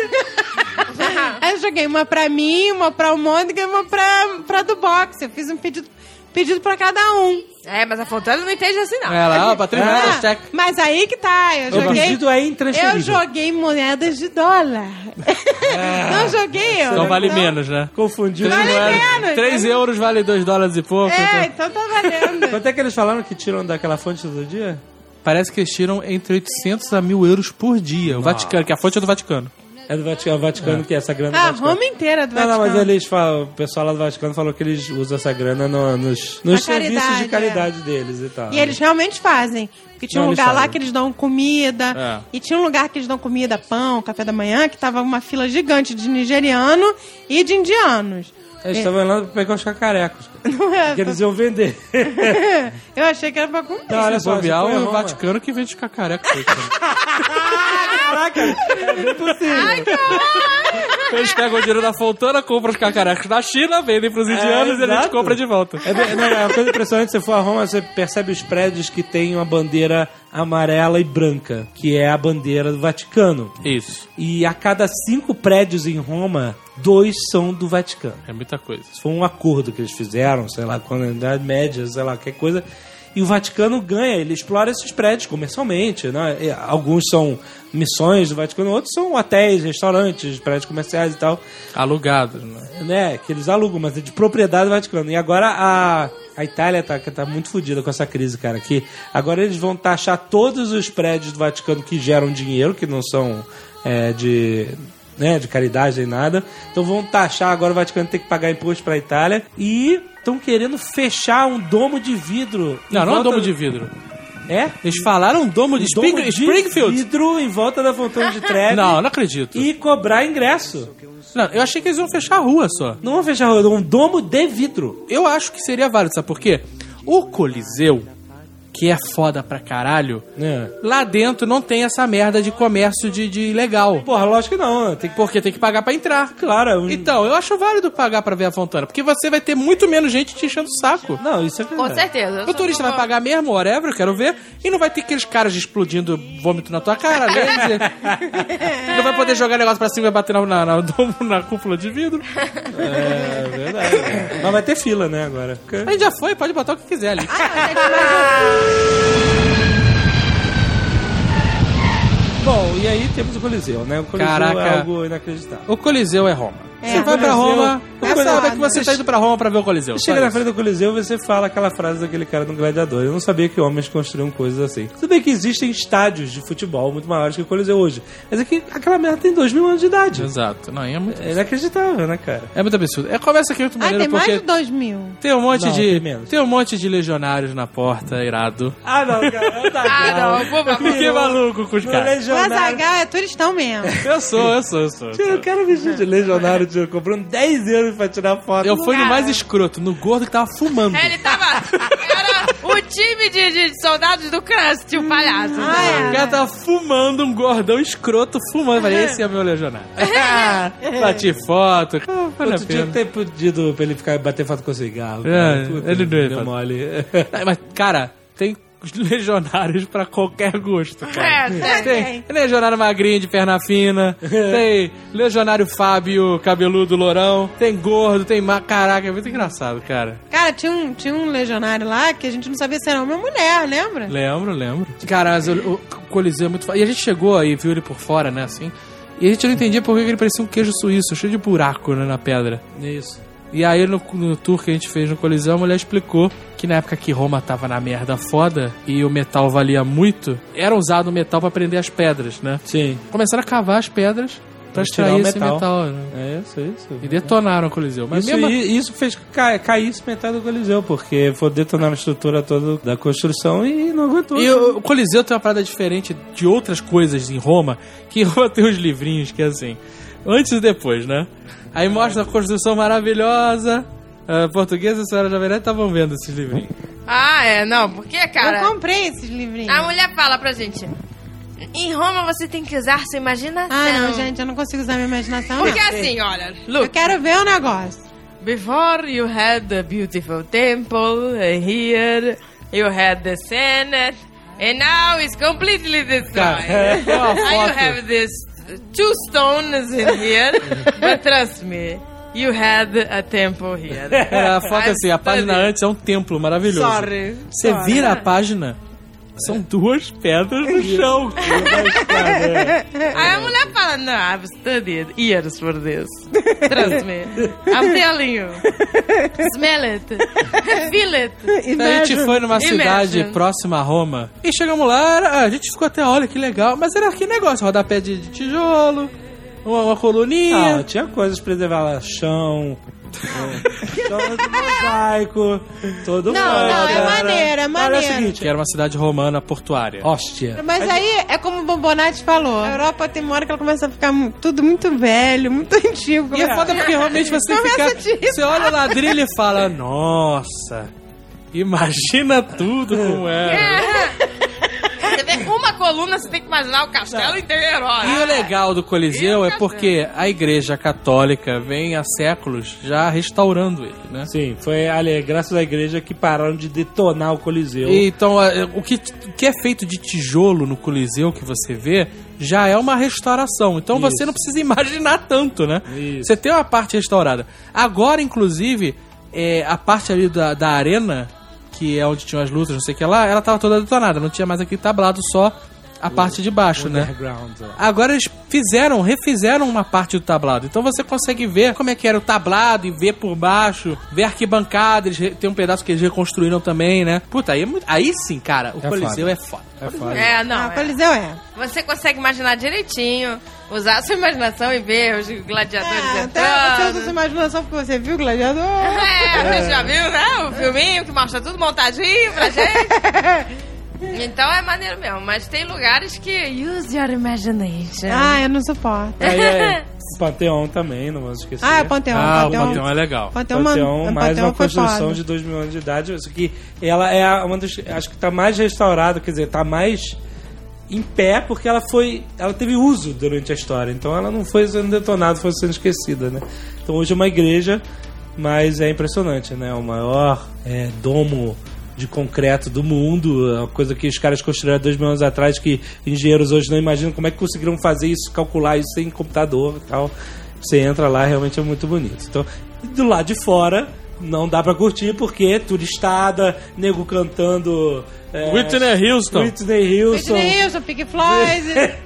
Aí eu joguei uma pra mim, uma pra o Mônica e uma pra do boxe. Eu fiz um pedido pra cada um. É, mas a Fontana não entende assim, não. Ela, ó, pra 3 moedas, check. Mas aí que tá, eu O joguei... pedido é intransferível. Eu joguei moedas de dólar. Não joguei eu. Então vale menos, né? Confundiu. Vale menos. 3 euros vale 2 dólares e pouco. É, então. então tá valendo. Quanto é que eles falaram que tiram daquela fonte todo dia? Parece que eles tiram entre 800 a 1.000 euros por dia. O Vaticano, que a fonte é do Vaticano. É do Vaticano, o Vaticano que é essa grana do A Vaticano. Roma inteira é do Não, Vaticano. mas eles falam, o pessoal lá do Vaticano falou que eles usam essa grana nos serviços caridade, de caridade deles e tal. E eles realmente fazem. Porque tinha Não, um eles lugar lá fazem. que eles dão comida. É. E tinha um lugar que eles dão comida, pão, café da manhã, que tava uma fila gigante de nigeriano e de indianos. Eles estavam lá pra pegar os cacarecos, Não é? que eles iam vender. Eu achei que era pra comer. Não, olha só, Bobear você foi a é o Roma. Vaticano que vende cacareco. Caraca, é bem possível. Eles pegam o dinheiro da Fontana, compram os cacarecos da China, vendem pros indianos e a gente exato. compra de volta. É uma coisa impressionante, se você for a Roma, você percebe os prédios que tem uma bandeira amarela e branca, que é a bandeira do Vaticano. Isso. E a cada 5 prédios em Roma 2 são do Vaticano. É muita coisa. Isso foi um acordo que eles fizeram, sei lá, quando na Idade Média, sei lá, qualquer coisa. E o Vaticano ganha, ele explora esses prédios comercialmente, né? E alguns são missões do Vaticano, outros são hotéis, restaurantes, prédios comerciais e tal. Alugados, né? Que eles alugam, mas é de propriedade do Vaticano. E agora a Itália tá muito fodida com essa crise, cara. Que agora eles vão taxar todos os prédios do Vaticano que geram dinheiro, que não são de caridade nem nada. Então vão taxar, agora o Vaticano tem que pagar imposto pra Itália. E estão querendo fechar um domo de vidro. Não é um domo de vidro. É? Eles falaram um domo de Springfield. Vidro em volta da Fontana de Trevi. Não acredito. E cobrar ingresso. Não, eu achei que eles iam fechar a rua só. Não vão fechar a rua, um domo de vidro. Eu acho que seria válido, sabe por quê? O Coliseu, que é foda pra caralho, lá dentro não tem essa merda de comércio de ilegal. Porra, lógico que não. Porque tem que pagar pra entrar. Claro. Então, eu acho válido pagar pra ver a fontana, porque você vai ter muito menos gente te enchendo o saco. Não, isso é verdade. Com certeza. O turista vai pagar mesmo, whatever, eu quero ver, e não vai ter aqueles caras explodindo vômito na tua cara, laser. Não vai poder jogar negócio pra cima e bater na cúpula de vidro. É verdade. Mas vai ter fila, né, agora. A gente já foi, pode botar o que quiser ali. Bom, e aí temos o Coliseu, né? O Coliseu é algo inacreditável. O Coliseu é Roma. Você vai pra Roma, você sabe que você tá indo pra Roma pra ver o Coliseu. Chega na frente do Coliseu e você fala aquela frase daquele cara do Gladiador. Eu não sabia que homens construíam coisas assim. Tudo bem que existem estádios de futebol muito maiores que o Coliseu hoje. Mas é que aquela merda tem 2000 anos de idade. Exato. Não, é muito inacreditável, né, cara? É muito absurdo. Começa aqui muito maneiro tem porque... mais de 2000. Tem um monte tem um monte de legionários na porta, irado. Ah, não, cara. Fiquei maluco com os caras. O Azaghal é turistão mesmo. Eu sou. O cara vestido de legionário, comprando 10 euros pra tirar foto. Eu fui no mais escroto, no gordo que tava fumando. Ele tava... Era o time de soldados do Crust, o palhaço. O cara tava fumando, um gordão escroto fumando. Eu falei, esse é o meu legionário. Bati foto. Outro dia ter pedido pra ele bater foto com cigarro. Ele não ia mole. Mas, cara, tem legionários pra qualquer gosto, cara. Tem legionário magrinho de perna fina, tem legionário Fábio, cabeludo, lourão, tem gordo, tem... Caraca, é muito engraçado, cara. Cara, tinha um legionário lá que a gente não sabia se era homem ou mulher, lembra? Lembro. Cara, o Coliseu é muito... E a gente chegou aí, viu ele por fora, né, assim, e a gente não entendia por que ele parecia um queijo suíço, cheio de buraco, né, na pedra. Isso. E aí, no tour que a gente fez no Coliseu, a mulher explicou que na época que Roma tava na merda foda e o metal valia muito, era usado o metal pra prender as pedras, né? Sim. Começaram a cavar as pedras pra extrair esse metal. Né? É isso. E detonaram o Coliseu. Mas isso fez cair esse metal do Coliseu, porque foi detonar a estrutura toda da construção e não aguentou. E o Coliseu tem uma parada diferente de outras coisas em Roma, que em Roma tem uns livrinhos que é assim, antes e depois, né? Aí mostra a construção maravilhosa. Portuguesa e a senhora Jovem Nerd estavam vendo esses livrinhos. Não, porque, cara... Eu comprei esses livrinhos. A mulher fala pra gente, em Roma você tem que usar sua imaginação. Não, gente, eu não consigo usar minha imaginação, porque assim, olha, look. Eu quero ver o negócio. Before you had the beautiful temple, here you had the Senate, and now it's completely destroyed. You have this... 2 stones in here, but trust me, you had a temple here. A foto assim, a página antes é um templo maravilhoso. Sorry. Você vira a página, são 2 pedras no chão. Aí a mulher fala, no, I've studied years for this. Trust me. I'm telling you. Smell it. Feel it. A gente foi numa cidade próxima a Roma e chegamos lá, a gente ficou até, olha que legal, mas era que negócio, rodapé de tijolo, uma coluninha. Tinha coisas pra levar lá, chão... Chão de mosaico, todo mundo. Não, é maneiro. Olha o seguinte, que era uma cidade romana portuária. Hóstia. Mas aí é como o Bombonati falou. A Europa tem uma hora que ela começa a ficar tudo muito velho, muito antigo. E é foda porque realmente você fica... Você olha o ladrilho e fala, nossa, imagina tudo como era. Você vê uma coluna, você tem que imaginar o castelo inteiro. E o legal do Coliseu é porque a Igreja Católica vem há séculos já restaurando ele, né? Sim, foi graças à igreja que pararam de detonar o Coliseu. Então, o que é feito de tijolo no Coliseu que você vê já é uma restauração. Então você não precisa imaginar tanto, né? Isso. Você tem uma parte restaurada. Agora, inclusive, a parte ali da arena, que é onde tinham as lutas, não sei o que lá, ela tava toda detonada. Não tinha mais aquele tablado, só a parte de baixo, né? Agora eles refizeram uma parte do tablado. Então você consegue ver como é que era o tablado e ver por baixo, ver a arquibancada. Tem um pedaço que eles reconstruíram também, né? Puta, aí sim, cara, o Coliseu é foda. É foda. O Coliseu Você consegue imaginar direitinho, usar a sua imaginação e ver os gladiadores até entrando. você usa sua imaginação porque você viu o Gladiador. Você já viu, né? O filminho que mostra tudo montadinho pra gente. Então é maneiro mesmo, mas tem lugares que use your imagination. Eu não suporto. O Panteão também, não vamos esquecer. O Panteão. O Panteão é legal. Panteão, mais uma construção de 2 mil anos de idade. Isso aqui, ela é uma das... Acho que tá mais restaurada, quer dizer, tá mais em pé, porque ela teve uso durante a história. Então ela não foi sendo detonada, foi sendo esquecida, né? Então hoje é uma igreja, mas é impressionante, né? O maior domo de concreto do mundo, a coisa que os caras construíram há 2 mil anos atrás, que engenheiros hoje não imaginam como é que conseguiram fazer isso, calcular isso sem computador e tal. Você entra lá, realmente é muito bonito. Então, do lado de fora, não dá pra curtir, porque turistada, nego cantando... Whitney Houston, Pink Floyd...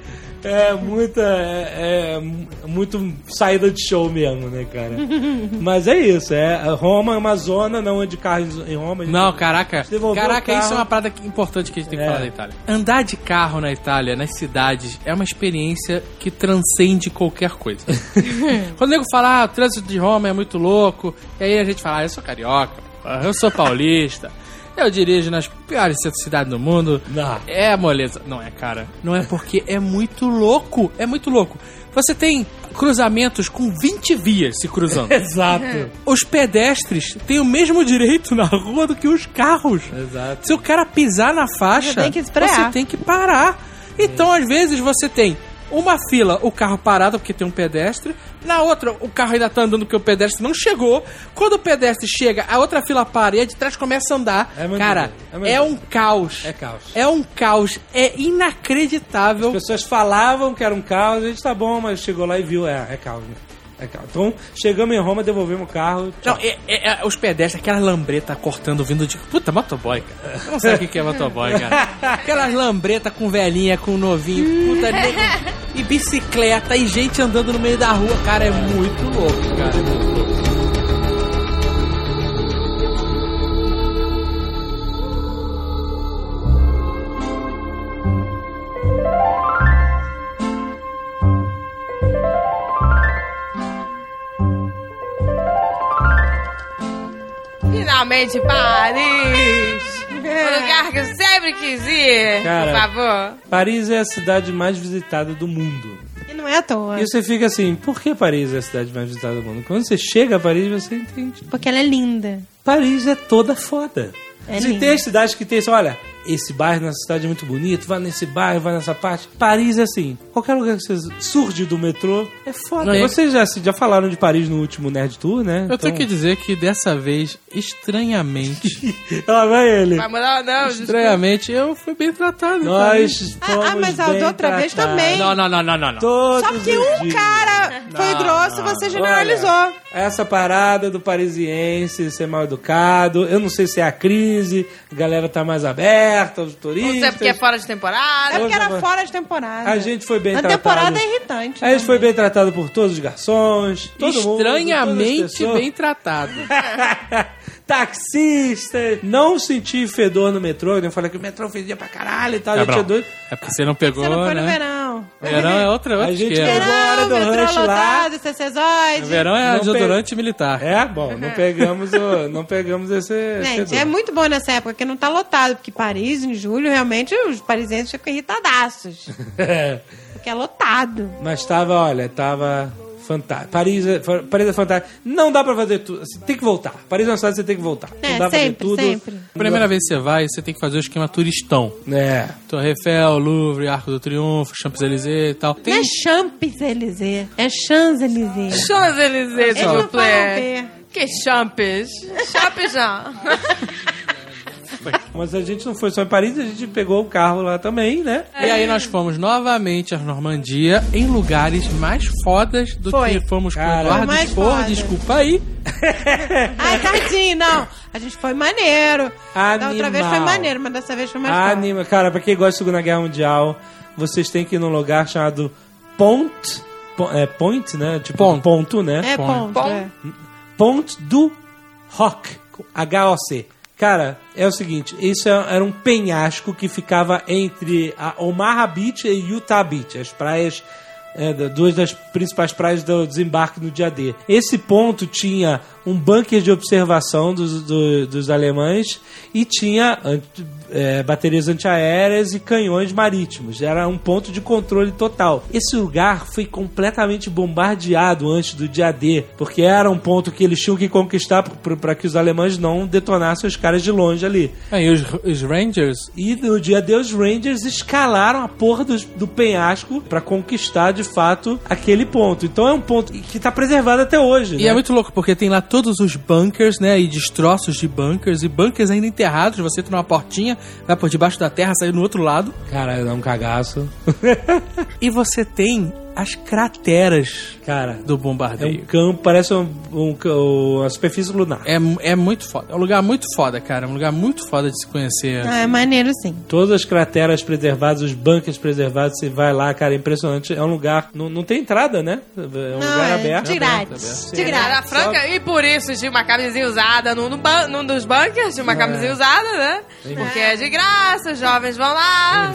muito saída de show mesmo, né, cara? Mas é isso, Roma é uma zona, não é de carro em Roma. Não, caraca, isso é uma parada importante que a gente tem que falar da Itália. Andar de carro na Itália, nas cidades, é uma experiência que transcende qualquer coisa. Quando o nego fala, o trânsito de Roma é muito louco, e aí a gente fala, eu sou carioca, eu sou paulista, eu dirijo nas piores cidades do mundo. Não. É moleza. Não é, cara. Não é, porque é muito louco. É muito louco. Você tem cruzamentos com 20 vias se cruzando. Exato. Os pedestres têm o mesmo direito na rua do que os carros. Exato. Se o cara pisar na faixa, você tem que parar. Então, às vezes, você tem uma fila, o carro parado porque tem um pedestre. Na outra, o carro ainda tá andando porque o pedestre não chegou. Quando o pedestre chega, a outra fila para e a de trás começa a andar. Cara, é um caos. É caos. É um caos. É inacreditável. As pessoas falavam que era um caos. A gente tá bom, mas chegou lá e viu. É caos, né? Então, chegamos em Roma, devolvemos o carro. Não, os pedestres, aquelas lambretas cortando vindo de... Puta, motoboy, cara. Você não sabe o que é motoboy, cara. Aquelas lambretas com velhinha, com novinho, puta, e bicicleta, e gente andando no meio da rua. Cara, é muito louco, cara. É muito louco. Finalmente, Paris! O lugar que eu sempre quis ir, cara, por favor. Paris é a cidade mais visitada do mundo. E não é à toa. E você fica assim, por que Paris é a cidade mais visitada do mundo? Quando você chega a Paris, você entende. Porque ela é linda. Paris é toda foda. É você linda. tem as cidades que tem assim, olha, esse bairro nessa cidade é muito bonito, vai nesse bairro, vai nessa parte. Paris é assim, qualquer lugar que você surge do metrô é foda. Não, Vocês já falaram de Paris no último Nerd Tour, né? Eu tenho que dizer que dessa vez, estranhamente... Lá vai ele. Vai mudar, não, estranhamente, eu fui bem tratado. Nós fomos mas a bem outra vez tratados. também. Não. Todos Só que os um dias. cara foi grosso e você generalizou. Olha, essa parada do parisiense ser mal educado, eu não sei se é a crise, a galera tá mais aberta, os turistas. Não sei porque é fora de É temporada. porque era fora de temporada. A gente foi bem Na tratado. temporada é irritante. A gente foi bem tratado por todos os garçons, todo mundo. Estranhamente todas as pessoas. bem tratado. Taxistas, não senti fedor no metrô, eu falei que o metrô fedia pra caralho e tal, a gente é doido. É porque você não pegou, Você não foi no né? verão. Verão é outra A gente esquema. pegou a hora do metrô rush lá. lotado, CCzoide. Verão é Não desodorante militar. É, bom, não pegamos esse Gente, fedor. é muito bom nessa época, porque não tá lotado. Porque Paris, em julho, realmente, os parisienses ficam irritadaços. Porque é lotado. Mas tava Paris é fantástico. Não dá pra fazer tudo. Você tem que voltar. Paris é uma cidade que você tem que voltar. Não dá pra fazer tudo. Sempre. Primeira vez que você vai, você tem que fazer o esquema turistão. Torre Eiffel, Louvre, Arco do Triunfo, Champs-Élysées e tal. Não é Champs-Élysées, é Champs-Élysées. Champs-Élysées, Eles não falam ver. Que Champs? Champs já. Mas a gente não foi só em Paris, a gente pegou o carro lá também, né? E aí nós fomos novamente à Normandia, em lugares mais fodas do que fomos com o Eduardo Spor. Desculpa aí. Ai, tadinho, não. A gente foi maneiro. Da outra vez foi maneiro, mas dessa vez foi mais foda. Cara, pra quem gosta de Segunda Guerra Mundial, vocês têm que ir num lugar chamado Point, né? Tipo, ponto, né? É ponto. Pont du Hoc, H-O-C. Cara, é o seguinte, isso era um penhasco que ficava entre a Omaha Beach e Utah Beach, as praias, duas das principais praias do desembarque no dia D. Esse ponto tinha um bunker de observação dos alemães e tinha baterias antiaéreas e canhões marítimos. Era um ponto de controle total. Esse lugar foi completamente bombardeado antes do dia D, porque era um ponto que eles tinham que conquistar para que os alemães não detonassem os caras de longe ali. E os Rangers? E no dia D os Rangers escalaram a porra do penhasco para conquistar de fato aquele ponto. Então é um ponto que está preservado até hoje. E é muito louco, porque tem lá todos os bunkers, né, e destroços de bunkers, e bunkers ainda enterrados. Você entra numa portinha, vai por debaixo da terra, sai no outro lado. Cara, dá um cagaço. E você tem as crateras, cara, do bombardeio. É um campo, parece uma superfície lunar. É muito foda. É um lugar muito foda, cara. É um lugar muito foda de se conhecer. É maneiro, sim. Todas as crateras preservadas, os bunkers preservados, você vai lá, cara, é impressionante. É um lugar... Não tem entrada, né? É um lugar aberto. De grátis. De grátis. Franca, e por isso tinha uma camisinha usada num dos bunkers, tinha uma camisinha usada, né? Porque é de graça, os jovens vão lá.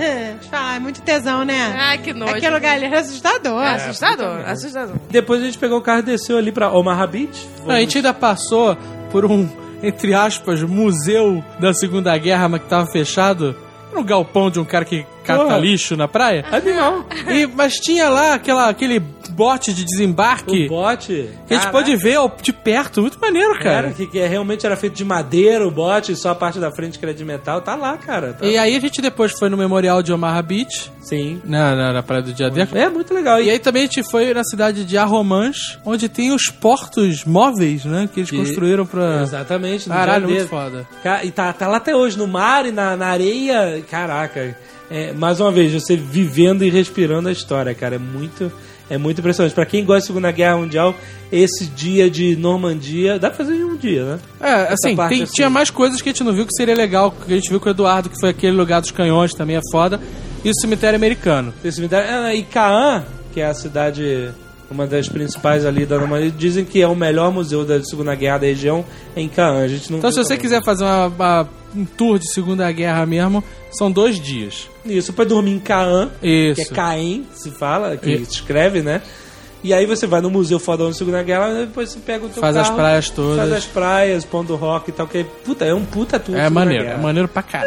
É muito tesão, né? Ai, que nojo. Aquele lugar ali era assustador. Assustador. Depois a gente pegou o carro e desceu ali pra Omaha Beach. A gente ainda passou por um, entre aspas, museu da Segunda Guerra, mas que tava fechado. No galpão de um cara que cata lixo na praia. Animal. Mas tinha lá aquele bote de desembarque. O bote? Que a gente pôde ver de perto. Muito maneiro, cara. Que realmente era feito de madeira o bote, só a parte da frente que era de metal. Tá lá, cara. E aí a gente depois foi no Memorial de Omaha Beach. Sim. Na praia do dia D. É, muito legal. E aí também a gente foi na cidade de Arromanches, onde tem os portos móveis, né? Que eles construíram pra... Exatamente. Caralho, muito foda. E tá lá até hoje, no mar e na areia. Caraca. Mais uma vez, você vivendo e respirando a história, cara. É muito impressionante. Pra quem gosta de Segunda Guerra Mundial, esse dia de Normandia... Dá pra fazer em um dia, né? Tinha mais coisas que a gente não viu que seria legal. Que a gente viu com o Eduardo, que foi aquele lugar dos canhões, também é foda. E o cemitério americano. E Caen, que é a cidade... uma das principais ali da Normandia, dizem que é o melhor museu da Segunda Guerra da região em Caen. A gente não então, se você quiser fazer um tour de Segunda Guerra mesmo, são 2 dias. Isso, pra dormir em Caen, isso. Que é Caen, se fala, que se escreve, né? E aí você vai no Museu Fodão da Segunda Guerra e depois você pega o teu carro. Faz as praias todas. Faz as praias, Pão do Rock e tal, que é um puta tour. É maneiro, é maneiro pra caralho.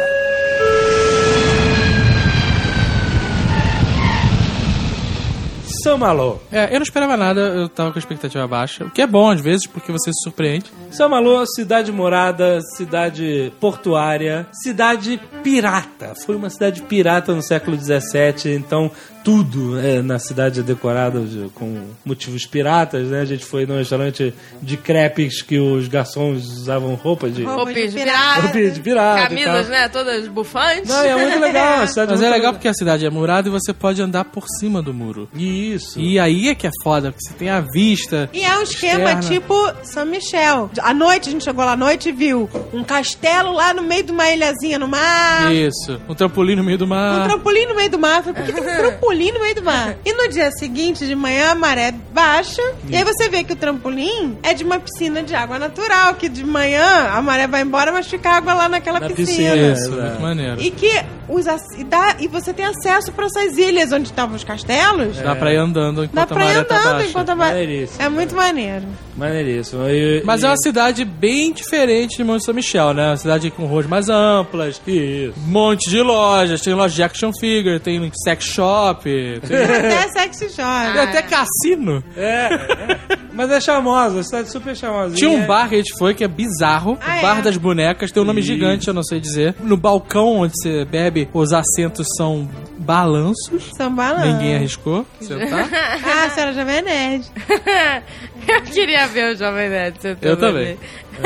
Saint-Malo. Eu não esperava nada, eu tava com a expectativa baixa. O que é bom às vezes, porque você se surpreende. Saint-Malo, cidade morada, cidade portuária, cidade pirata. Foi uma cidade pirata no século XVII, então tudo na cidade é decorado com motivos piratas, né? A gente foi num restaurante de crepes que os garçons usavam roupas de pirata. Camisas, né? Todas bufantes. Não, é muito legal. Mas é legal porque a cidade é murada e você pode andar por cima do muro. Isso. E aí é que é foda, porque você tem a vista. E é um esquema tipo São Michel. À noite, a gente chegou lá à noite e viu um castelo lá no meio de uma ilhazinha no mar. Isso. Um trampolim no meio do mar. Um trampolim no meio do mar. Porque tem um trampolim no meio do mar. E no dia seguinte, de manhã, a maré baixa. E aí você vê que o trampolim é de uma piscina de água natural. Que de manhã a maré vai embora, mas fica água lá naquela piscina. Isso, muito maneiro. E que e você tem acesso para essas ilhas onde estavam os castelos. Dá pra ir andando enquanto Dá pra a ir maré tá andando baixa. enquanto a maré... Maneiríssimo. É muito maneiro. Maneiríssimo. Mas é uma cidade bem diferente de Monte São Michel, né? Uma cidade com ruas mais amplas, um monte de lojas, tem loja de action figure, tem sex shop, tem Até sexy shop. até cassino. Mas é charmosa, a cidade super charmosa. Tinha um bar que a gente foi que é bizarro, o Bar das Bonecas, tem um nome gigante, eu não sei dizer. No balcão onde você bebe, os assentos são balanços. São balanços. Ninguém arriscou sentar. A senhora Jovem Nerd. Eu queria ver o Jovem Nerd. Eu também.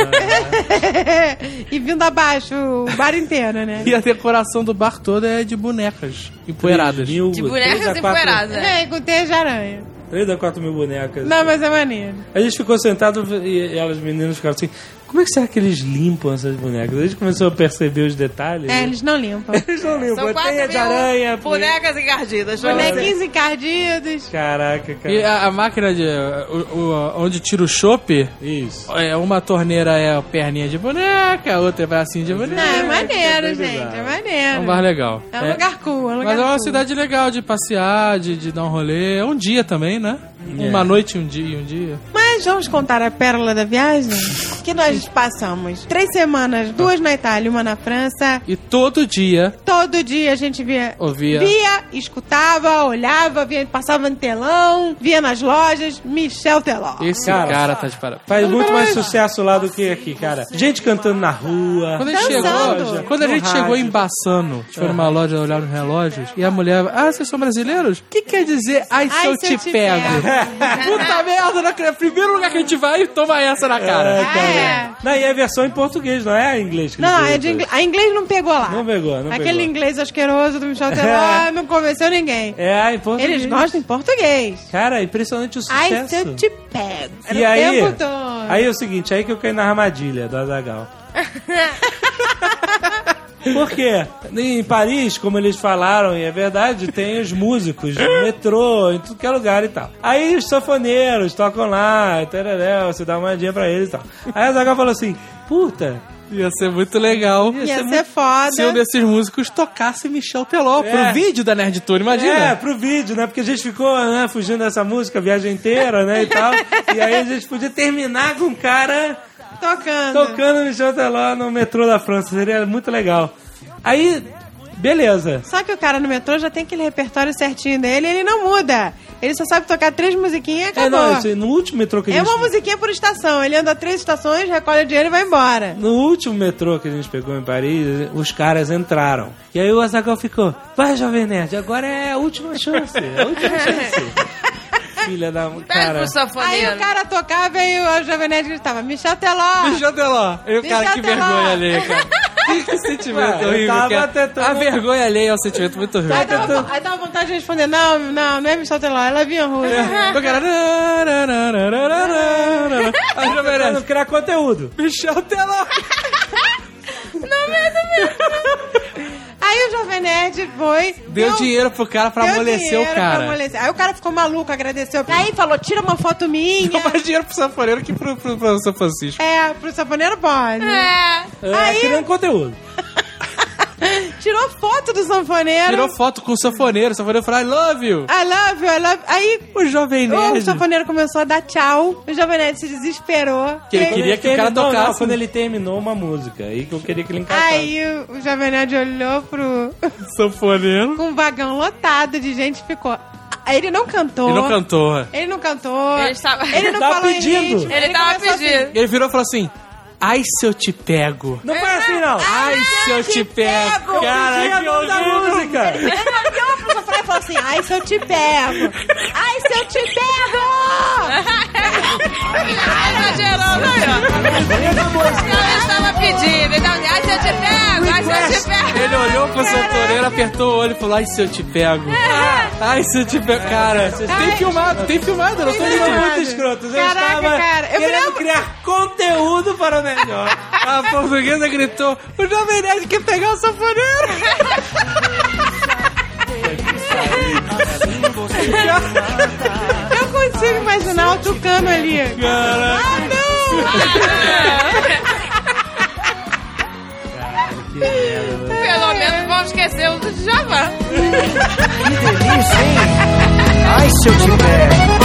E vindo abaixo o bar inteiro, né? E a decoração do bar todo é de bonecas empoeiradas. De bonecas empoeiradas. É, com teia de aranha. 3 a 4 mil bonecas. Não, mas é maneiro. A gente ficou sentado e elas, meninas, ficavam assim... Como é que será que eles limpam essas bonecas? A gente começou a perceber os detalhes. É, eles não limpam. Eles não limpam. São 4 Teia de aranha. bonecas encardidas. Bonequinhos encardidos. Caraca, cara. E a máquina de... onde tira o chopp, Isso. uma torneira é perninha de boneca, a outra é bracinho de boneca. Não, é maneiro, bem gente. bizarro. É É maneiro. um bar legal. É um lugar cool, é um lugar Mas é uma cool. cidade legal de passear, de dar um rolê. É um dia também, né? Uma noite, um dia. Mas vamos contar a pérola da viagem? Que nós passamos 3 semanas, 2 na Itália e 1 na França. E todo dia Todo dia a gente via, Ouvia. escutava, olhava, passava no telão, via nas lojas, Michel Teló. esse Cara, cara tá de parabéns. Faz muito mais sucesso lá do que aqui, cara. Gente cantando na rua. Quando a gente Dançando. chegou, quando a No gente chegou rádio. em Bassano, a gente foi numa loja olhar os relógios e a mulher, vocês são brasileiros? O que quer dizer, ai, se eu te pego? Puta merda, não acredito. Primeiro lugar que a gente vai, toma essa na cara. Não, e é a versão em português, não é a inglês que Não, eles é de usam. inglês. A inglês não pegou lá. Não pegou, não Aquele pegou. inglês asqueroso do Michel Teló não convenceu ninguém. É, em português. Eles gostam em português. Cara, é impressionante o sucesso. Ai, se eu te pego. Era E o aí, tempo todo. aí é o seguinte, aí que eu caí na armadilha do Azaghal. Por quê? Em Paris, como eles falaram, e é verdade, tem os músicos no metrô, em tudo que é lugar e tal. Aí os sanfoneiros tocam lá, tararé, você dá uma moedinha pra eles e tal. Aí a Azaghal falou assim, puta, Ia ser muito legal Ia ser foda. se um desses músicos tocasse Michel Teló pro vídeo da Nerd Tour, imagina. É, pro vídeo, né? Porque a gente ficou, né, fugindo dessa música a viagem inteira, né, e tal. E aí a gente podia terminar com o cara tocando Michel Teló no metrô da França. Seria muito legal. Aí, beleza. Só que o cara no metrô já tem aquele repertório certinho dele e ele não muda. Ele só sabe tocar 3 musiquinhas e acabou. Não, isso, no último metrô que a É gente... uma musiquinha por estação. Ele anda 3 estações, recolhe o dinheiro e vai embora. No último metrô que a gente pegou em Paris, os caras entraram. E aí o Azaghal ficou, vai, Jovem Nerd, agora é a última chance. É a última chance. Filha da... Pede Cara... pro sanfoneiro. Aí o cara tocava e o Jovem Nerd gritava, Michel Teló! Michel Teló. E o cara, Michel que Teló. vergonha alheia, cara. Que sentimento Ué, eu horrível. tava que é. tentando- A vergonha alheia é um sentimento muito horrível. Aí dava vontade de responder, não é Michel Teló, é Lavinha Russa. O cara... Aí o Jovem Pra não Nerd, criar conteúdo. Michel Teló. Aí o Jovem Nerd foi... Deu dinheiro pro cara pra deu amolecer dinheiro o pra cara. amolecer. Aí o cara ficou maluco, agradeceu. Aí falou, tira uma foto minha. Deu mais dinheiro pro sanfoneiro que pro São Francisco. É, pro sanfoneiro pode. Aí- Criando conteúdo. Tirou foto do sanfoneiro. Tirou foto com o sanfoneiro falou, I love you. I love you, I love you. Aí O Jovem o Nerd. sanfoneiro começou a dar tchau. O Jovem Nerd se desesperou. Que ele queria que o cara Não, tocasse. quando ele terminou uma música. Aí que eu queria que ele encaixasse. Aí o Jovem Nerd olhou pro... Sanfoneiro. com um vagão lotado de gente e ficou... Aí ele não cantou. Ele não cantou. Ele não cantou. Ele estava- Ele não Tava falou em pedindo. ritmo. Ele tava começou pedindo. assim, Ele virou e falou assim, ai, se eu te pego. Não foi assim, não. Ai, se eu te pego. Cara, que da horrível. música. Ele olhou pro sanfoneiro e falou assim, ai, se eu te pego. Ai, se eu te pego. Exagerou, ele estava pedindo. Então, ai, se eu te pego, ai, se eu te pego. Ele olhou pro sanfoneiro, apertou o olho e falou, ai, se eu te pego. Ai, se eu te pego. Cara, tem filmado, não tô Eles mentindo. são muito escrotos. Eu Caraca, estava cara, eu me querendo lembro- criar conteúdo para o melhor. A portuguesa gritou, o Jovem Nerd quer pegar o sanfoneiro. Eu consigo imaginar o Tucano ali. Pelo menos vamos esquecer o do Djavan. Que delícia, hein? Ai, se eu te pego.